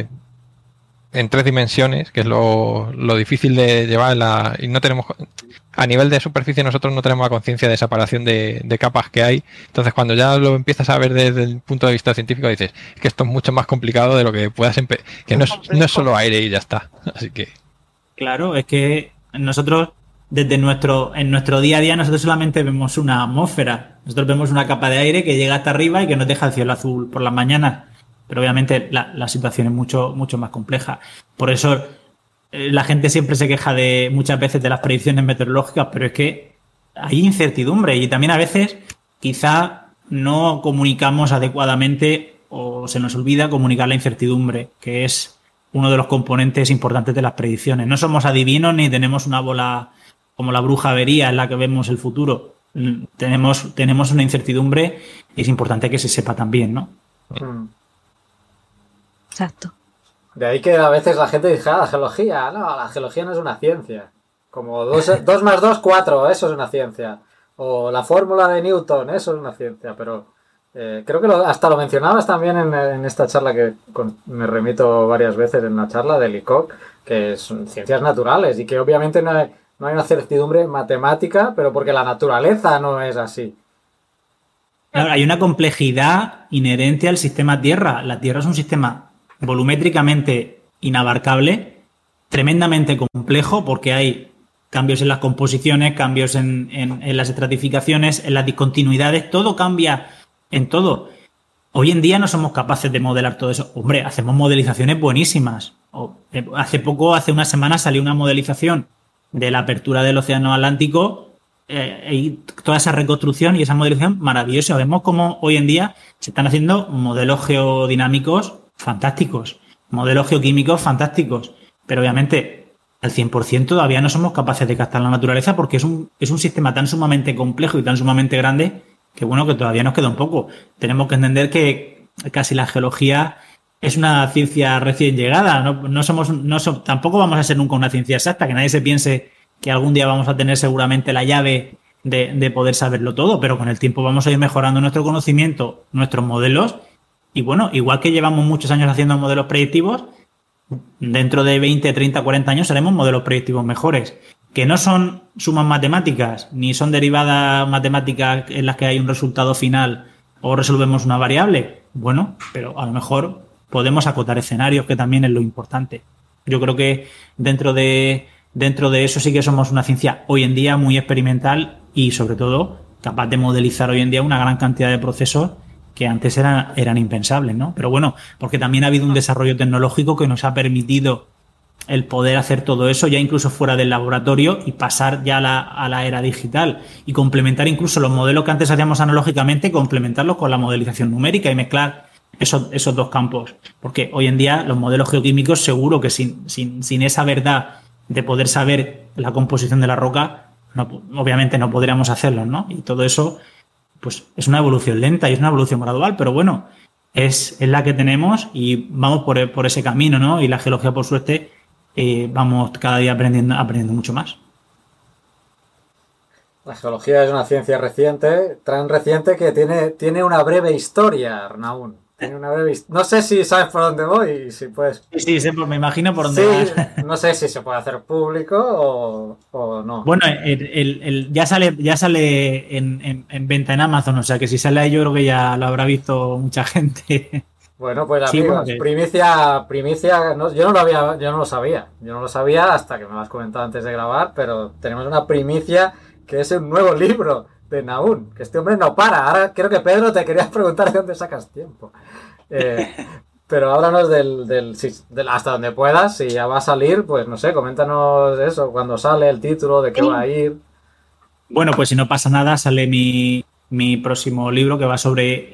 en 3 dimensiones, que es lo difícil de llevar y no tenemos, a nivel de superficie nosotros no tenemos la conciencia de separación de capas que hay. Entonces cuando ya lo empiezas a ver desde el punto de vista científico dices que esto es mucho más complicado de lo que puedas que no es solo aire y ya está. Así que claro, es que nosotros en nuestro día a día nosotros solamente vemos una atmósfera, nosotros vemos una capa de aire que llega hasta arriba y que nos deja el cielo azul por las mañanas. Pero obviamente la situación es mucho, mucho más compleja. Por eso la gente siempre se queja muchas veces de las predicciones meteorológicas, pero es que hay incertidumbre y también a veces quizá no comunicamos adecuadamente o se nos olvida comunicar la incertidumbre, que es uno de los componentes importantes de las predicciones. No somos adivinos ni tenemos una bola como la bruja vería en la que vemos el futuro. Tenemos una incertidumbre y es importante que se sepa también, ¿no? Exacto. De ahí que a veces la gente dice, la geología, no, la geología no es una ciencia. Como 2 más 2, 4, eso es una ciencia. O la fórmula de Newton, eso es una ciencia. Pero creo que hasta lo mencionabas también en esta charla que me remito varias veces en la charla de Lecoq, que son ciencias naturales y que obviamente no hay una certidumbre matemática, pero porque la naturaleza no es así. Claro, hay una complejidad inherente al sistema Tierra. La Tierra es un sistema volumétricamente inabarcable, tremendamente complejo, porque hay cambios en las composiciones, cambios en las estratificaciones, en las discontinuidades, todo cambia en todo. Hoy en día no somos capaces de modelar todo eso. Hombre, hacemos modelizaciones buenísimas. Hace unas semanas salió una modelización de la apertura del Océano Atlántico y toda esa reconstrucción y esa modelización maravillosa. Vemos cómo hoy en día se están haciendo modelos geodinámicos fantásticos, modelos geoquímicos fantásticos, pero obviamente al 100% todavía no somos capaces de captar la naturaleza porque es un sistema tan sumamente complejo y tan sumamente grande que bueno, que todavía nos queda un poco. Tenemos que entender que casi la geología es una ciencia recién llegada, tampoco vamos a ser nunca una ciencia exacta, que nadie se piense que algún día vamos a tener seguramente la llave de poder saberlo todo, pero con el tiempo vamos a ir mejorando nuestro conocimiento, nuestros modelos. Y bueno, igual que llevamos muchos años haciendo modelos predictivos, dentro de 20, 30, 40 años haremos modelos predictivos mejores, que no son sumas matemáticas, ni son derivadas matemáticas en las que hay un resultado final o resolvemos una variable. Bueno, pero a lo mejor podemos acotar escenarios, que también es lo importante. Yo creo que dentro de eso sí que somos una ciencia hoy en día muy experimental y sobre todo capaz de modelizar hoy en día una gran cantidad de procesos que antes eran impensables, ¿no? Pero bueno, porque también ha habido un desarrollo tecnológico que nos ha permitido el poder hacer todo eso ya incluso fuera del laboratorio y pasar ya a la era digital y complementar incluso los modelos que antes hacíamos analógicamente, complementarlos con la modelización numérica y mezclar esos dos campos. Porque hoy en día los modelos geoquímicos seguro que sin esa verdad de poder saber la composición de la roca, obviamente no podríamos hacerlo, ¿no? Y todo eso pues es una evolución lenta y es una evolución gradual, pero bueno, es la que tenemos y vamos por ese camino, ¿no? Y la geología, por suerte, vamos cada día aprendiendo mucho más. La geología es una ciencia reciente, tan reciente que tiene una breve historia, Arnaún. No sé si sabes por dónde voy, si puedes. Sí, me imagino por dónde vas. No sé si se puede hacer público o no. Bueno, ya sale en venta en Amazon, o sea que si sale ahí yo creo que ya lo habrá visto mucha gente. Bueno, pues amigos, primicia, no, yo no lo sabía hasta que me lo has comentado antes de grabar, pero tenemos una primicia que es un nuevo libro de Naún, que este hombre no para. Ahora creo que Pedro te quería preguntar de dónde sacas tiempo. Pero háblanos del hasta donde puedas, si ya va a salir, pues no sé, coméntanos eso, cuando sale el título, de qué va a ir. Bueno, pues si no pasa nada, sale mi próximo libro que va sobre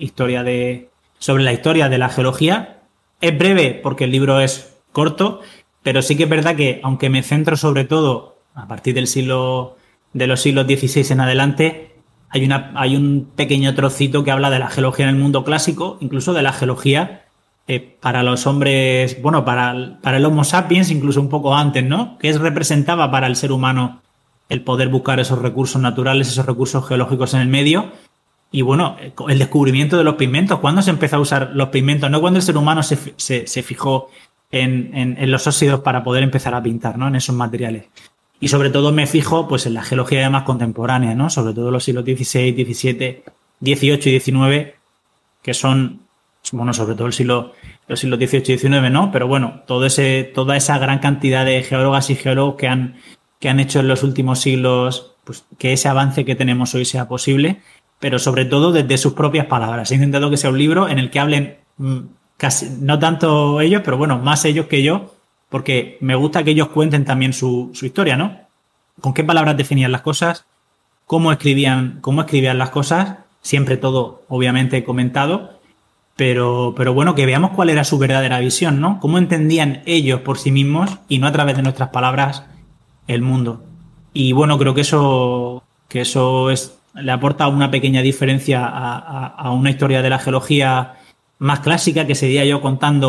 la historia de la geología. Es breve porque el libro es corto, pero sí que es verdad que aunque me centro sobre todo a partir de los siglos XVI en adelante, hay un pequeño trocito que habla de la geología en el mundo clásico, incluso de la geología para los hombres, bueno, para el Homo sapiens, incluso un poco antes, ¿no? Que representaba para el ser humano el poder buscar esos recursos naturales, esos recursos geológicos en el medio. Y bueno, el descubrimiento de los pigmentos. ¿Cuándo se empezó a usar los pigmentos? No cuando el ser humano se fijó en los óxidos para poder empezar a pintar, ¿no? En esos materiales. Y sobre todo me fijo pues en la geología más contemporánea, ¿no? Sobre todo los siglos XVI, XVII, XVIII y XIX, que son, bueno, sobre todo los siglos XVIII y XIX, ¿no? Pero bueno, toda esa gran cantidad de geólogas y geólogos que han hecho en los últimos siglos pues que ese avance que tenemos hoy sea posible, pero sobre todo desde sus propias palabras. He intentado que sea un libro en el que hablen casi, no tanto ellos, pero bueno, más ellos que yo, porque me gusta que ellos cuenten también su historia, ¿no? Con qué palabras definían las cosas, cómo escribían las cosas, siempre todo, obviamente, comentado, pero bueno, que veamos cuál era su verdadera visión, ¿no? Cómo entendían ellos por sí mismos y no a través de nuestras palabras el mundo. Y bueno, creo que eso le aporta una pequeña diferencia a una historia de la geología más clásica, que sería yo contando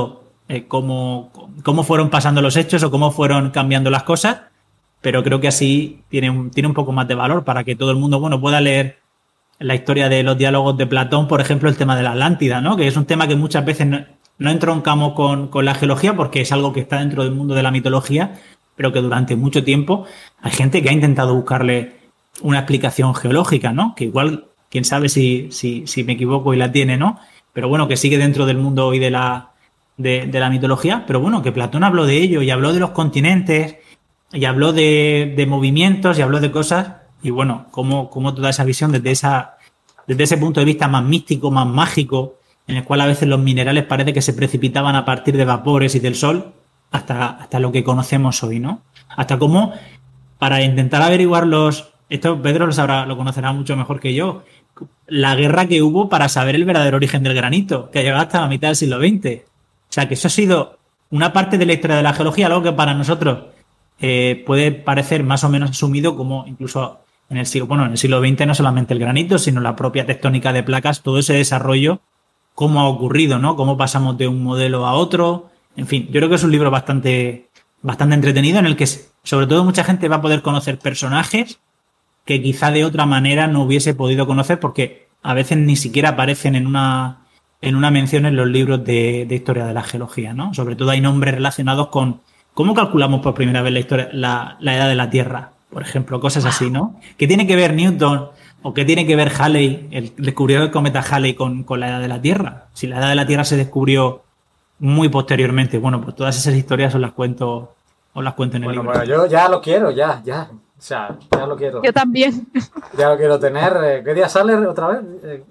cómo fueron pasando los hechos o cómo fueron cambiando las cosas, pero creo que así tiene un poco más de valor para que todo el mundo, bueno, pueda leer la historia de los diálogos de Platón, por ejemplo, el tema de la Atlántida, ¿no? Que es un tema que muchas veces no entroncamos con la geología porque es algo que está dentro del mundo de la mitología, pero que durante mucho tiempo hay gente que ha intentado buscarle una explicación geológica, ¿no? Que igual, quién sabe si me equivoco y la tiene, ¿no? Pero bueno, que sigue dentro del mundo hoy de la mitología, pero bueno, que Platón habló de ello y habló de los continentes y habló de movimientos y habló de cosas y bueno, como toda esa visión desde ese punto de vista más místico, más mágico, en el cual a veces los minerales parece que se precipitaban a partir de vapores y del sol, hasta lo que conocemos hoy, ¿no? Hasta cómo, para intentar averiguar esto Pedro lo conocerá mucho mejor que yo, la guerra que hubo para saber el verdadero origen del granito, que ha llegado hasta la mitad del siglo XX. O sea, que eso ha sido una parte de la historia de la geología, algo que para nosotros puede parecer más o menos asumido, como incluso en el siglo XX no solamente el granito, sino la propia tectónica de placas, todo ese desarrollo, cómo ha ocurrido, ¿no? Cómo pasamos de un modelo a otro. En fin, yo creo que es un libro bastante entretenido en el que sobre todo mucha gente va a poder conocer personajes que quizá de otra manera no hubiese podido conocer porque a veces ni siquiera aparecen en una mención en los libros de historia de la geología, ¿no? Sobre todo hay nombres relacionados con cómo calculamos por primera vez la edad de la Tierra, por ejemplo, cosas así, ¿no? ¿Qué tiene que ver Newton o qué tiene que ver Halley, el descubridor del cometa Halley con la edad de la Tierra? Si la edad de la Tierra se descubrió muy posteriormente, bueno, pues todas esas historias os las cuento en el libro. Bueno, yo ya lo quiero, ya. O sea, ya lo quiero. Yo también. Ya lo quiero tener. ¿Qué día sale otra vez?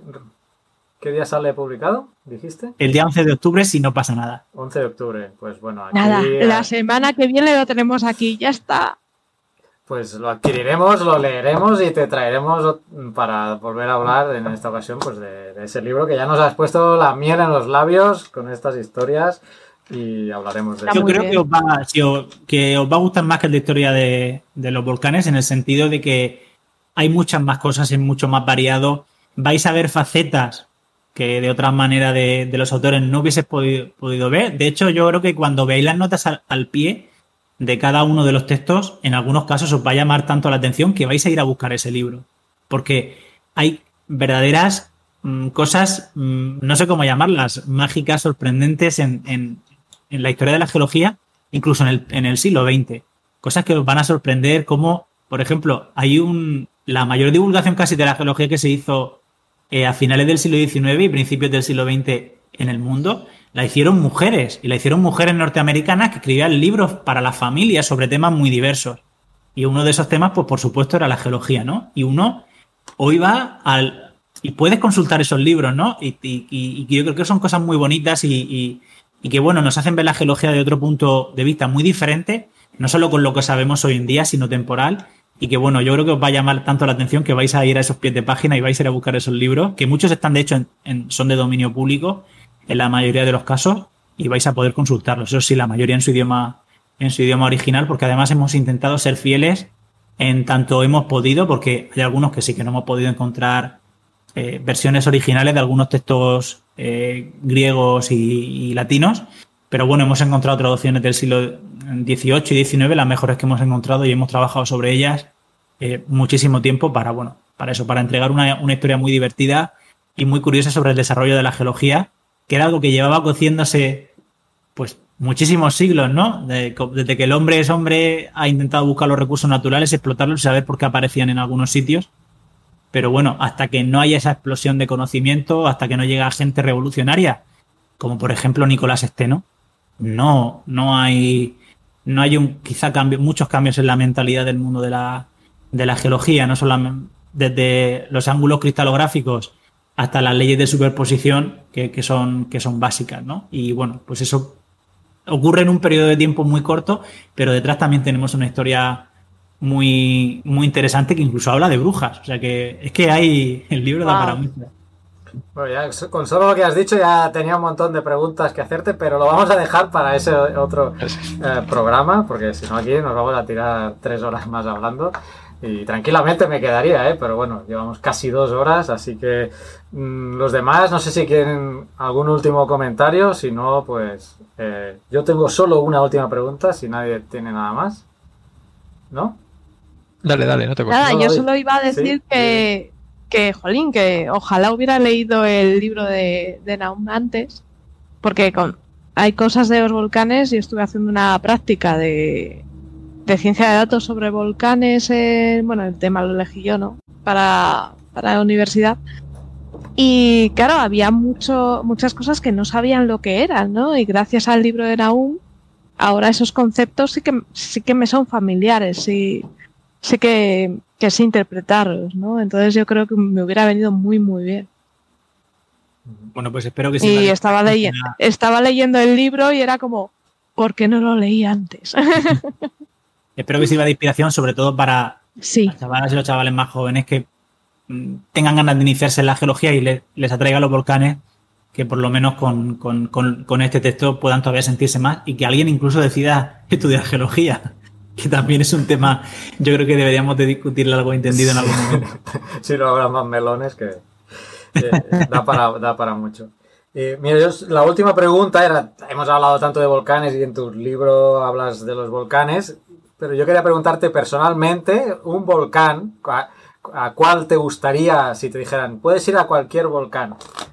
¿Qué día sale publicado? ¿Dijiste? El día 11 de octubre, si no pasa nada. 11 de octubre, pues bueno. Aquí, Nada, la semana que viene lo tenemos aquí, ya está. Pues lo adquiriremos, lo leeremos y te traeremos para volver a hablar en esta ocasión pues de ese libro que ya nos has puesto la miel en los labios con estas historias y hablaremos de eso. Yo creo que os va a gustar más que el de historia de los volcanes en el sentido de que hay muchas más cosas, es mucho más variado. Vais a ver facetas que de otra manera de los autores no hubieses podido ver. De hecho, yo creo que cuando veáis las notas al pie de cada uno de los textos, en algunos casos os va a llamar tanto la atención que vais a ir a buscar ese libro. Porque hay verdaderas cosas, no sé cómo llamarlas, mágicas, sorprendentes en la historia de la geología, incluso en el siglo XX. Cosas que os van a sorprender, como, por ejemplo, la mayor divulgación casi de la geología que se hizo a finales del siglo XIX y principios del siglo XX en el mundo, la hicieron mujeres, y la hicieron mujeres norteamericanas que escribían libros para las familias sobre temas muy diversos. Y uno de esos temas, pues por supuesto, era la geología, ¿no? Y uno hoy va y puedes consultar esos libros, ¿no? Y yo creo que son cosas muy bonitas y que, bueno, nos hacen ver la geología de otro punto de vista muy diferente, no solo con lo que sabemos hoy en día, sino temporal. Y que, bueno, yo creo que os va a llamar tanto la atención que vais a ir a esos pies de página y vais a ir a buscar esos libros, que muchos están, de hecho, son de dominio público en la mayoría de los casos, y vais a poder consultarlos. Eso sí, la mayoría en su idioma original, porque además hemos intentado ser fieles en tanto hemos podido, porque hay algunos que sí que no hemos podido encontrar versiones originales de algunos textos griegos y latinos, pero bueno, hemos encontrado traducciones del siglo XVIII y XIX, las mejores que hemos encontrado, y hemos trabajado sobre ellas muchísimo tiempo para entregar una historia muy divertida y muy curiosa sobre el desarrollo de la geología, que era algo que llevaba cociéndose pues muchísimos siglos, ¿no? Desde que el hombre es hombre, ha intentado buscar los recursos naturales, explotarlos y saber por qué aparecían en algunos sitios. Pero bueno, hasta que no haya esa explosión de conocimiento, hasta que no llega gente revolucionaria, como por ejemplo Nicolás Steno, no hay quizá muchos cambios en la mentalidad del mundo de la geología, no solamente desde los ángulos cristalográficos hasta las leyes de superposición que son básicas, ¿no? Y bueno, pues eso ocurre en un periodo de tiempo muy corto, pero detrás también tenemos una historia muy, muy interesante que incluso habla de brujas. O sea que es que el libro da para mucho. Bueno, ya con solo lo que has dicho ya tenía un montón de preguntas que hacerte, pero lo vamos a dejar para ese otro programa, porque si no aquí nos vamos a tirar 3 horas más hablando y tranquilamente me quedaría, pero bueno, llevamos casi 2 horas, así que los demás no sé si quieren algún último comentario, si no, pues yo tengo solo una última pregunta, si nadie tiene nada más, ¿no? Dale, no te Nada, cortes. yo solo iba a decir ¿Sí? jolín, que ojalá hubiera leído el libro de Nahum antes, porque hay cosas de los volcanes y estuve haciendo una práctica de ciencia de datos sobre volcanes, bueno, el tema lo elegí yo, ¿no? Para la universidad. Y claro, había muchas cosas que no sabían lo que eran, ¿no? Y gracias al libro de Nahum, ahora esos conceptos sí que me son familiares, sí que sé interpretarlos, ¿no? Entonces yo creo que me hubiera venido muy, muy bien. Bueno, pues espero que sí. Y estaba leyendo el libro y era como, ¿por qué no lo leí antes? Espero que sirva de inspiración, sobre todo para las chavalas y los chavales más jóvenes que tengan ganas de iniciarse en la geología y les atraiga los volcanes, que por lo menos con este texto puedan todavía sentirse más y que alguien incluso decida estudiar geología, que también es un tema, yo creo que deberíamos de discutir largo y entendido en algún momento. Si no habrá más melones que da para mucho. Mira, la última pregunta era, hemos hablado tanto de volcanes y en tu libro hablas de los volcanes, pero yo quería preguntarte personalmente, un volcán, ¿a cuál te gustaría, si te dijeran, puedes ir a cualquier volcán?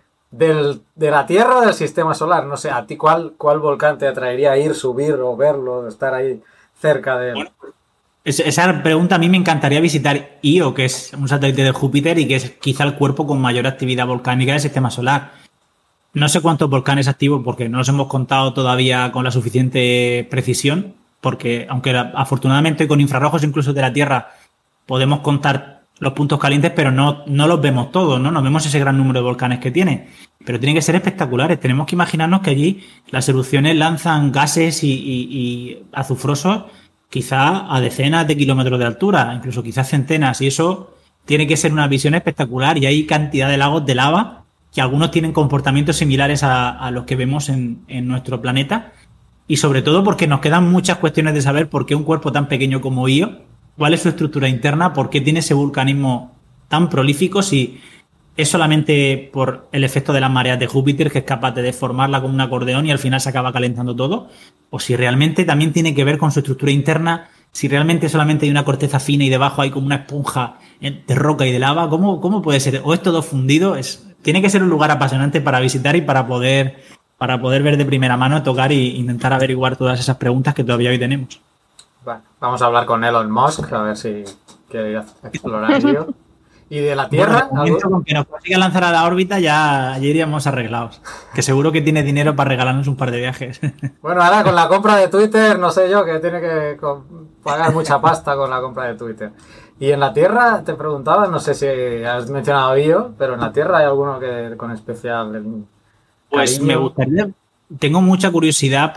De la Tierra o del Sistema Solar, no sé, ¿a ti cuál volcán te atraería a ir, subir o verlo, estar ahí cerca de él? Bueno, esa pregunta a mí me encantaría visitar Io, que es un satélite de Júpiter y que es quizá el cuerpo con mayor actividad volcánica del Sistema Solar. No sé cuántos volcanes activos porque no los hemos contado todavía con la suficiente precisión, porque aunque afortunadamente con infrarrojos incluso de la Tierra podemos contar los puntos calientes, pero no los vemos todos, ¿no? No vemos ese gran número de volcanes que tiene. Pero tienen que ser espectaculares. Tenemos que imaginarnos que allí las erupciones lanzan gases y azufrosos quizá a decenas de kilómetros de altura, incluso quizás centenas, y eso tiene que ser una visión espectacular. Y hay cantidad de lagos de lava que algunos tienen comportamientos similares a los que vemos en nuestro planeta, y sobre todo porque nos quedan muchas cuestiones de saber por qué un cuerpo tan pequeño como Io, cuál es su estructura interna, por qué tiene ese vulcanismo tan prolífico, si es solamente por el efecto de las mareas de Júpiter, que es capaz de deformarla como un acordeón y al final se acaba calentando todo, o si realmente también tiene que ver con su estructura interna, si realmente solamente hay una corteza fina y debajo hay como una esponja de roca y de lava. ¿Cómo puede ser? ¿O es todo fundido? Tiene que ser un lugar apasionante para visitar y para poder ver de primera mano, tocar e intentar averiguar todas esas preguntas que todavía hoy tenemos. Bueno, vamos a hablar con Elon Musk, a ver si quiere ir a explorar Io. ¿Y de la Tierra? Bueno, con que nos consiga lanzar a la órbita ya iríamos arreglados. Que seguro que tiene dinero para regalarnos un par de viajes. Bueno, ahora con la compra de Twitter, no sé yo, que tiene que pagar mucha pasta con la compra de Twitter. Y en la Tierra, te preguntaba, no sé si has mencionado Io, pero en la Tierra hay alguno que con especial pues cariño. Me gustaría... Tengo mucha curiosidad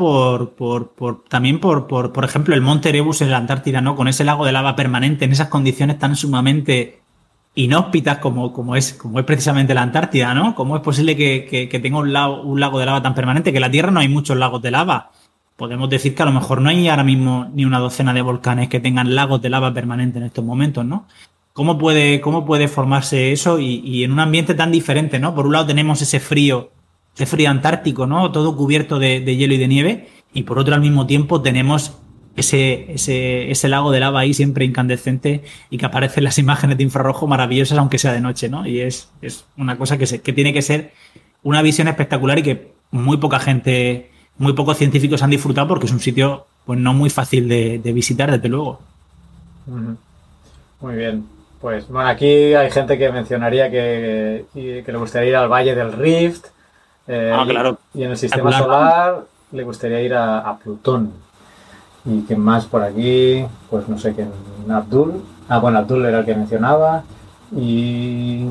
también por ejemplo, el monte Erebus en la Antártida, ¿no? Con ese lago de lava permanente, en esas condiciones tan sumamente inhóspitas como es precisamente la Antártida, ¿no? ¿Cómo es posible que tenga un lago de lava tan permanente? Que en la Tierra no hay muchos lagos de lava. Podemos decir que a lo mejor no hay ahora mismo ni una docena de volcanes que tengan lagos de lava permanente en estos momentos, ¿no? ¿Cómo puede formarse eso y en un ambiente tan diferente, ¿no? Por un lado tenemos ese frío antártico, ¿no? Todo cubierto de hielo y de nieve, y por otro al mismo tiempo tenemos ese lago de lava ahí siempre incandescente y que aparecen las imágenes de infrarrojo maravillosas aunque sea de noche, ¿no? Y es una cosa que tiene que ser una visión espectacular y que muy pocos científicos han disfrutado porque es un sitio pues no muy fácil de visitar, desde luego. Muy bien. Pues bueno, aquí hay gente que mencionaría que le gustaría ir al Valle del Rift. Claro. Y en el Sistema Solar le gustaría ir a Plutón. ¿Y quién más por aquí? Pues no sé quién. Abdul. Bueno, Abdul era el que mencionaba. Y...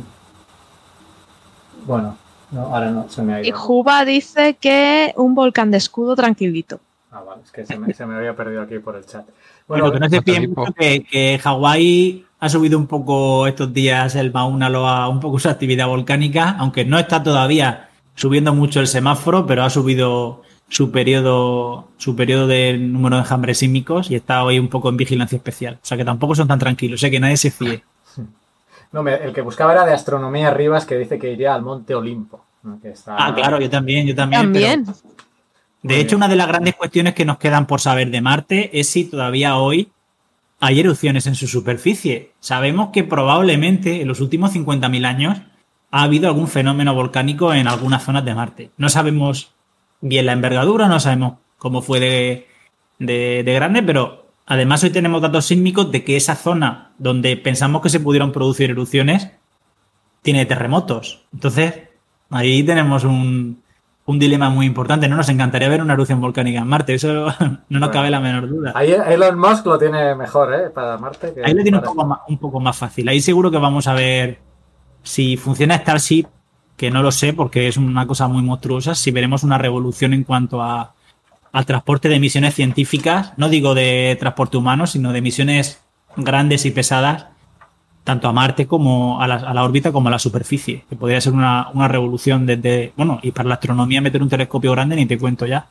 bueno, no, ahora no, se me ha ido. Y Juba dice que un volcán de escudo tranquilito. Ah, vale, es que se me había perdido aquí por el chat. Bueno, que no se fíe mucho que Hawái ha subido un poco estos días el Mauna Loa, un poco su actividad volcánica, aunque no está todavía subiendo mucho el semáforo, pero ha subido su periodo de número de enjambres sísmicos y está hoy un poco en vigilancia especial. O sea que tampoco son tan tranquilos, que nadie se fíe. No, el que buscaba era de Astronomía Rivas, que dice que iría al Monte Olimpo. ¿No? Que está... Ah, claro, yo también. También. Pero, de hecho, una de las grandes cuestiones que nos quedan por saber de Marte es si todavía hoy hay erupciones en su superficie. Sabemos que probablemente en los últimos 50.000 años ha habido algún fenómeno volcánico en algunas zonas de Marte. No sabemos bien la envergadura, no sabemos cómo fue de grande, pero además hoy tenemos datos sísmicos de que esa zona donde pensamos que se pudieron producir erupciones tiene terremotos. Entonces, ahí tenemos un dilema muy importante. No nos encantaría ver una erupción volcánica en Marte, eso no nos cabe la menor duda. Ahí Elon Musk lo tiene mejor, para Marte. Ahí lo tiene un poco más fácil. Ahí seguro que vamos a ver si funciona Starship, que no lo sé porque es una cosa muy monstruosa, si veremos una revolución en cuanto al transporte de misiones científicas, no digo de transporte humano, sino de misiones grandes y pesadas, tanto a Marte como a la órbita como a la superficie, que podría ser una revolución desde... Bueno, y para la astronomía meter un telescopio grande ni te cuento ya.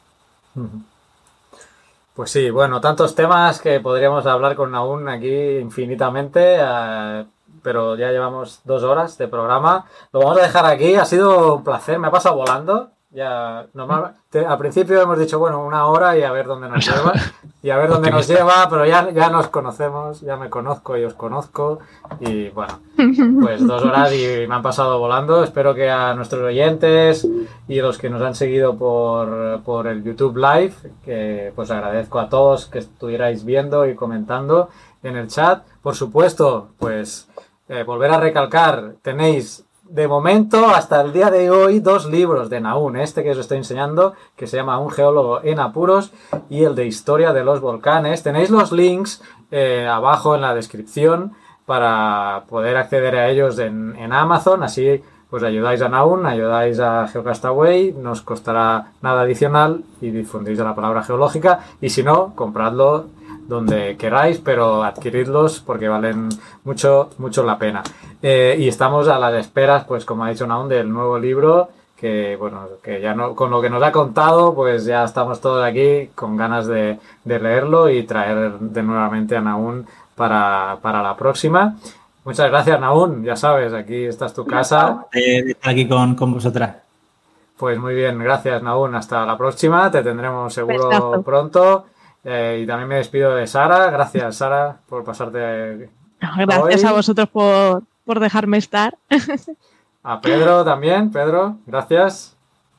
Pues sí, bueno, tantos temas que podríamos hablar con Nahum aquí infinitamente, pero ya llevamos 2 horas de programa. Lo vamos a dejar aquí, ha sido un placer, me ha pasado volando. Ya, al principio hemos dicho, bueno, 1 hora y a ver dónde nos lleva. Y a ver dónde nos lleva, pero ya nos conocemos, ya me conozco y os conozco. Y bueno, pues 2 horas y me han pasado volando. Espero que a nuestros oyentes y los que nos han seguido por el YouTube Live, que pues agradezco a todos que estuvierais viendo y comentando en el chat. Por supuesto, pues volver a recalcar, tenéis de momento, hasta el día de hoy, 2 libros de Nahum, que os estoy enseñando, que se llama Un geólogo en apuros, y el de Historia de los volcanes. Tenéis los links abajo en la descripción para poder acceder a ellos en Amazon, así pues ayudáis a Nahum, ayudáis a Geocastaway, no os costará nada adicional y difundís la palabra geológica, y si no, compradlo donde queráis, pero adquiridlos porque valen mucho la pena. Y estamos a las esperas, pues como ha dicho Nahum, del nuevo libro, que bueno, que ya no, con lo que nos ha contado, pues ya estamos todos aquí con ganas de leerlo y traer de nuevamente a Nahum para la próxima. Muchas gracias, Nahum, ya sabes, aquí está es tu casa. De estar aquí con vosotras. Pues muy bien, gracias, Nahum, hasta la próxima, te tendremos seguro pronto. Y también me despido de Sara. Gracias, Sara, por pasarte. Gracias hoy. A vosotros por dejarme estar. A Pedro también, Pedro, gracias.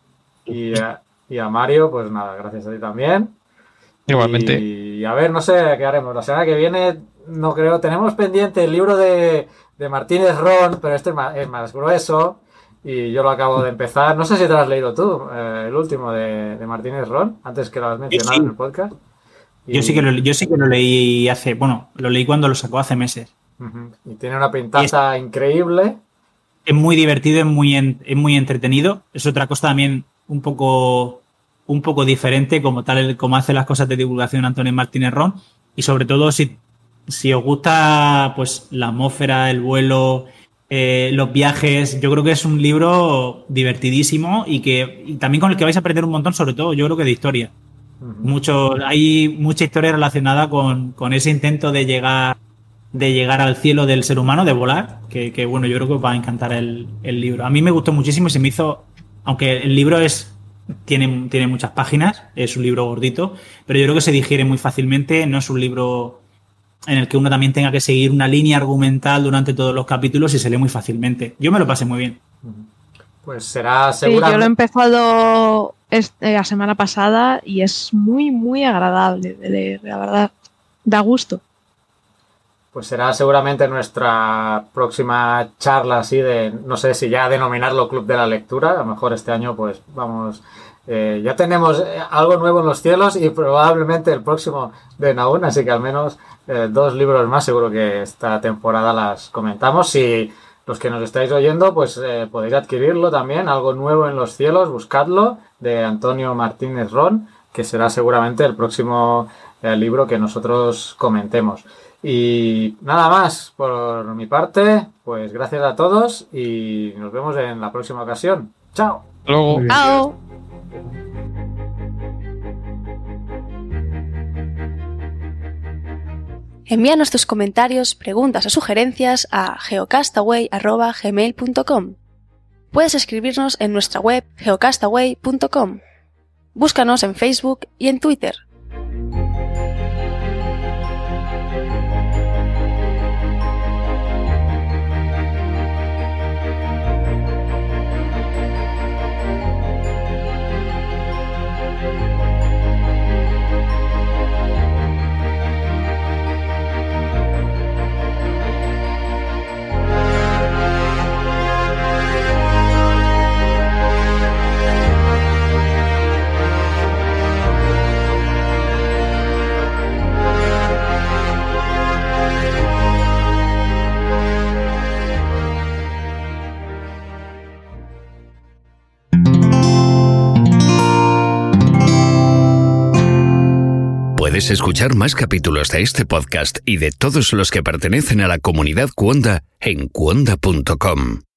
Y a Mario, pues nada, gracias a ti también. Igualmente. Y a ver, no sé qué haremos. La semana que viene, no creo, tenemos pendiente el libro de Martínez Ron, pero este es más grueso. Y yo lo acabo de empezar. No sé si te lo has leído tú, el último de Martínez Ron, antes que lo has mencionado en el podcast. Yo sí que lo leí lo leí cuando lo sacó hace meses. Y tiene una pintaza increíble. Es muy divertido, es muy entretenido. Es otra cosa también un poco diferente, como hace las cosas de divulgación Antonio Martínez Ron. Y sobre todo, si os gusta pues la atmósfera, el vuelo, los viajes, yo creo que es un libro divertidísimo y también con el que vais a aprender un montón, sobre todo yo creo que de historia. Hay mucha historia relacionada con ese intento de llegar al cielo del ser humano, de volar, que bueno, yo creo que os va a encantar el libro. A mí me gustó muchísimo y se me hizo, aunque el libro tiene muchas páginas, es un libro gordito, pero yo creo que se digiere muy fácilmente, no es un libro en el que uno también tenga que seguir una línea argumental durante todos los capítulos y se lee muy fácilmente. Yo me lo pasé muy bien. Pues será seguramente... Sí, yo lo he empezado la semana pasada y es muy, muy agradable de leer, la verdad, da gusto. Pues será seguramente nuestra próxima charla así de, no sé si ya denominarlo Club de la Lectura, a lo mejor este año pues vamos, ya tenemos algo nuevo en los cielos y probablemente el próximo de Nahum, así que al menos 2 libros más seguro que esta temporada las comentamos. Si los que nos estáis oyendo pues podéis adquirirlo también, algo nuevo en los cielos, buscadlo, de Antonio Martínez Ron, que será seguramente el próximo libro que nosotros comentemos. Y nada más por mi parte, pues gracias a todos y nos vemos en la próxima ocasión. ¡Chao! Luego. ¡Chao! Envíanos tus comentarios, preguntas o sugerencias a geocastaway@gmail.com. Puedes escribirnos en nuestra web geocastaway.com. Búscanos en Facebook y en Twitter. Puedes escuchar más capítulos de este podcast y de todos los que pertenecen a la comunidad Cuonda en cuonda.com.